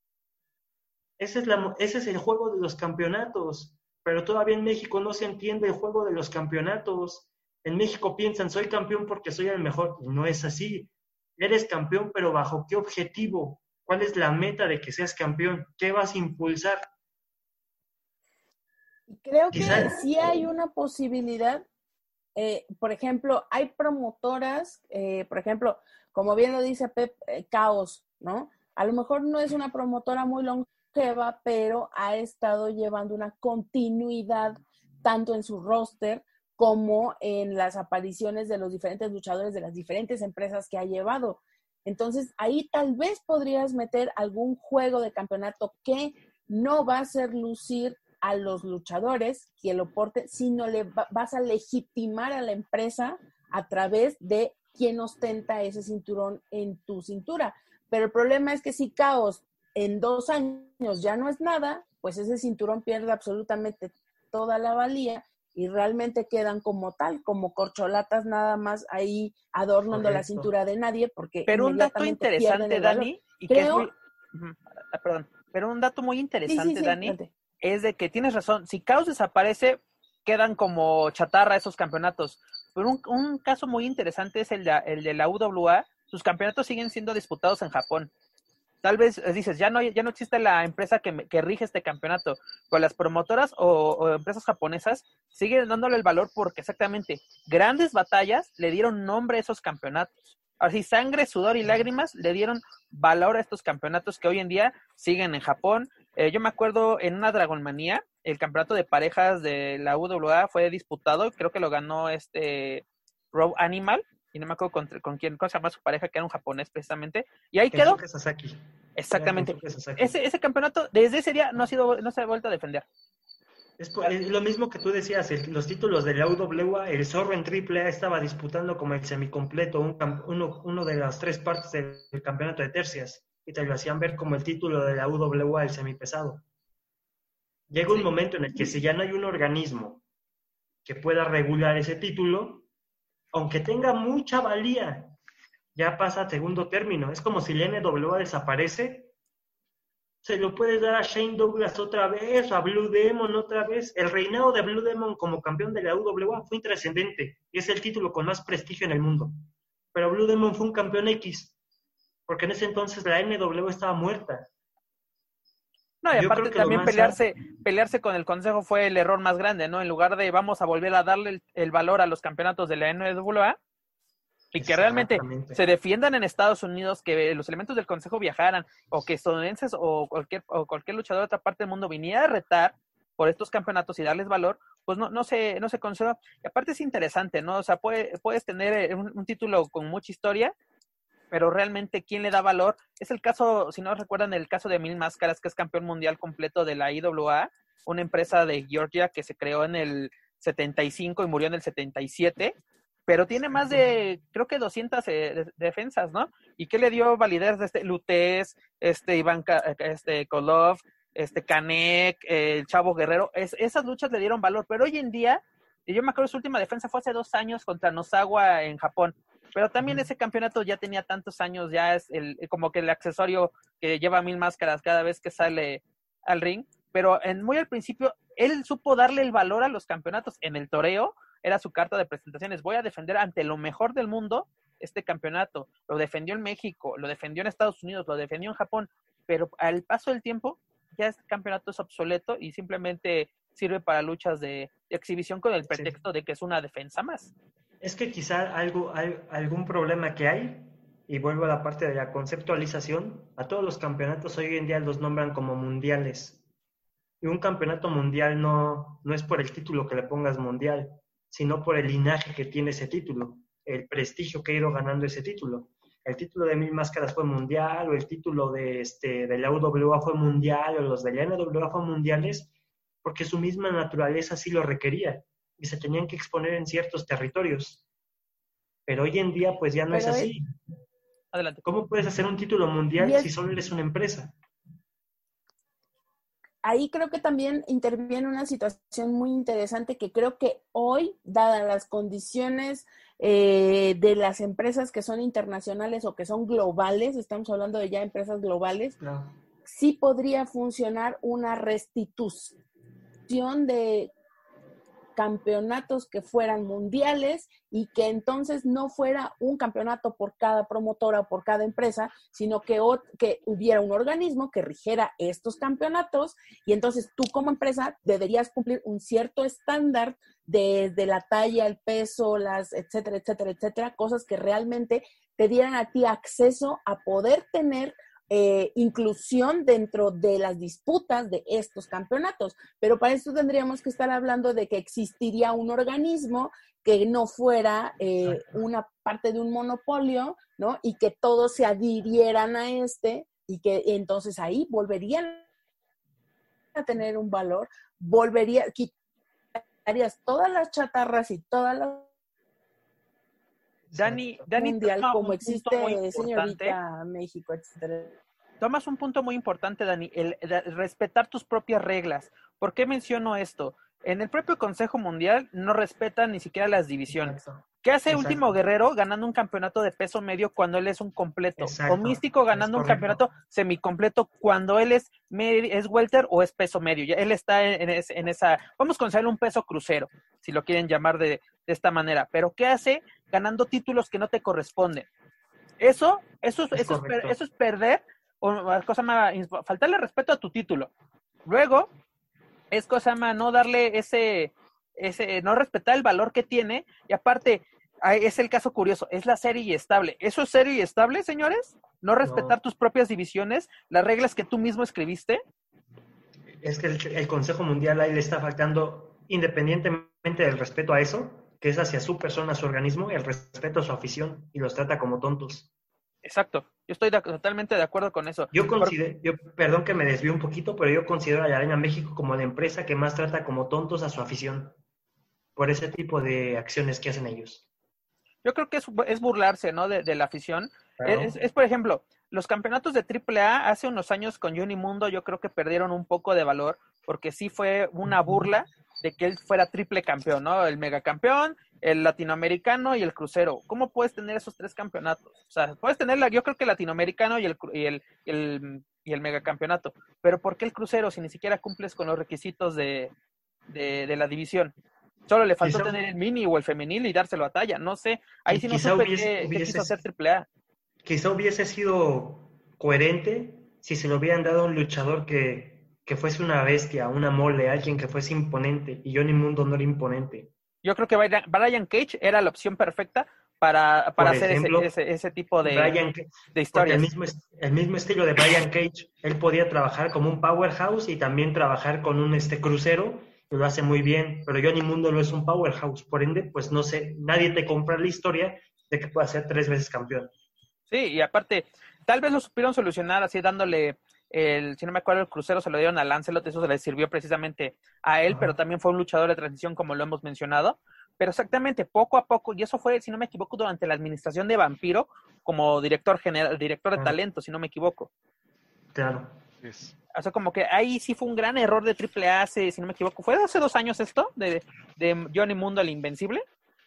Ese es, la, ese es el juego de los campeonatos, pero todavía en México no se entiende el juego de los campeonatos. En México piensan, soy campeón porque soy el mejor, y no es así. Eres campeón, pero ¿bajo qué objetivo? ¿Cuál es la meta de que seas campeón? ¿Qué vas a impulsar? Creo que Quizás... sí hay una posibilidad. Eh, por ejemplo, hay promotoras, eh, por ejemplo, como bien lo dice Pep, eh, Caos, ¿no? A lo mejor no es una promotora muy longeva, pero ha estado llevando una continuidad tanto en su roster como en las apariciones de los diferentes luchadores de las diferentes empresas que ha llevado. Entonces, ahí tal vez podrías meter algún juego de campeonato que no va a hacer lucir a los luchadores quien lo porte, sino le va, vas a legitimar a la empresa a través de quien ostenta ese cinturón en tu cintura. Pero el problema es que si Caos en dos años ya no es nada, pues ese cinturón pierde absolutamente toda la valía y realmente quedan como tal, como corcholatas nada más ahí adornando Correcto. La cintura de nadie, porque pero un dato interesante, Dani, y que Creo... es muy... Uh, perdón, pero un dato muy interesante, sí, sí, sí, Dani, date. Es de que tienes razón, si Caos desaparece, quedan como chatarra esos campeonatos. Pero un, un caso muy interesante es el de, el de la U W A, sus campeonatos siguen siendo disputados en Japón. Tal vez dices, ya no, ya no existe la empresa que, que rige este campeonato, pero las promotoras o, o empresas japonesas siguen dándole el valor porque exactamente grandes batallas le dieron nombre a esos campeonatos. Así, sangre, sudor y lágrimas le dieron valor a estos campeonatos que hoy en día siguen en Japón. Eh, yo me acuerdo en una Dragonmanía, el campeonato de parejas de la U W A fue disputado, creo que lo ganó este Raw Animal, y no me acuerdo con, con quién, ¿cómo se llama su pareja? Que era un japonés precisamente, y ahí quedó. Sasaki. Exactamente. Ese, ese campeonato, desde ese día no ha sido, no se ha vuelto a defender. Es, por, es lo mismo que tú decías, el, los títulos de la U W A, el Zorro en triple A estaba disputando como el semicompleto, un, uno, uno de las tres partes del, del campeonato de tercias, y te lo hacían ver como el título de la U W A, el semipesado. Llega un sí. momento en el que si ya no hay un organismo que pueda regular ese título, aunque tenga mucha valía, ya pasa a segundo término. Es como si la N W A desaparece, se lo puedes dar a Shane Douglas otra vez, a Blue Demon otra vez. El reinado de Blue Demon como campeón de la U W A fue intrascendente, y es el título con más prestigio en el mundo. Pero Blue Demon fue un campeón X, porque en ese entonces la N W A estaba muerta. No, y Yo aparte también pelearse, pelearse con el consejo fue el error más grande, ¿no? En lugar de vamos a volver a darle el, el valor a los campeonatos de la N W A y que realmente se defiendan en Estados Unidos, que los elementos del consejo viajaran, o que estadounidenses o cualquier, o cualquier luchador de otra parte del mundo viniera a retar, por estos campeonatos y darles valor, pues no, no se, no se conserva. Y aparte es interesante, ¿no? O sea, puede, puedes tener un, un título con mucha historia, pero realmente ¿quién le da valor? Es el caso, si no recuerdan, el caso de Mil Máscaras, que es campeón mundial completo de la I W A, una empresa de Georgia que se creó en el setenta y cinco y murió en el setenta y siete, pero tiene más de, creo que doscientas eh, de, defensas, ¿no? ¿Y qué le dio validez de este Lutez, este Iván este, Kolov, este Canek, eh, el Chavo Guerrero? Es, esas luchas le dieron valor, pero hoy en día, y yo me acuerdo su última defensa fue hace dos años contra Nosawa en Japón, pero también ese campeonato ya tenía tantos años, ya es el como que el accesorio que lleva Mil Máscaras cada vez que sale al ring, pero en, muy al principio él supo darle el valor a los campeonatos. En el toreo era su carta de presentaciones, voy a defender ante lo mejor del mundo este campeonato. Lo defendió en México, lo defendió en Estados Unidos, lo defendió en Japón, pero al paso del tiempo ya este campeonato es obsoleto y simplemente sirve para luchas de, de exhibición con el pretexto sí. de que es una defensa más. Es que quizá algo, hay algún problema que hay, y vuelvo a la parte de la conceptualización, a todos los campeonatos hoy en día los nombran como mundiales. Y un campeonato mundial no, no es por el título que le pongas mundial, sino por el linaje que tiene ese título, el prestigio que ha ido ganando ese título. El título de Mil Máscaras fue mundial, o el título de, este, de la U W A fue mundial, o los de la N W A fueron mundiales, porque su misma naturaleza sí lo requería, y se tenían que exponer en ciertos territorios. Pero hoy en día, pues ya no Pero es así. Es... Adelante. ¿Cómo puedes hacer un título mundial es... si solo eres una empresa? Ahí creo que también interviene una situación muy interesante que creo que hoy, dadas las condiciones eh, de las empresas que son internacionales o que son globales, estamos hablando de ya empresas globales, no. sí podría funcionar una restitución de campeonatos que fueran mundiales y que entonces no fuera un campeonato por cada promotora o por cada empresa, sino que, que hubiera un organismo que rigiera estos campeonatos y entonces tú como empresa deberías cumplir un cierto estándar desde la talla, el peso, las etcétera, etcétera, etcétera, cosas que realmente te dieran a ti acceso a poder tener Eh, inclusión dentro de las disputas de estos campeonatos, pero para eso tendríamos que estar hablando de que existiría un organismo que no fuera eh, una parte de un monopolio, ¿no? Y que todos se adhirieran a este y que entonces ahí volverían a tener un valor, volvería, quitarías todas las chatarras y todas las Dani, Dani mundial como existe señorita México, etcétera. Tomas un punto muy importante, Dani, el, el respetar tus propias reglas. ¿Por qué menciono esto? En el propio Consejo Mundial no respetan ni siquiera las divisiones. Exacto. ¿Qué hace Exacto. Último Guerrero ganando un campeonato de peso medio cuando él es un completo? Exacto. O Místico ganando un campeonato semicompleto cuando él es, es welter o es peso medio. Ya él está en, en, en esa, vamos a considerarlo un peso crucero, si lo quieren llamar de, de esta manera. Pero ¿qué hace ganando títulos que no te corresponden? Eso, eso, es, eso, es, eso es perder, o cosa más, faltarle respeto a tu título. Luego, es cosa más no darle ese, ese, no respetar el valor que tiene, y aparte, es el caso curioso, es la serie y estable. ¿Eso es serie y estable, señores? ¿No respetar no. tus propias divisiones, las reglas que tú mismo escribiste? Es que el, el Consejo Mundial ahí le está faltando, independientemente del respeto a eso, que es hacia su persona, su organismo, el respeto a su afición, y los trata como tontos. Exacto, yo estoy de, totalmente de acuerdo con eso. Yo considero, yo, perdón que me desvío un poquito, pero yo considero a la Arena México como la empresa que más trata como tontos a su afición, por ese tipo de acciones que hacen ellos. Yo creo que es, es burlarse, ¿no? De, de la afición. Claro. Es, es, por ejemplo, los campeonatos de triple A hace unos años con Johnny Mundo yo creo que perdieron un poco de valor, porque sí fue una burla de que él fuera triple campeón, ¿no? El megacampeón, el latinoamericano y el crucero. ¿Cómo puedes tener esos tres campeonatos? O sea, puedes tener, la, yo creo que el latinoamericano y el, y el, y el, y el megacampeonato. Pero ¿por qué el crucero si ni siquiera cumples con los requisitos de, de, de la división? Solo le faltó quizá, tener el mini o el femenil y dárselo a talla. No sé, ahí sí no supe hubiese, qué, hubiese, qué quiso hacer triple A. Quizá hubiese sido coherente si se lo hubieran dado a un luchador que... que fuese una bestia, una mole, alguien que fuese imponente, y Johnny Mundo no era imponente. Yo creo que Brian Cage era la opción perfecta para, para Por hacer ejemplo, ese, ese, ese tipo de, Brian, de porque historias. el mismo, est- el mismo estilo de Brian Cage, él podía trabajar como un powerhouse y también trabajar con un este crucero, y lo hace muy bien, pero Johnny Mundo no es un powerhouse, por ende, pues no sé, nadie te compra la historia de que pueda ser tres veces campeón. Sí, y aparte, tal vez lo supieron solucionar así dándole el, si no me acuerdo, el crucero se lo dieron a Lancelot, eso se le sirvió precisamente a él, Ajá. pero también fue un luchador de transición, como lo hemos mencionado. Pero exactamente, poco a poco, y eso fue, si no me equivoco, durante la administración de Vampiro, como director general, director de Claro. talento, si no me equivoco. Claro. Es- O sea, como que ahí sí fue un gran error de Triple A, hace, si no me equivoco, ¿fue hace dos años esto? De, de Johnny Mundo el Invencible.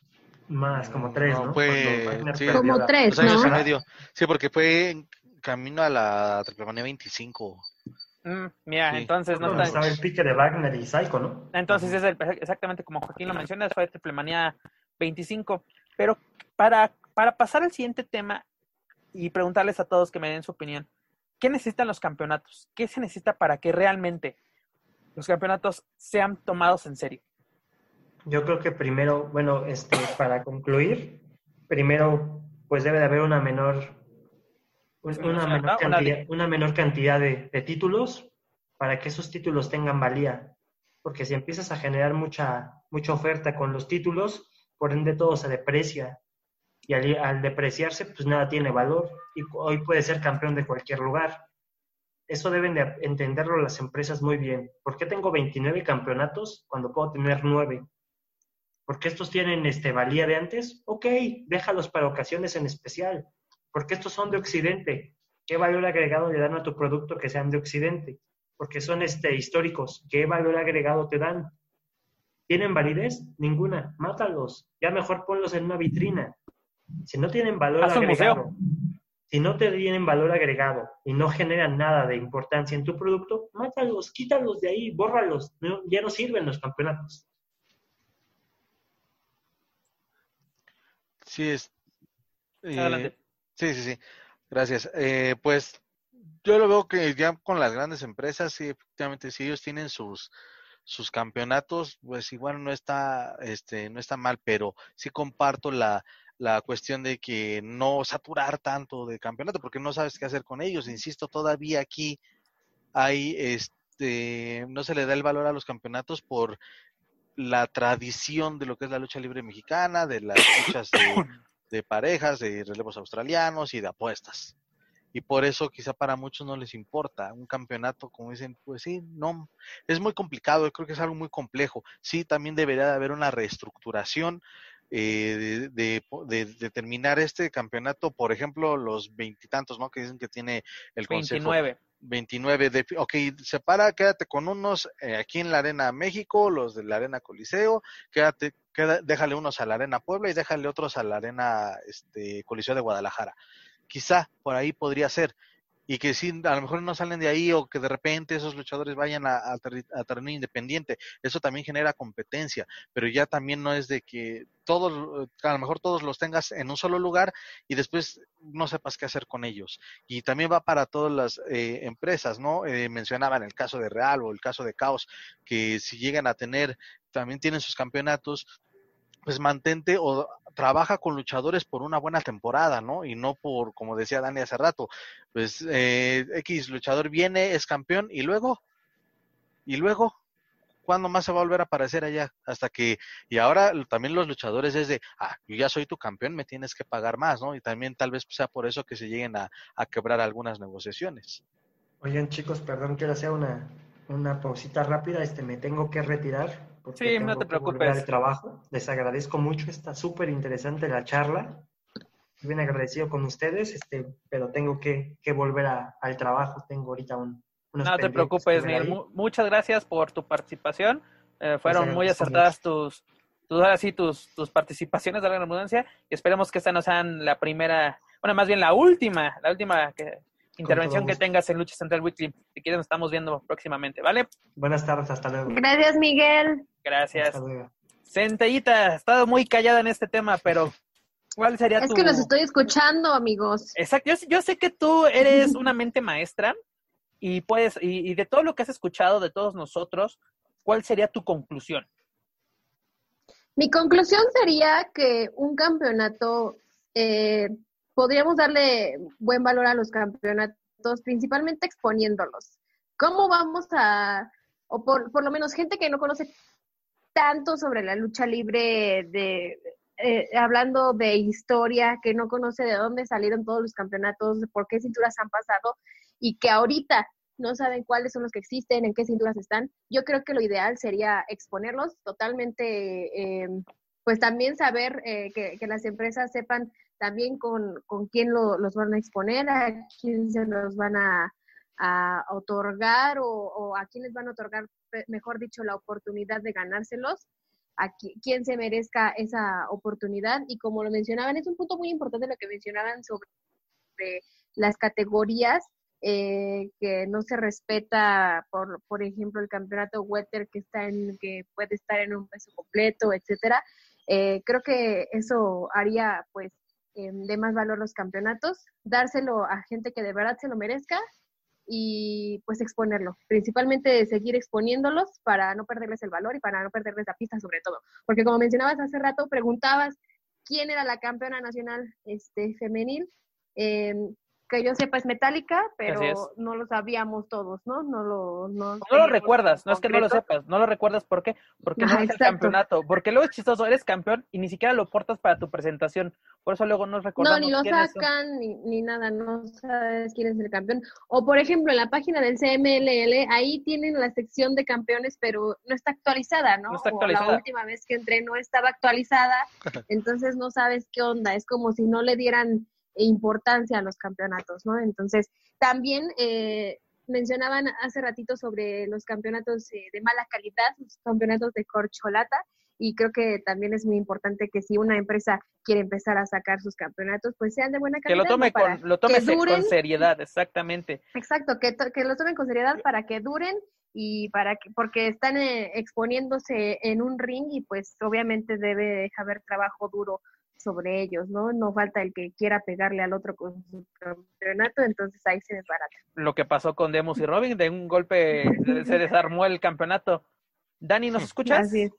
Más, como tres, ¿no? No, fue- Cuando Wagner sí, perdió Como la- tres, Dos años ¿no? y medio. Sí, porque fue en camino a la Triplemanía veinticinco. Mm, mira, Sí. entonces no Cuando está... estaba el pique de Wagner y Psycho, ¿no? Entonces es el- exactamente como Joaquín lo menciona, fue Triplemanía veinticinco. Pero para, para pasar al siguiente tema y preguntarles a todos que me den su opinión, ¿qué necesitan los campeonatos? ¿Qué se necesita para que realmente los campeonatos sean tomados en serio? Yo creo que primero, bueno, este, para concluir, primero, pues debe de haber una menor, un- una Disminución, menor ¿no? Una cantidad, li- una menor cantidad de, de títulos para que esos títulos tengan valía. Porque si empiezas a generar mucha, mucha oferta con los títulos, por ende todo se deprecia. Y al, al depreciarse, pues nada tiene valor. Y hoy puede ser campeón de cualquier lugar. Eso deben de entenderlo las empresas muy bien. ¿Por qué tengo veintinueve campeonatos cuando puedo tener nueve? ¿Porque estos tienen este, valía de antes? Ok, déjalos para ocasiones en especial. Porque estos son de Occidente. ¿Qué valor agregado le dan a tu producto que sean de Occidente? Porque son este, históricos. ¿Qué valor agregado te dan? ¿Tienen validez? Ninguna. Mátalos. Ya mejor ponlos en una vitrina. Si no tienen valor Haz un agregado, museo. si no te tienen valor agregado y no generan nada de importancia en tu producto, mátalos, quítalos de ahí, bórralos. No, ya no sirven los campeonatos. Sí, es. eh, Adelante. sí, sí, sí. Gracias. Eh, pues yo lo veo que ya con las grandes empresas, sí, efectivamente, si ellos tienen sus sus campeonatos, pues igual no está, este, no está mal, pero sí comparto la, la cuestión de que no saturar tanto de campeonato, porque no sabes qué hacer con ellos. Insisto, todavía aquí hay, este, no se le da el valor a los campeonatos por la tradición de lo que es la lucha libre mexicana, de las luchas de, de parejas, de relevos australianos y de apuestas. Y por eso quizá para muchos no les importa un campeonato, como dicen, pues sí, no, es muy complicado, yo creo que es algo muy complejo. Sí, también debería de haber una reestructuración eh, de, de, de, de terminar este campeonato, por ejemplo, los veintitantos, ¿no? Que dicen que tiene el consejo. veintinueve. veintinueve de, ok, separa, quédate con unos eh, aquí en la Arena México, los de la Arena Coliseo, quédate, queda, déjale unos a la Arena Puebla y déjale otros a la Arena este, Coliseo de Guadalajara. Quizá por ahí podría ser, y que sí, a lo mejor no salen de ahí o que de repente esos luchadores vayan a, a, a terreno independiente, eso también genera competencia, pero ya también no es de que todos, a lo mejor todos los tengas en un solo lugar y después no sepas qué hacer con ellos. Y también va para todas las eh, empresas, ¿no? Eh, mencionaban el caso de Real o el caso de Caos, que si llegan a tener, también tienen sus campeonatos, pues mantente o trabaja con luchadores por una buena temporada, ¿no? Y no por, como decía Dani hace rato, pues eh, X luchador viene, es campeón y luego, y luego, ¿cuándo más se va a volver a aparecer allá? Hasta que, y ahora también los luchadores es de, ah, yo ya soy tu campeón, me tienes que pagar más, ¿no? Y también tal vez sea por eso que se lleguen a, a quebrar algunas negociaciones. Oigan, chicos, perdón, quiero hacer una, una pausita rápida, este, me tengo que retirar porque Sí, tengo no te que volver al preocupes. trabajo. Les agradezco mucho, está súper interesante la charla. Estoy bien agradecido con ustedes, este, pero tengo que, que volver a, al trabajo. Tengo ahorita un, unos No te pendientes preocupes, que ver Miguel. ahí. Mu- muchas gracias por tu participación. Eh, fueron muy agradezco acertadas tus, tus, ahora sí, tus, tus participaciones de la redundancia. Y esperemos que esta no sean la primera, bueno, más bien la última, la última que, intervención que gusto. tengas en Lucha Central Weekly. Si quieres, nos estamos viendo próximamente, ¿vale? Buenas tardes, hasta luego. Gracias, Miguel. Gracias. Hasta luego. Centellita, has estado muy callada en este tema, pero ¿cuál sería Es tu...? que los estoy escuchando, amigos. Exacto, yo, yo sé que tú eres una mente maestra y puedes, y, y de todo lo que has escuchado de todos nosotros, ¿cuál sería tu conclusión? Mi conclusión sería que un campeonato, eh, podríamos darle buen valor a los campeonatos, principalmente exponiéndolos. ¿Cómo vamos a, o por, por lo menos gente que no conoce tanto sobre la lucha libre, de eh, hablando de historia, que no conoce de dónde salieron todos los campeonatos, por qué cinturas han pasado, y que ahorita no saben cuáles son los que existen, en qué cinturas están? Yo creo que lo ideal sería exponerlos totalmente, eh, pues también saber eh, que, que las empresas sepan también con, con quién lo, los van a exponer, a quién se los van a, a otorgar o, o a quién les van a otorgar, mejor dicho, la oportunidad de ganárselos, a quién se merezca esa oportunidad. Y como lo mencionaban, es un punto muy importante lo que mencionaban sobre las categorías, eh, que no se respeta, por, por ejemplo, el campeonato welter que está en, que puede estar en un peso completo, etcétera. Eh, creo que eso haría, pues, eh, de más valor los campeonatos, dárselo a gente que de verdad se lo merezca y pues exponerlo, principalmente seguir exponiéndolos para no perderles el valor y para no perderles la pista sobre todo, porque como mencionabas hace rato, preguntabas quién era la campeona nacional este femenil, eh, que yo sepa es Metallica, pero es. no lo sabíamos todos, ¿no? No lo, no no lo recuerdas, no es que no lo sepas, no lo recuerdas, ¿por qué? Porque no, no es el campeonato, porque luego es chistoso, eres campeón y ni siquiera lo portas para tu presentación, por eso luego nos recordamos. No, ni lo sacan, ni, ni nada, no sabes quién es el campeón. O por ejemplo, en la página del C M L L, ahí tienen la sección de campeones, pero no está actualizada, ¿no? No está actualizada. O la última vez que entré no estaba actualizada, entonces no sabes qué onda, es como si no le dieran importancia a los campeonatos, ¿no? Entonces, también eh, mencionaban hace ratito sobre los campeonatos eh, de mala calidad, los campeonatos de corcholata, y creo que también es muy importante que si una empresa quiere empezar a sacar sus campeonatos, pues sean de buena calidad. Que lo tome, ¿no? con, lo tome con seriedad, exactamente. Exacto, que, to, que lo tomen con seriedad para que duren y para que, porque están eh, exponiéndose en un ring y pues obviamente debe haber trabajo duro sobre ellos, ¿no? No falta el que quiera pegarle al otro con su campeonato, entonces ahí se desbarata. Lo que pasó con Demus y Robin, de un golpe se desarmó el campeonato. Dani, ¿nos escuchas? Así es.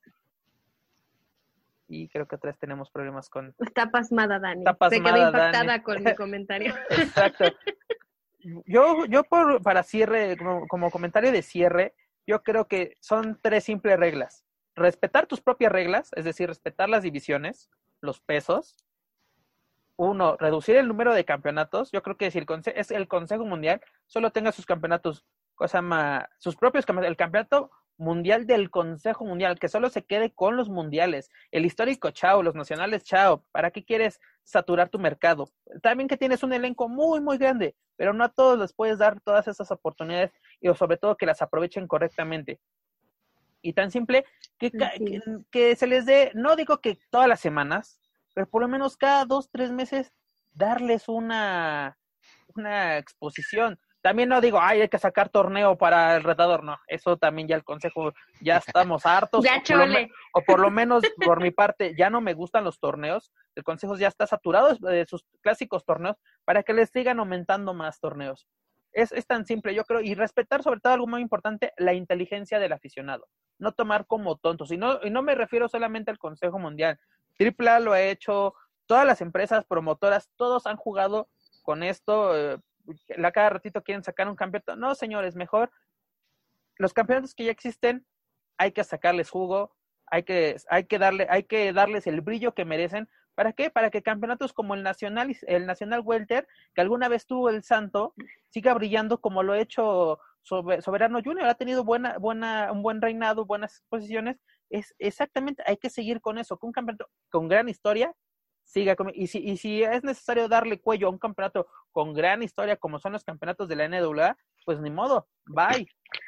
Y creo que otra vez tenemos problemas con... Está pasmada Dani. Está pasmada, se quedó impactada Dani. Con mi comentario. Exacto. Yo, yo por, para cierre, como, como comentario de cierre, yo creo que son tres simples reglas. Respetar tus propias reglas, es decir, respetar las divisiones, los pesos. Uno, reducir el número de campeonatos. Yo creo que si el conse- es el Consejo Mundial solo tenga sus campeonatos, cosa más, sus propios campeonatos, el campeonato mundial del Consejo Mundial, que solo se quede con los mundiales, el histórico chao, los nacionales chao. ¿Para qué quieres saturar tu mercado? También que tienes un elenco muy, muy grande, pero no a todos les puedes dar todas esas oportunidades y sobre todo que las aprovechen correctamente. Y tan simple que, sí. que, que se les dé, no digo que todas las semanas, pero por lo menos cada dos, tres meses darles una, una exposición. También no digo, ay, hay que sacar torneo para el retador, no, eso también ya el consejo, ya estamos hartos. Ya o, por lo me, o por lo menos por mi parte, ya no me gustan los torneos, el consejo ya está saturado de sus clásicos torneos para que les sigan aumentando más torneos. Es, es tan simple, yo creo, y respetar sobre todo algo muy importante, la inteligencia del aficionado. No tomar como tontos, y no, y no me refiero solamente al Consejo Mundial. Triple A lo ha hecho, todas las empresas promotoras, todos han jugado con esto, eh, la cada ratito quieren sacar un campeonato. No, señores, mejor los campeonatos que ya existen, hay que sacarles jugo, hay que, hay que darle, hay que darles el brillo que merecen. ¿Para qué? Para que campeonatos como el Nacional, el Nacional Welter, que alguna vez tuvo el Santo, siga brillando como lo ha hecho Soberano Junior, ha tenido buena, buena, un buen reinado, buenas posiciones. Es exactamente, hay que seguir con eso, con un campeonato con gran historia, siga con, y si, y si es necesario darle cuello a un campeonato con gran historia, como son los campeonatos de la N W A, pues ni modo, bye.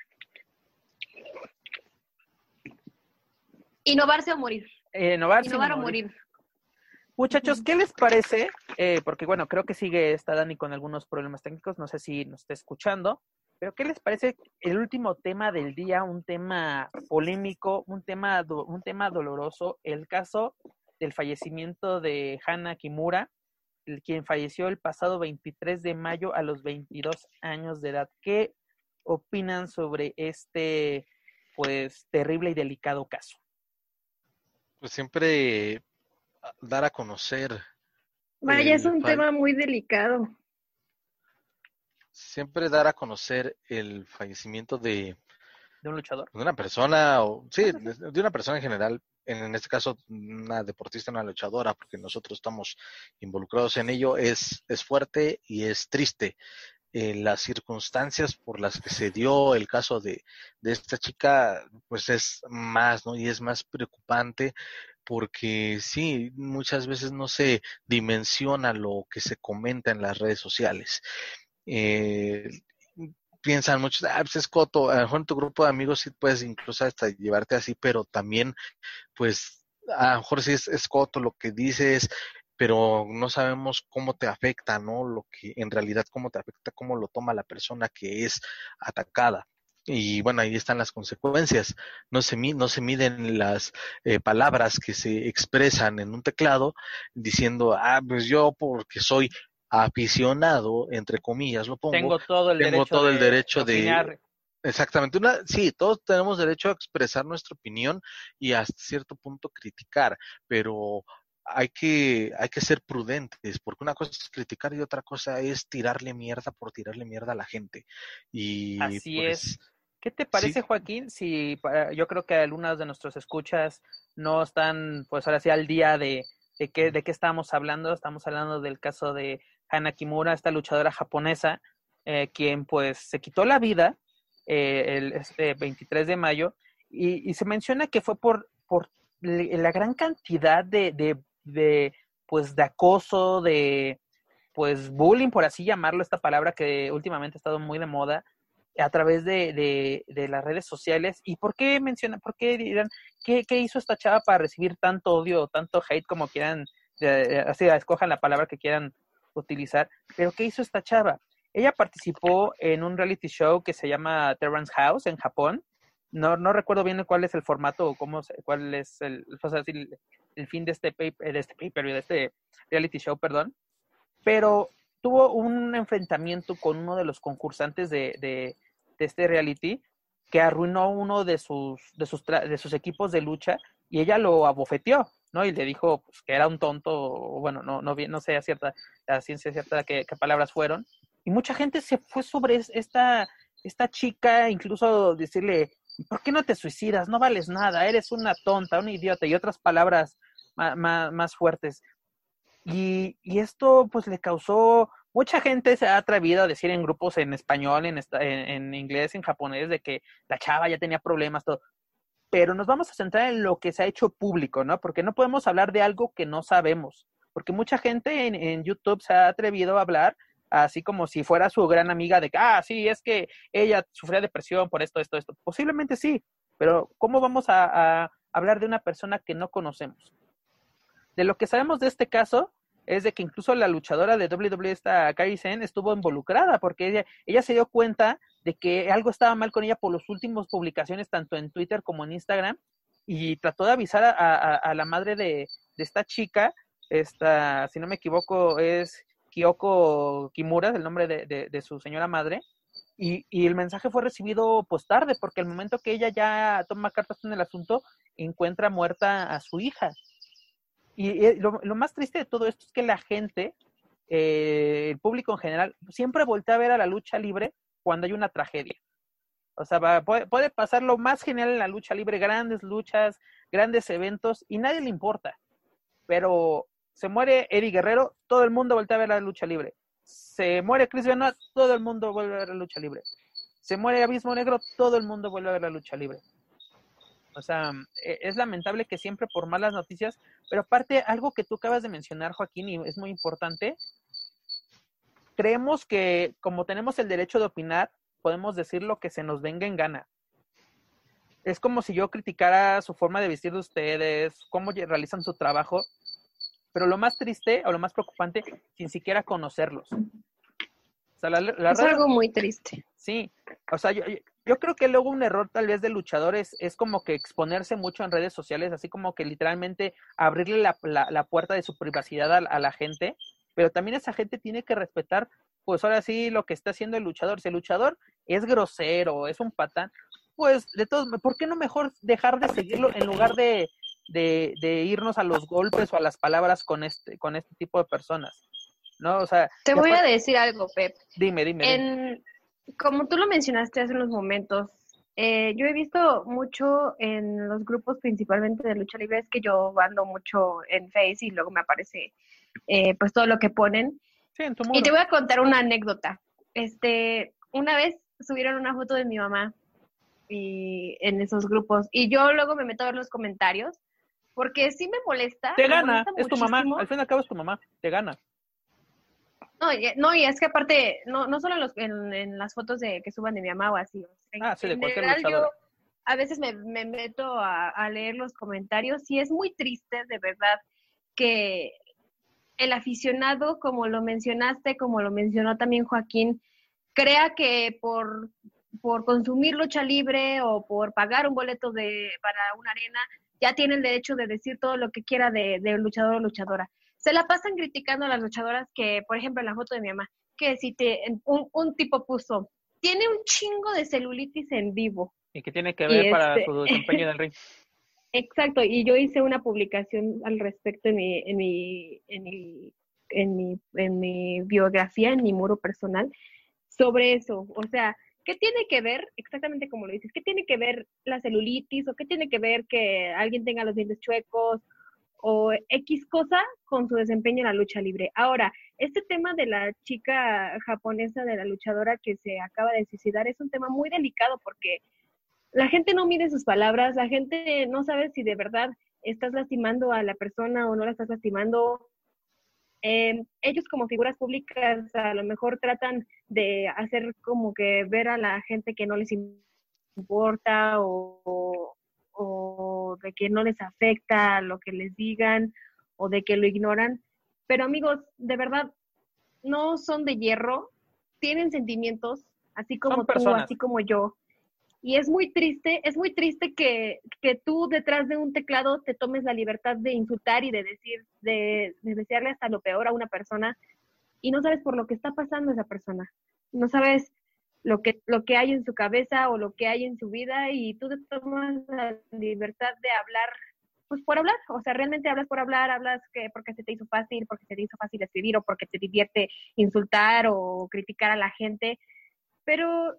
Innovarse o morir. Eh, innovarse Innovar o morir. morir. Muchachos, ¿qué les parece? Eh, porque bueno, creo que sigue esta Dani con algunos problemas técnicos, no sé si nos está escuchando, pero ¿qué les parece el último tema del día? Un tema polémico, un tema, do, un tema doloroso, el caso del fallecimiento de Hana Kimura, el quien falleció el pasado veintitrés de mayo a los veintidós años de edad. ¿Qué opinan sobre este, pues, terrible y delicado caso? Pues siempre dar a conocer. Vaya, es un fall- tema muy delicado. Siempre dar a conocer el fallecimiento de, de un luchador. de una persona, o sí, de, de una persona en general, en, en este caso una deportista, una luchadora, porque nosotros estamos involucrados en ello, es, es fuerte y es triste. Eh, las circunstancias por las que se dio el caso de, de esta chica, pues es más, ¿no? Y es más preocupante porque sí, muchas veces no se dimensiona lo que se comenta en las redes sociales. Eh, Piensan muchos, ah, pues es coto, a lo mejor en tu grupo de amigos sí puedes incluso hasta llevarte así, pero también, pues, a lo mejor sí es, es coto lo que dices, pero no sabemos cómo te afecta, ¿no? Lo que en realidad cómo te afecta, cómo lo toma la persona que es atacada. Y bueno, ahí están las consecuencias. No se, mi- no se miden las eh, palabras que se expresan en un teclado diciendo, ah, pues yo porque soy aficionado, entre comillas lo pongo, Tengo todo el tengo derecho todo el de, derecho de de, opinar. exactamente, una, sí, todos tenemos derecho a expresar nuestra opinión y hasta cierto punto criticar, pero hay que, hay que ser prudentes, porque una cosa es criticar y otra cosa es tirarle mierda por tirarle mierda a la gente. Y Así es. pues, ¿Qué te sí, parece, Joaquín? Si para- yo creo que algunas de nuestros escuchas no están, pues ahora sí, al día de, de qué, de qué estamos hablando. Estamos hablando del caso de Hana Kimura, esta luchadora japonesa, eh, quien pues se quitó la vida eh, el este veintitrés de mayo, y, y se menciona que fue por, por le- la gran cantidad de, de, de, pues, de acoso, de pues bullying, por así llamarlo, esta palabra que últimamente ha estado muy de moda, a través de, de, de las redes sociales. ¿Y por qué mencionan, por qué dirán, qué, qué hizo esta chava para recibir tanto odio, tanto hate, como quieran, eh, así, escojan la palabra que quieran utilizar? Pero ¿qué hizo esta chava? Ella participó en un reality show que se llama Terrence House en Japón. No, no recuerdo bien cuál es el formato o cómo se- cuál es el, o sea, el, el fin de este paper, de este paper, de este reality show, perdón. Pero tuvo un enfrentamiento con uno de los concursantes de, de, de este reality que arruinó uno de sus, de, sus tra- de sus equipos de lucha, y ella lo abofeteó, ¿no? Y le dijo pues, que era un tonto, o bueno, no, no, no sé a cierta, a ciencia cierta qué, qué palabras fueron. Y mucha gente se fue sobre esta, esta chica, incluso decirle, ¿por qué no te suicidas? No vales nada, eres una tonta, una idiota, y otras palabras más, más, más fuertes. Y, y esto pues le causó, mucha gente se ha atrevido a decir en grupos en español, en, esta, en, en inglés, en japonés, de que la chava ya tenía problemas, todo. Pero nos vamos a centrar en lo que se ha hecho público, ¿no? Porque no podemos hablar de algo que no sabemos. Porque mucha gente en, en YouTube se ha atrevido a hablar así como si fuera su gran amiga de que, ah, sí, es que ella sufría depresión por esto, esto, esto. Posiblemente sí, pero ¿cómo vamos a, a hablar de una persona que no conocemos? De lo que sabemos de este caso es de que incluso la luchadora de doble u doble u E, esta Kairi Sen, estuvo involucrada porque ella, ella se dio cuenta de que algo estaba mal con ella por las últimas publicaciones, tanto en Twitter como en Instagram, y trató de avisar a, a, a la madre de, de esta chica, esta, si no me equivoco, es Kyoko Kimura, el nombre de, de, de su señora madre, y, y el mensaje fue recibido pues tarde, porque al momento que ella ya toma cartas en el asunto, encuentra muerta a su hija. Y, y lo, lo más triste de todo esto es que la gente, eh, el público en general, siempre voltea a ver a la lucha libre cuando hay una tragedia. O sea, va, puede, puede pasar lo más genial en la lucha libre, grandes luchas, grandes eventos, y nadie le importa. Pero se muere Eddie Guerrero, todo el mundo voltea a ver la lucha libre. Se muere Chris Benoit, todo el mundo vuelve a ver la lucha libre. Se muere Abismo Negro, todo el mundo vuelve a ver la lucha libre. O sea, es lamentable que siempre por malas noticias, pero aparte, algo que tú acabas de mencionar, Joaquín, y es muy importante, creemos que como tenemos el derecho de opinar, podemos decir lo que se nos venga en gana. Es como si yo criticara su forma de vestir de ustedes, cómo realizan su trabajo, pero lo más triste o lo más preocupante, sin siquiera conocerlos. O sea, la, la es radio, algo muy triste. Sí, o sea, yo, yo creo que luego un error tal vez de luchadores es como que exponerse mucho en redes sociales, así como que literalmente abrirle la, la, la puerta de su privacidad a, a la gente, pero también esa gente tiene que respetar, pues ahora sí, lo que está haciendo el luchador. Si el luchador es grosero, es un patán, pues de todos, ¿por qué no mejor dejar de seguirlo en lugar de, de, de irnos a los golpes o a las palabras con este, con este tipo de personas, ¿no? O sea, Te voy después... a decir algo, Pep. Dime, dime. En, dime. Como tú lo mencionaste hace unos momentos, eh, yo he visto mucho en los grupos principalmente de lucha libre, es que yo ando mucho en Face y luego me aparece eh, pues todo lo que ponen. Sí, en tu muro. Y te voy a contar una anécdota. Este, una vez subieron una foto de mi mamá y en esos grupos y yo luego me meto a ver los comentarios porque sí me molesta. Te me gana, molesta es tu muchísimo. mamá, al fin y al cabo es tu mamá, te gana. No, y, no, y es que aparte, no, no solo en, los, en, en las fotos de que suban de mi mamá o así. O sea, Ah, sí, de en cualquier general, luchadora. yo a veces me, me meto a, a leer los comentarios y es muy triste, de verdad, que el aficionado, como lo mencionaste, como lo mencionó también Joaquín, crea que por, por consumir lucha libre o por pagar un boleto de para una arena, ya tiene el derecho de decir todo lo que quiera de, de luchador o luchadora. Se la pasan criticando a las luchadoras que, por ejemplo, en la foto de mi mamá, que si te, un, un tipo puso, tiene un chingo de celulitis en vivo. Y que tiene que ver y para este... su desempeño en el ring. Exacto, y yo hice una publicación al respecto en mi, en mi, en mi, en mi, en mi biografía, en mi muro personal, sobre eso. O sea, ¿qué tiene que ver, exactamente como lo dices, qué tiene que ver la celulitis o qué tiene que ver que alguien tenga los dientes chuecos o X cosa con su desempeño en la lucha libre? Ahora, este tema de la chica japonesa, de la luchadora que se acaba de suicidar, es un tema muy delicado porque la gente no mide sus palabras, la gente no sabe si de verdad estás lastimando a la persona o no la estás lastimando. Eh, ellos como figuras públicas a lo mejor tratan de hacer como que ver a la gente que no les importa o, o de que no les afecta lo que les digan o de que lo ignoran. Pero amigos, de verdad, no son de hierro, tienen sentimientos, así como tú, así como yo. Y es muy triste, es muy triste que, que tú detrás de un teclado te tomes la libertad de insultar y de decir, de, de desearle hasta lo peor a una persona y no sabes por lo que está pasando esa persona. No sabes lo que, lo que hay en su cabeza o lo que hay en su vida y tú te tomas la libertad de hablar, pues por hablar. O sea, realmente hablas por hablar, hablas que porque se te hizo fácil, porque se te hizo fácil escribir o porque te divierte insultar o criticar a la gente. Pero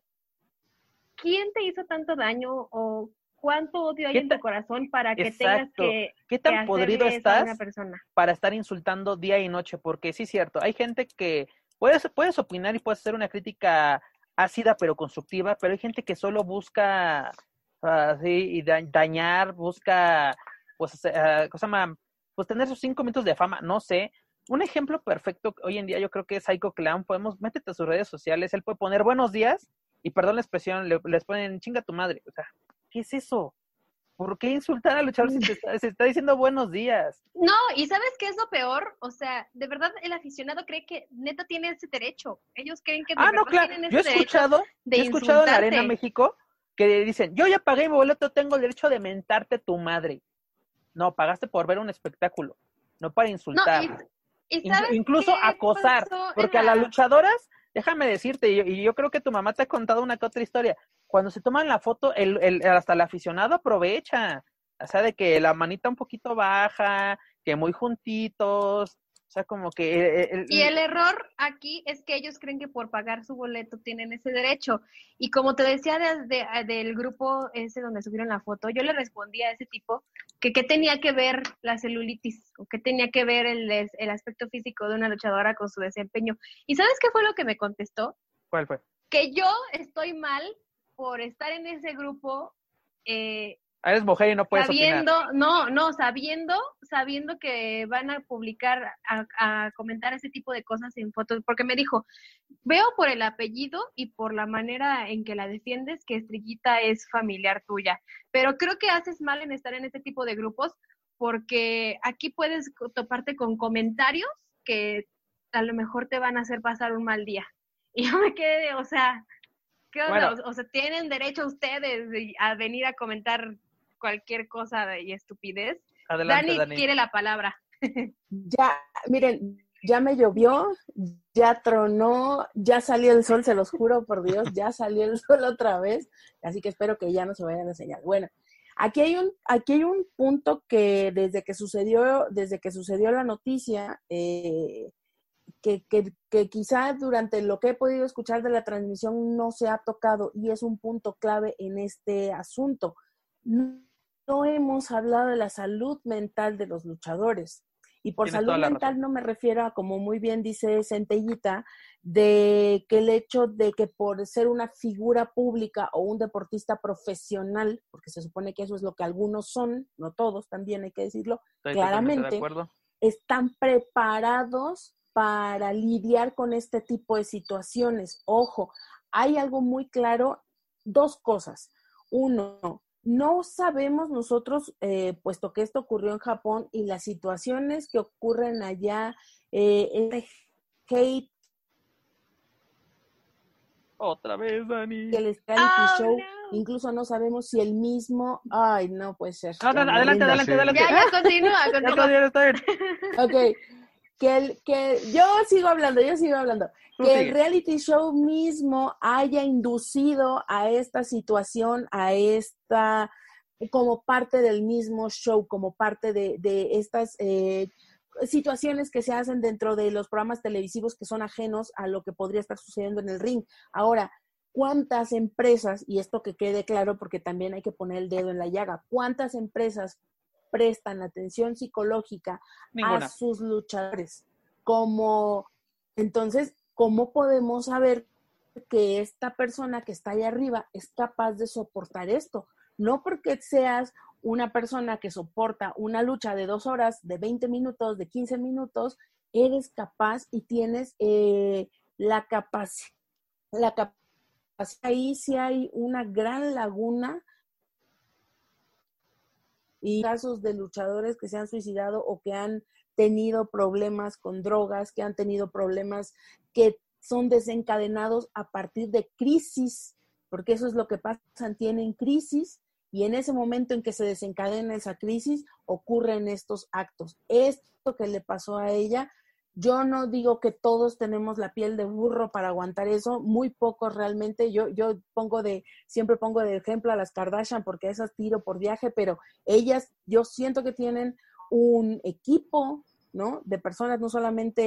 ¿quién te hizo tanto daño o cuánto odio hay en tu corazón para que Exacto. tengas que, ¿Qué tan que podrido estás a una persona? Para estar insultando día y noche? Porque sí es cierto, hay gente que puedes, puedes opinar y puedes hacer una crítica ácida pero constructiva, pero hay gente que solo busca uh, sí, y da, dañar, busca pues, uh, cosa más, pues tener sus cinco minutos de fama, no sé. Un ejemplo perfecto hoy en día yo creo que es Psycho Clown. Podemos, métete a sus redes sociales, él puede poner buenos días y perdón la expresión, le, les ponen chinga tu madre. O sea, ¿qué es eso? ¿Por qué insultar al luchador si te está, se está diciendo buenos días? No, y ¿sabes qué es lo peor? O sea, de verdad el aficionado cree que neta tiene ese derecho. Ellos creen que de ah, verdad no, claro. tienen ese yo he escuchado, derecho de yo he escuchado en la insultarte. Arena México que dicen, yo ya pagué mi boleto, tengo el derecho de mentarte tu madre. No, pagaste por ver un espectáculo, no para insultar. No, y, y ¿sabes incluso acosar, porque la... a las luchadoras, déjame decirte, y yo, y yo creo que tu mamá te ha contado una que otra historia, cuando se toman la foto, el, el, hasta el aficionado aprovecha, o sea, de que la manita un poquito baja, que muy juntitos, o sea, como que... El, y el error aquí es que ellos creen que por pagar su boleto tienen ese derecho. Y como te decía de, de, del grupo ese donde subieron la foto, yo le respondí a ese tipo que qué tenía que ver la celulitis o qué tenía que ver el, el aspecto físico de una luchadora con su desempeño. ¿Y sabes qué fue lo que me contestó? ¿Cuál fue? Que yo estoy mal por estar en ese grupo... Eh, Eres mujer y no puedes sabiendo, opinar. no, no, sabiendo, sabiendo que van a publicar, a, a comentar ese tipo de cosas en fotos, porque me dijo, veo por el apellido y por la manera en que la defiendes que Estrellita es familiar tuya, pero creo que haces mal en estar en este tipo de grupos, porque aquí puedes toparte con comentarios que a lo mejor te van a hacer pasar un mal día. Y yo me quedé, o sea, ¿qué onda? Bueno, o sea, ¿tienen derecho ustedes a venir a comentar cualquier cosa y estupidez? Adelante, Dani, Dani quiere la palabra. Ya, miren, ya me llovió, ya tronó, ya salió el sol, se los juro por Dios, ya salió el sol otra vez, así que espero que ya no se vayan a enseñar. Bueno, Aquí hay un, aquí hay un punto que desde que sucedió, desde que sucedió la noticia, eh, que, que, que quizá durante lo que he podido escuchar de la transmisión no se ha tocado, y es un punto clave en este asunto. No, no hemos hablado de la salud mental de los luchadores. Y por Tienes salud mental razón. no me refiero a, como muy bien dice Centellita, de que el hecho de que por ser una figura pública o un deportista profesional, porque se supone que eso es lo que algunos son, no todos, también hay que decirlo, Estoy claramente, totalmente de acuerdo. están preparados para lidiar con este tipo de situaciones. Ojo, hay algo muy claro, dos cosas. Uno, no sabemos nosotros, eh, puesto que esto ocurrió en Japón y las situaciones que ocurren allá, eh, el hate, Otra vez, Dani. el reality Oh, show, no. incluso no sabemos si el mismo, ay, no puede ser. No, no, Ya me adelante, rindo. adelante, adelante. Ya, ya, continúa, Ya está continúa. bien, está bien. Ok, que, el, que yo sigo hablando, yo sigo hablando. Tú Que sigue. el reality show mismo haya inducido a esta situación, a esta, como parte del mismo show, como parte de, de estas eh, situaciones que se hacen dentro de los programas televisivos que son ajenos a lo que podría estar sucediendo en el ring. Ahora, ¿cuántas empresas, y esto que quede claro porque también hay que poner el dedo en la llaga, cuántas empresas prestan atención psicológica Ninguna. a sus luchadores? Como, entonces, ¿cómo podemos saber que esta persona que está allá arriba es capaz de soportar esto? No porque seas una persona que soporta una lucha de dos horas, de veinte minutos, de quince minutos, eres capaz y tienes eh, la capacidad, la capacidad. Ahí sí hay una gran laguna y casos de luchadores que se han suicidado o que han tenido problemas con drogas, que han tenido problemas que son desencadenados a partir de crisis, porque eso es lo que pasa, tienen crisis y en ese momento en que se desencadena esa crisis ocurren estos actos. Esto que le pasó a ella, yo no digo que todos tenemos la piel de burro para aguantar eso, muy pocos realmente. Yo, yo pongo de, siempre pongo de ejemplo a las Kardashian porque esas tiro por viaje, pero ellas, yo siento que tienen un equipo, ¿no? De personas, no solamente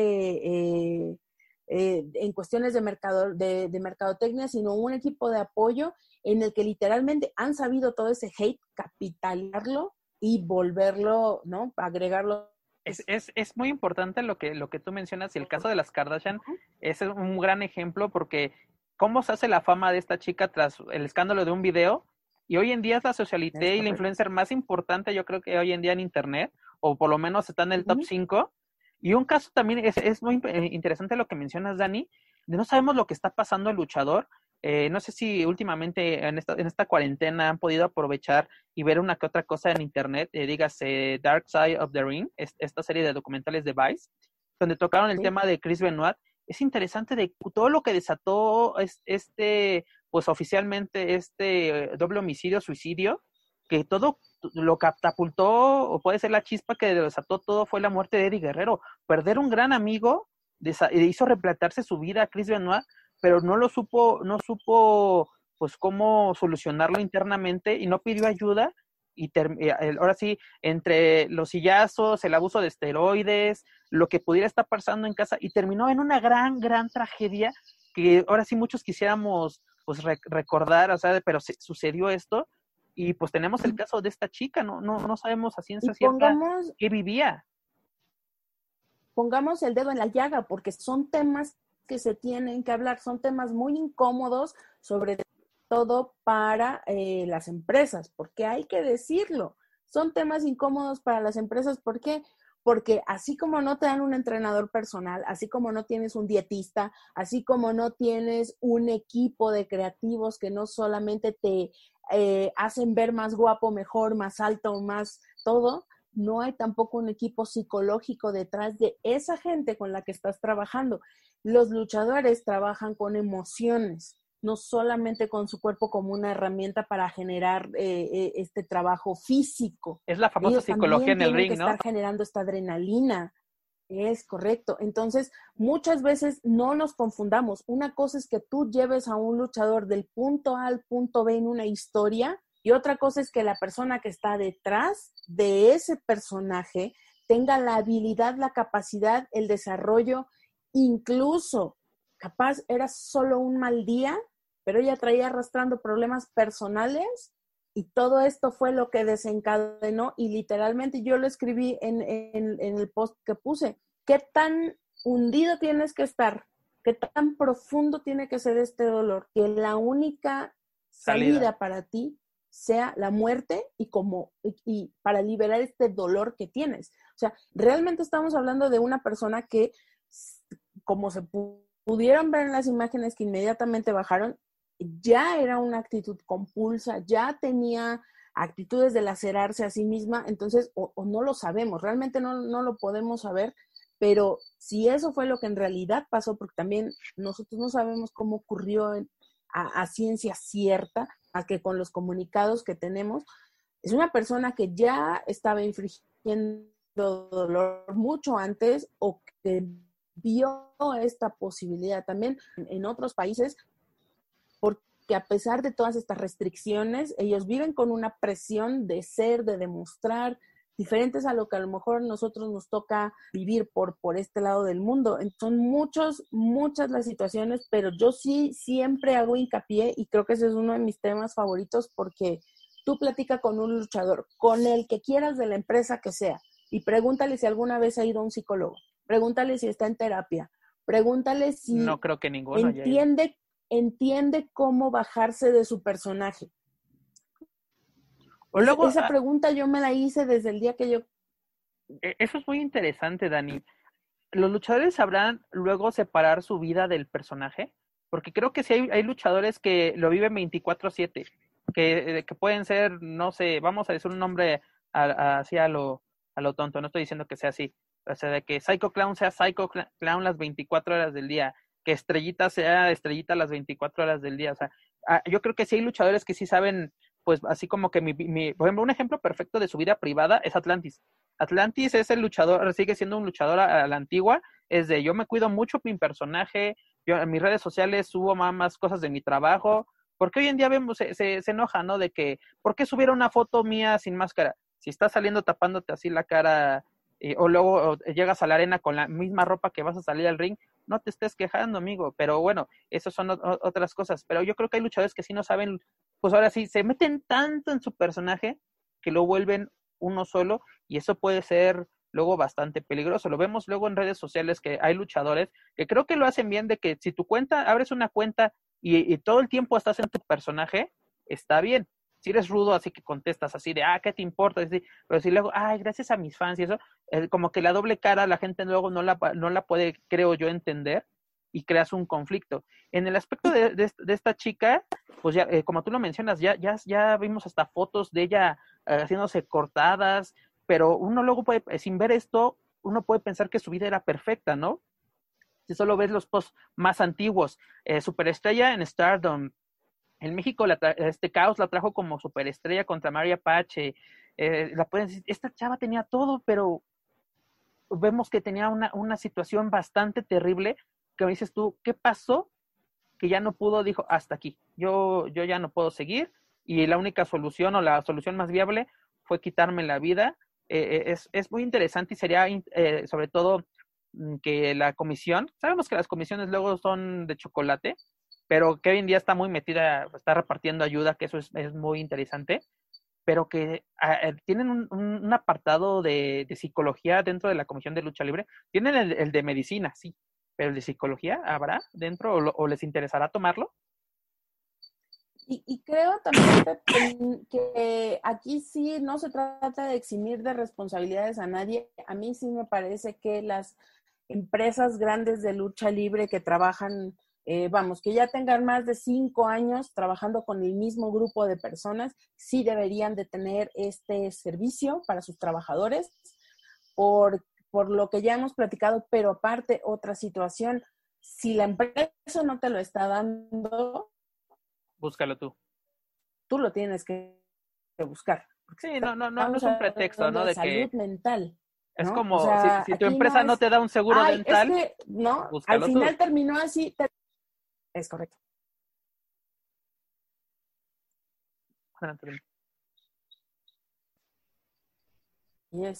eh, eh, en cuestiones de, mercado, de, de mercadotecnia, sino un equipo de apoyo en el que literalmente han sabido todo ese hate, capitalizarlo y volverlo, ¿no? Agregarlo. Es, es, es muy importante lo que, lo que tú mencionas, y el caso de las Kardashian es un gran ejemplo porque cómo se hace la fama de esta chica tras el escándalo de un video, y hoy en día es la socialité y la influencer más importante, yo creo que hoy en día en internet, o por lo menos está en el top cinco, y un caso también es, es muy interesante lo que mencionas, Dani, de no sabemos lo que está pasando al luchador. Eh, no sé si últimamente en esta, en esta cuarentena han podido aprovechar y ver una que otra cosa en internet, eh, dígase Dark Side of the Ring, es, esta serie de documentales de Vice, donde tocaron el sí. tema de Chris Benoit. Es interesante de todo lo que desató es, este, pues oficialmente este doble homicidio, suicidio, que todo lo catapultó, o puede ser la chispa que desató todo, fue la muerte de Eddie Guerrero. Perder un gran amigo desa- hizo replantearse su vida a Chris Benoit, pero no lo supo, no supo pues cómo solucionarlo internamente y no pidió ayuda, y ter- ahora sí, entre los sillazos, el abuso de esteroides, lo que pudiera estar pasando en casa, y terminó en una gran, gran tragedia que ahora sí muchos quisiéramos pues rec- recordar, o sea, pero se, sucedió esto, y pues tenemos el caso de esta chica, no, no, no sabemos a ciencia cierta qué vivía. Pongamos el dedo en la llaga, porque son temas que se tienen que hablar, son temas muy incómodos, sobre todo para eh, las empresas, porque hay que decirlo, son temas incómodos para las empresas. ¿Por qué? Porque así como no te dan un entrenador personal, así como no tienes un dietista, así como no tienes un equipo de creativos que no solamente te eh, hacen ver más guapo, mejor, más alto, más todo, no hay tampoco un equipo psicológico detrás de esa gente con la que estás trabajando. Los luchadores trabajan con emociones, no solamente con su cuerpo como una herramienta para generar eh, este trabajo físico. Es la famosa Ellos psicología en el ring, que ¿no? Estar generando esta adrenalina. Es correcto. Entonces, muchas veces no nos confundamos. Una cosa es que tú lleves a un luchador del punto A al punto B en una historia, Y otra cosa es que la persona que está detrás de ese personaje tenga la habilidad, la capacidad, el desarrollo, incluso capaz era solo un mal día, pero ella traía arrastrando problemas personales y todo esto fue lo que desencadenó y literalmente yo lo escribí en, en, en el post que puse. ¿Qué tan hundido tienes que estar? ¿Qué tan profundo tiene que ser este dolor? Que la única salida, salida para ti sea la muerte y como y, y para liberar este dolor que tienes. O sea, realmente estamos hablando de una persona que, como se pudieron ver en las imágenes que inmediatamente bajaron, ya era una actitud compulsa, ya tenía actitudes de lacerarse a sí misma, entonces, o, o no lo sabemos, realmente no, no lo podemos saber, pero si eso fue lo que en realidad pasó, porque también nosotros no sabemos cómo ocurrió en, a, a ciencia cierta, a que con los comunicados que tenemos, es una persona que ya estaba infringiendo dolor mucho antes o que vio esta posibilidad también en otros países, porque a pesar de todas estas restricciones, ellos viven con una presión de ser, de demostrar, diferentes a lo que a lo mejor nosotros nos toca vivir por, por este lado del mundo. Son muchos, muchas las situaciones, pero yo sí siempre hago hincapié y creo que ese es uno de mis temas favoritos porque tú platica con un luchador, con el que quieras de la empresa que sea, y pregúntale si alguna vez ha ido a un psicólogo, pregúntale si está en terapia, pregúntale si no creo que ninguno entiende, entiende cómo bajarse de su personaje. O luego, esa pregunta yo me la hice desde el día que yo... Eso es muy interesante, Dani. ¿Los luchadores sabrán luego separar su vida del personaje? Porque creo que sí hay, hay luchadores que lo viven veinticuatro siete, que, que pueden ser, no sé, vamos a decir un nombre así a, a, lo, a lo tonto, no estoy diciendo que sea así, o sea, de que Psycho Clown sea Psycho Clown las veinticuatro horas del día, que Estrellita sea Estrellita las veinticuatro horas del día, o sea, yo creo que sí hay luchadores que sí saben, pues así como que mi, mi, por ejemplo, un ejemplo perfecto de su vida privada es Atlantis. Atlantis es el luchador, sigue siendo un luchador a, a la antigua, es de yo me cuido mucho mi personaje, yo en mis redes sociales subo más cosas de mi trabajo, porque hoy en día vemos, se, se, se enoja, ¿no? De que, ¿por qué subieron una foto mía sin máscara? Si estás saliendo tapándote así la cara, eh, o luego o llegas a la arena con la misma ropa que vas a salir al ring, no te estés quejando, amigo, pero bueno, esas son o, otras cosas, pero yo creo que hay luchadores que sí no saben, pues ahora sí, se meten tanto en su personaje que lo vuelven uno solo, y eso puede ser luego bastante peligroso. Lo vemos luego en redes sociales que hay luchadores que creo que lo hacen bien, de que si tu cuenta, abres una cuenta y, y todo el tiempo estás en tu personaje, está bien. Si eres rudo, así que contestas así de, ah, ¿qué te importa? Así, pero si luego, ay, gracias a mis fans y eso, eh, como que la doble cara la gente luego no la, no la puede, creo yo, entender y creas un conflicto. En el aspecto de, de, de esta chica, pues ya, eh, como tú lo mencionas, ya, ya, ya vimos hasta fotos de ella eh, haciéndose cortadas, pero uno luego puede, sin ver esto, uno puede pensar que su vida era perfecta, ¿no? Si solo ves los posts más antiguos, eh, Superestrella en Stardom, en México la tra- este Caos la trajo como superestrella contra María Pache, eh, la pueden decir, esta chava tenía todo, pero vemos que tenía una, una situación bastante terrible, que me dices tú, ¿qué pasó? Que ya no pudo, dijo, hasta aquí, yo, yo ya no puedo seguir, y la única solución o la solución más viable fue quitarme la vida. Eh, es, es muy interesante y sería eh, sobre todo que la comisión, sabemos que las comisiones luego son de chocolate, pero que hoy en día está muy metida, está repartiendo ayuda, que eso es, es muy interesante, pero que uh, tienen un, un, un apartado de, de psicología dentro de la Comisión de Lucha Libre. Tienen el, el de medicina, sí, pero el de psicología habrá dentro o, lo, o les interesará tomarlo. Y, y creo también que, que aquí sí no se trata de eximir de responsabilidades a nadie. A mí sí me parece que las empresas grandes de lucha libre que trabajan, eh, vamos, que ya tengan más de cinco años trabajando con el mismo grupo de personas, sí deberían de tener este servicio para sus trabajadores, por, por lo que ya hemos platicado, pero aparte otra situación, si la empresa no te lo está dando, búscalo tú. Tú lo tienes que buscar. Sí, no, no, no, no es un pretexto, ¿no? De, de salud que mental. ¿No? Es como, o sea, si, si tu empresa no, es, no te da un seguro ay, dental, es que, no, búscalo al final tú. terminó así. Te... Es correcto. es.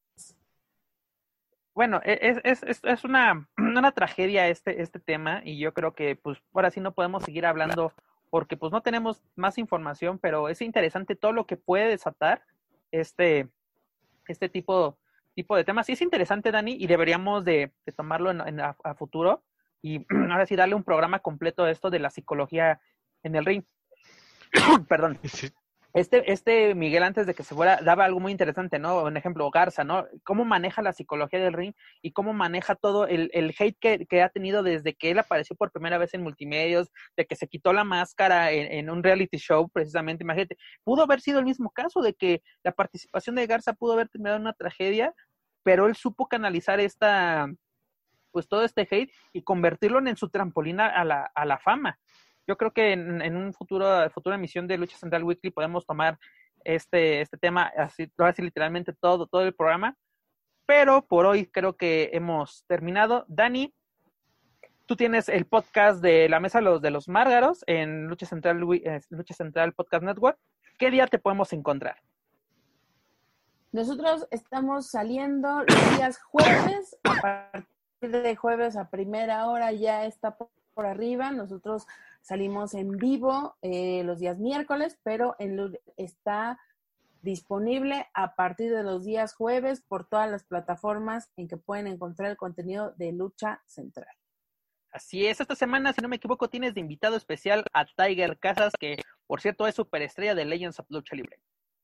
Bueno, es, es, es, es una, una tragedia este, este tema, y yo creo que pues ahora sí no podemos seguir hablando porque pues no tenemos más información, pero es interesante todo lo que puede desatar este, este tipo, tipo de temas. Sí es interesante, Dani, y deberíamos de, de tomarlo en, en a, a futuro y ahora sí darle un programa completo a esto de la psicología en el ring. Perdón. Sí. Este, este Miguel, antes de que se fuera, daba algo muy interesante, ¿no? Un ejemplo, Garza, ¿no? Cómo maneja la psicología del ring y cómo maneja todo el, el hate que, que ha tenido desde que él apareció por primera vez en multimedios, de que se quitó la máscara en, en un reality show, precisamente. Imagínate, pudo haber sido el mismo caso de que la participación de Garza pudo haber terminado en una tragedia, pero él supo canalizar esta, pues todo este hate y convertirlo en su trampolín a la, a la fama. Yo creo que en, en un futuro, futura emisión de Lucha Central Weekly podemos tomar este, este tema, así, así literalmente todo, todo el programa. Pero por hoy creo que hemos terminado. Dani, tú tienes el podcast de la Mesa de los, de los Márgaros en Lucha Central, eh, Lucha Central Podcast Network. ¿Qué día te podemos encontrar? Nosotros estamos saliendo los días jueves, a partir de jueves a primera hora ya está por arriba. Nosotros salimos en vivo eh, los días miércoles, pero en, está disponible a partir de los días jueves por todas las plataformas en que pueden encontrar el contenido de Lucha Central. Así es, esta semana, si no me equivoco, tienes de invitado especial a Tiger Casas, que por cierto es superestrella de Legends of Lucha Libre.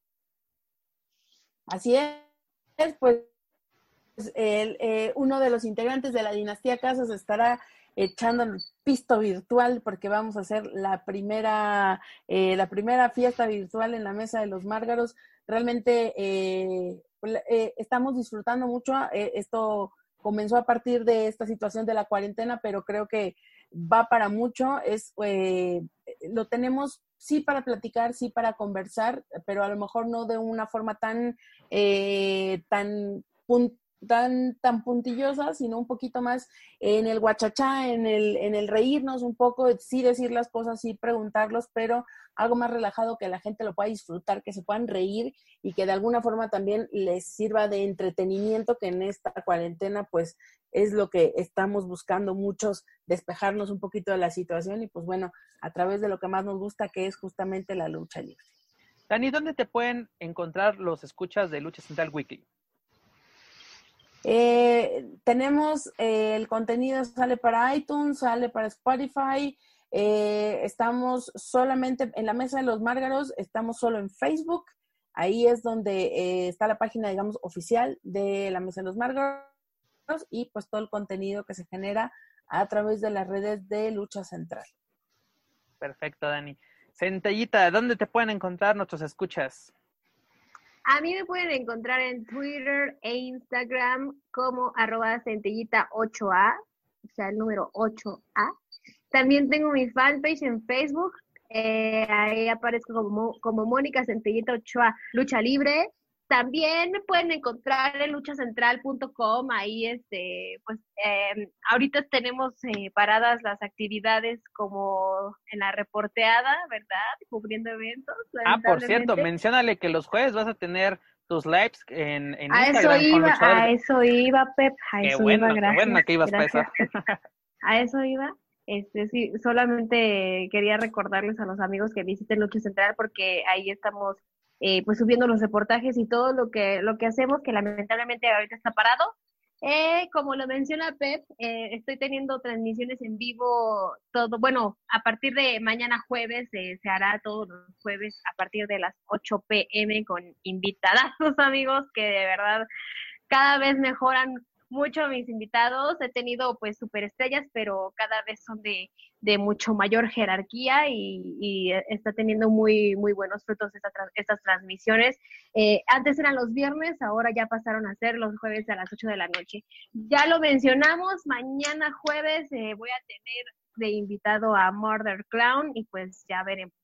Así es, pues el, eh, uno de los integrantes de la dinastía Casas estará echando el pisto virtual porque vamos a hacer la primera eh, la primera fiesta virtual en la Mesa de los Márgaros. Realmente eh, eh, estamos disfrutando mucho. Eh, esto comenzó a partir de esta situación de la cuarentena, pero creo que va para mucho. Es eh, lo tenemos sí para platicar, sí para conversar, pero a lo mejor no de una forma tan eh, tan puntual, tan, tan puntillosa, sino un poquito más en el guachachá, en el, en el reírnos un poco, sí decir las cosas, sí preguntarlos, pero algo más relajado que la gente lo pueda disfrutar, que se puedan reír y que de alguna forma también les sirva de entretenimiento, que en esta cuarentena pues es lo que estamos buscando muchos, despejarnos un poquito de la situación y pues bueno, a través de lo que más nos gusta, que es justamente la lucha libre. Dani, ¿dónde te pueden encontrar los escuchas de Lucha Central Weekly? Eh, tenemos eh, el contenido, sale para iTunes, sale para Spotify, eh, estamos solamente en la Mesa de los Márgaros, estamos solo en Facebook, ahí es donde eh, está la página, digamos, oficial de la Mesa de los Márgaros y pues todo el contenido que se genera a través de las redes de Lucha Central. Perfecto, Dani. Centellita, ¿dónde te pueden encontrar nuestros escuchas? A mí me pueden encontrar en Twitter e Instagram como arroba centellita ocho a, o sea, el número ocho a. También tengo mi fanpage en Facebook, eh, ahí aparezco como, como Mónica Centellita Ochoa Lucha Libre. También me pueden encontrar en lucha central punto com, ahí este, pues eh, ahorita tenemos eh, paradas las actividades como en la reporteada, ¿verdad? Cubriendo eventos. Ah, por cierto, menciónale que los jueves vas a tener tus lives en, en a Instagram. Eso iba, a eso iba, Pep, a qué eso bueno, iba, gracias. Qué bueno que ibas para eso. A eso iba. Este, sí, solamente quería recordarles a los amigos que visiten Lucha Central porque ahí estamos Eh, pues subiendo los reportajes y todo lo que lo que hacemos, que lamentablemente ahorita está parado. Eh, como lo menciona Pep, eh, estoy teniendo transmisiones en vivo todo, bueno, a partir de mañana jueves, eh, se hará todos los jueves a partir de las ocho pm con invitadazos, amigos, que de verdad cada vez mejoran mucho mis invitados. He tenido pues superestrellas, pero cada vez son de, de mucho mayor jerarquía y, y está teniendo muy muy buenos frutos esta, estas transmisiones. Eh, antes eran los viernes, ahora ya pasaron a ser los jueves a las ocho de la noche. Ya lo mencionamos, mañana jueves eh, voy a tener de invitado a Murder Clown y pues ya veremos.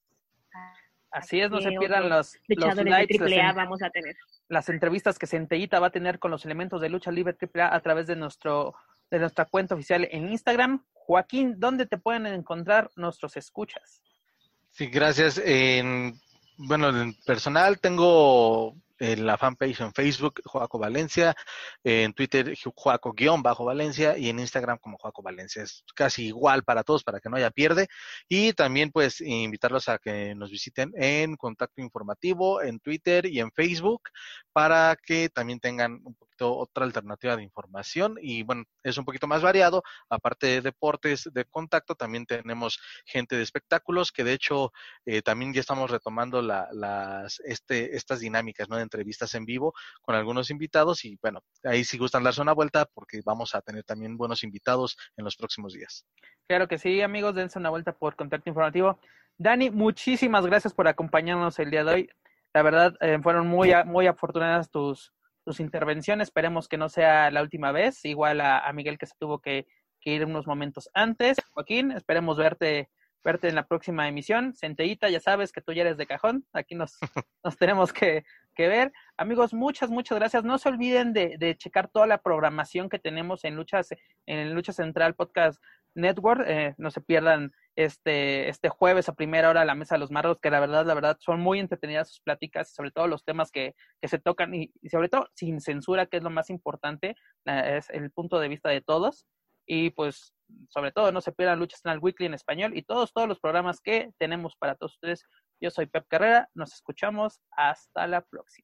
Así es, no se pierdan los, los lives, de triple A vamos a tener. Las entrevistas que Centellita va a tener con los elementos de Lucha Libre triple A a través de nuestro de nuestra cuenta oficial en Instagram. Joaquín, ¿dónde te pueden encontrar nuestros escuchas? Sí, gracias. En, bueno, en personal tengo en la fanpage en Facebook, Joaco Valencia, en Twitter, Joaco-Valencia, y en Instagram como Joaco Valencia. Es casi igual para todos, para que no haya pierde. Y también, pues, invitarlos a que nos visiten en Contacto Informativo, en Twitter y en Facebook, para que también tengan un poquito otra alternativa de información. Y bueno, es un poquito más variado. Aparte de deportes de contacto, también tenemos gente de espectáculos, que de hecho eh, también ya estamos retomando la, las este estas dinámicas, ¿no?, de entrevistas en vivo con algunos invitados. Y bueno, ahí si gustan darse una vuelta, porque vamos a tener también buenos invitados en los próximos días. Claro que sí, amigos, dense una vuelta por Contacto Informativo. Dani, muchísimas gracias por acompañarnos el día de hoy. La verdad, eh, fueron muy, muy afortunadas tus, tus intervenciones. Esperemos que no sea la última vez. Igual a, a Miguel, que se tuvo que, que ir unos momentos antes. Joaquín, esperemos verte verte en la próxima emisión. Centellita, ya sabes que tú ya eres de cajón. Aquí nos, nos tenemos que, que ver. Amigos, muchas, muchas gracias. No se olviden de, de checar toda la programación que tenemos en Luchas, en Lucha Central Podcast Network. Eh, no se pierdan este este jueves a primera hora la Mesa de los Marros, que la verdad, la verdad, son muy entretenidas sus pláticas, y sobre todo los temas que, que se tocan, y, y sobre todo sin censura, que es lo más importante, eh, es el punto de vista de todos. Y pues, sobre todo, no se pierdan Lucha Central Weekly en español y todos, todos los programas que tenemos para todos ustedes. Yo soy Pep Carrera, nos escuchamos, hasta la próxima.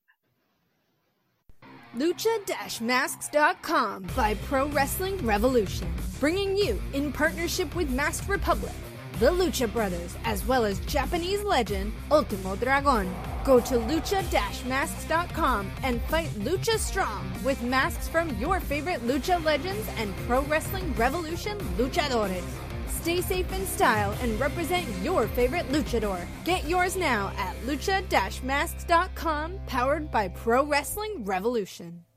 Lucha Masks dot com by Pro Wrestling Revolution, bringing you, in partnership with Masked Republic, the Lucha Brothers, as well as Japanese legend Ultimo Dragon. Go to Lucha Masks dot com and fight Lucha Strong with masks from your favorite Lucha legends and Pro Wrestling Revolution luchadores. Stay safe in style and represent your favorite luchador. Get yours now at Lucha Masks dot com, powered by Pro Wrestling Revolution.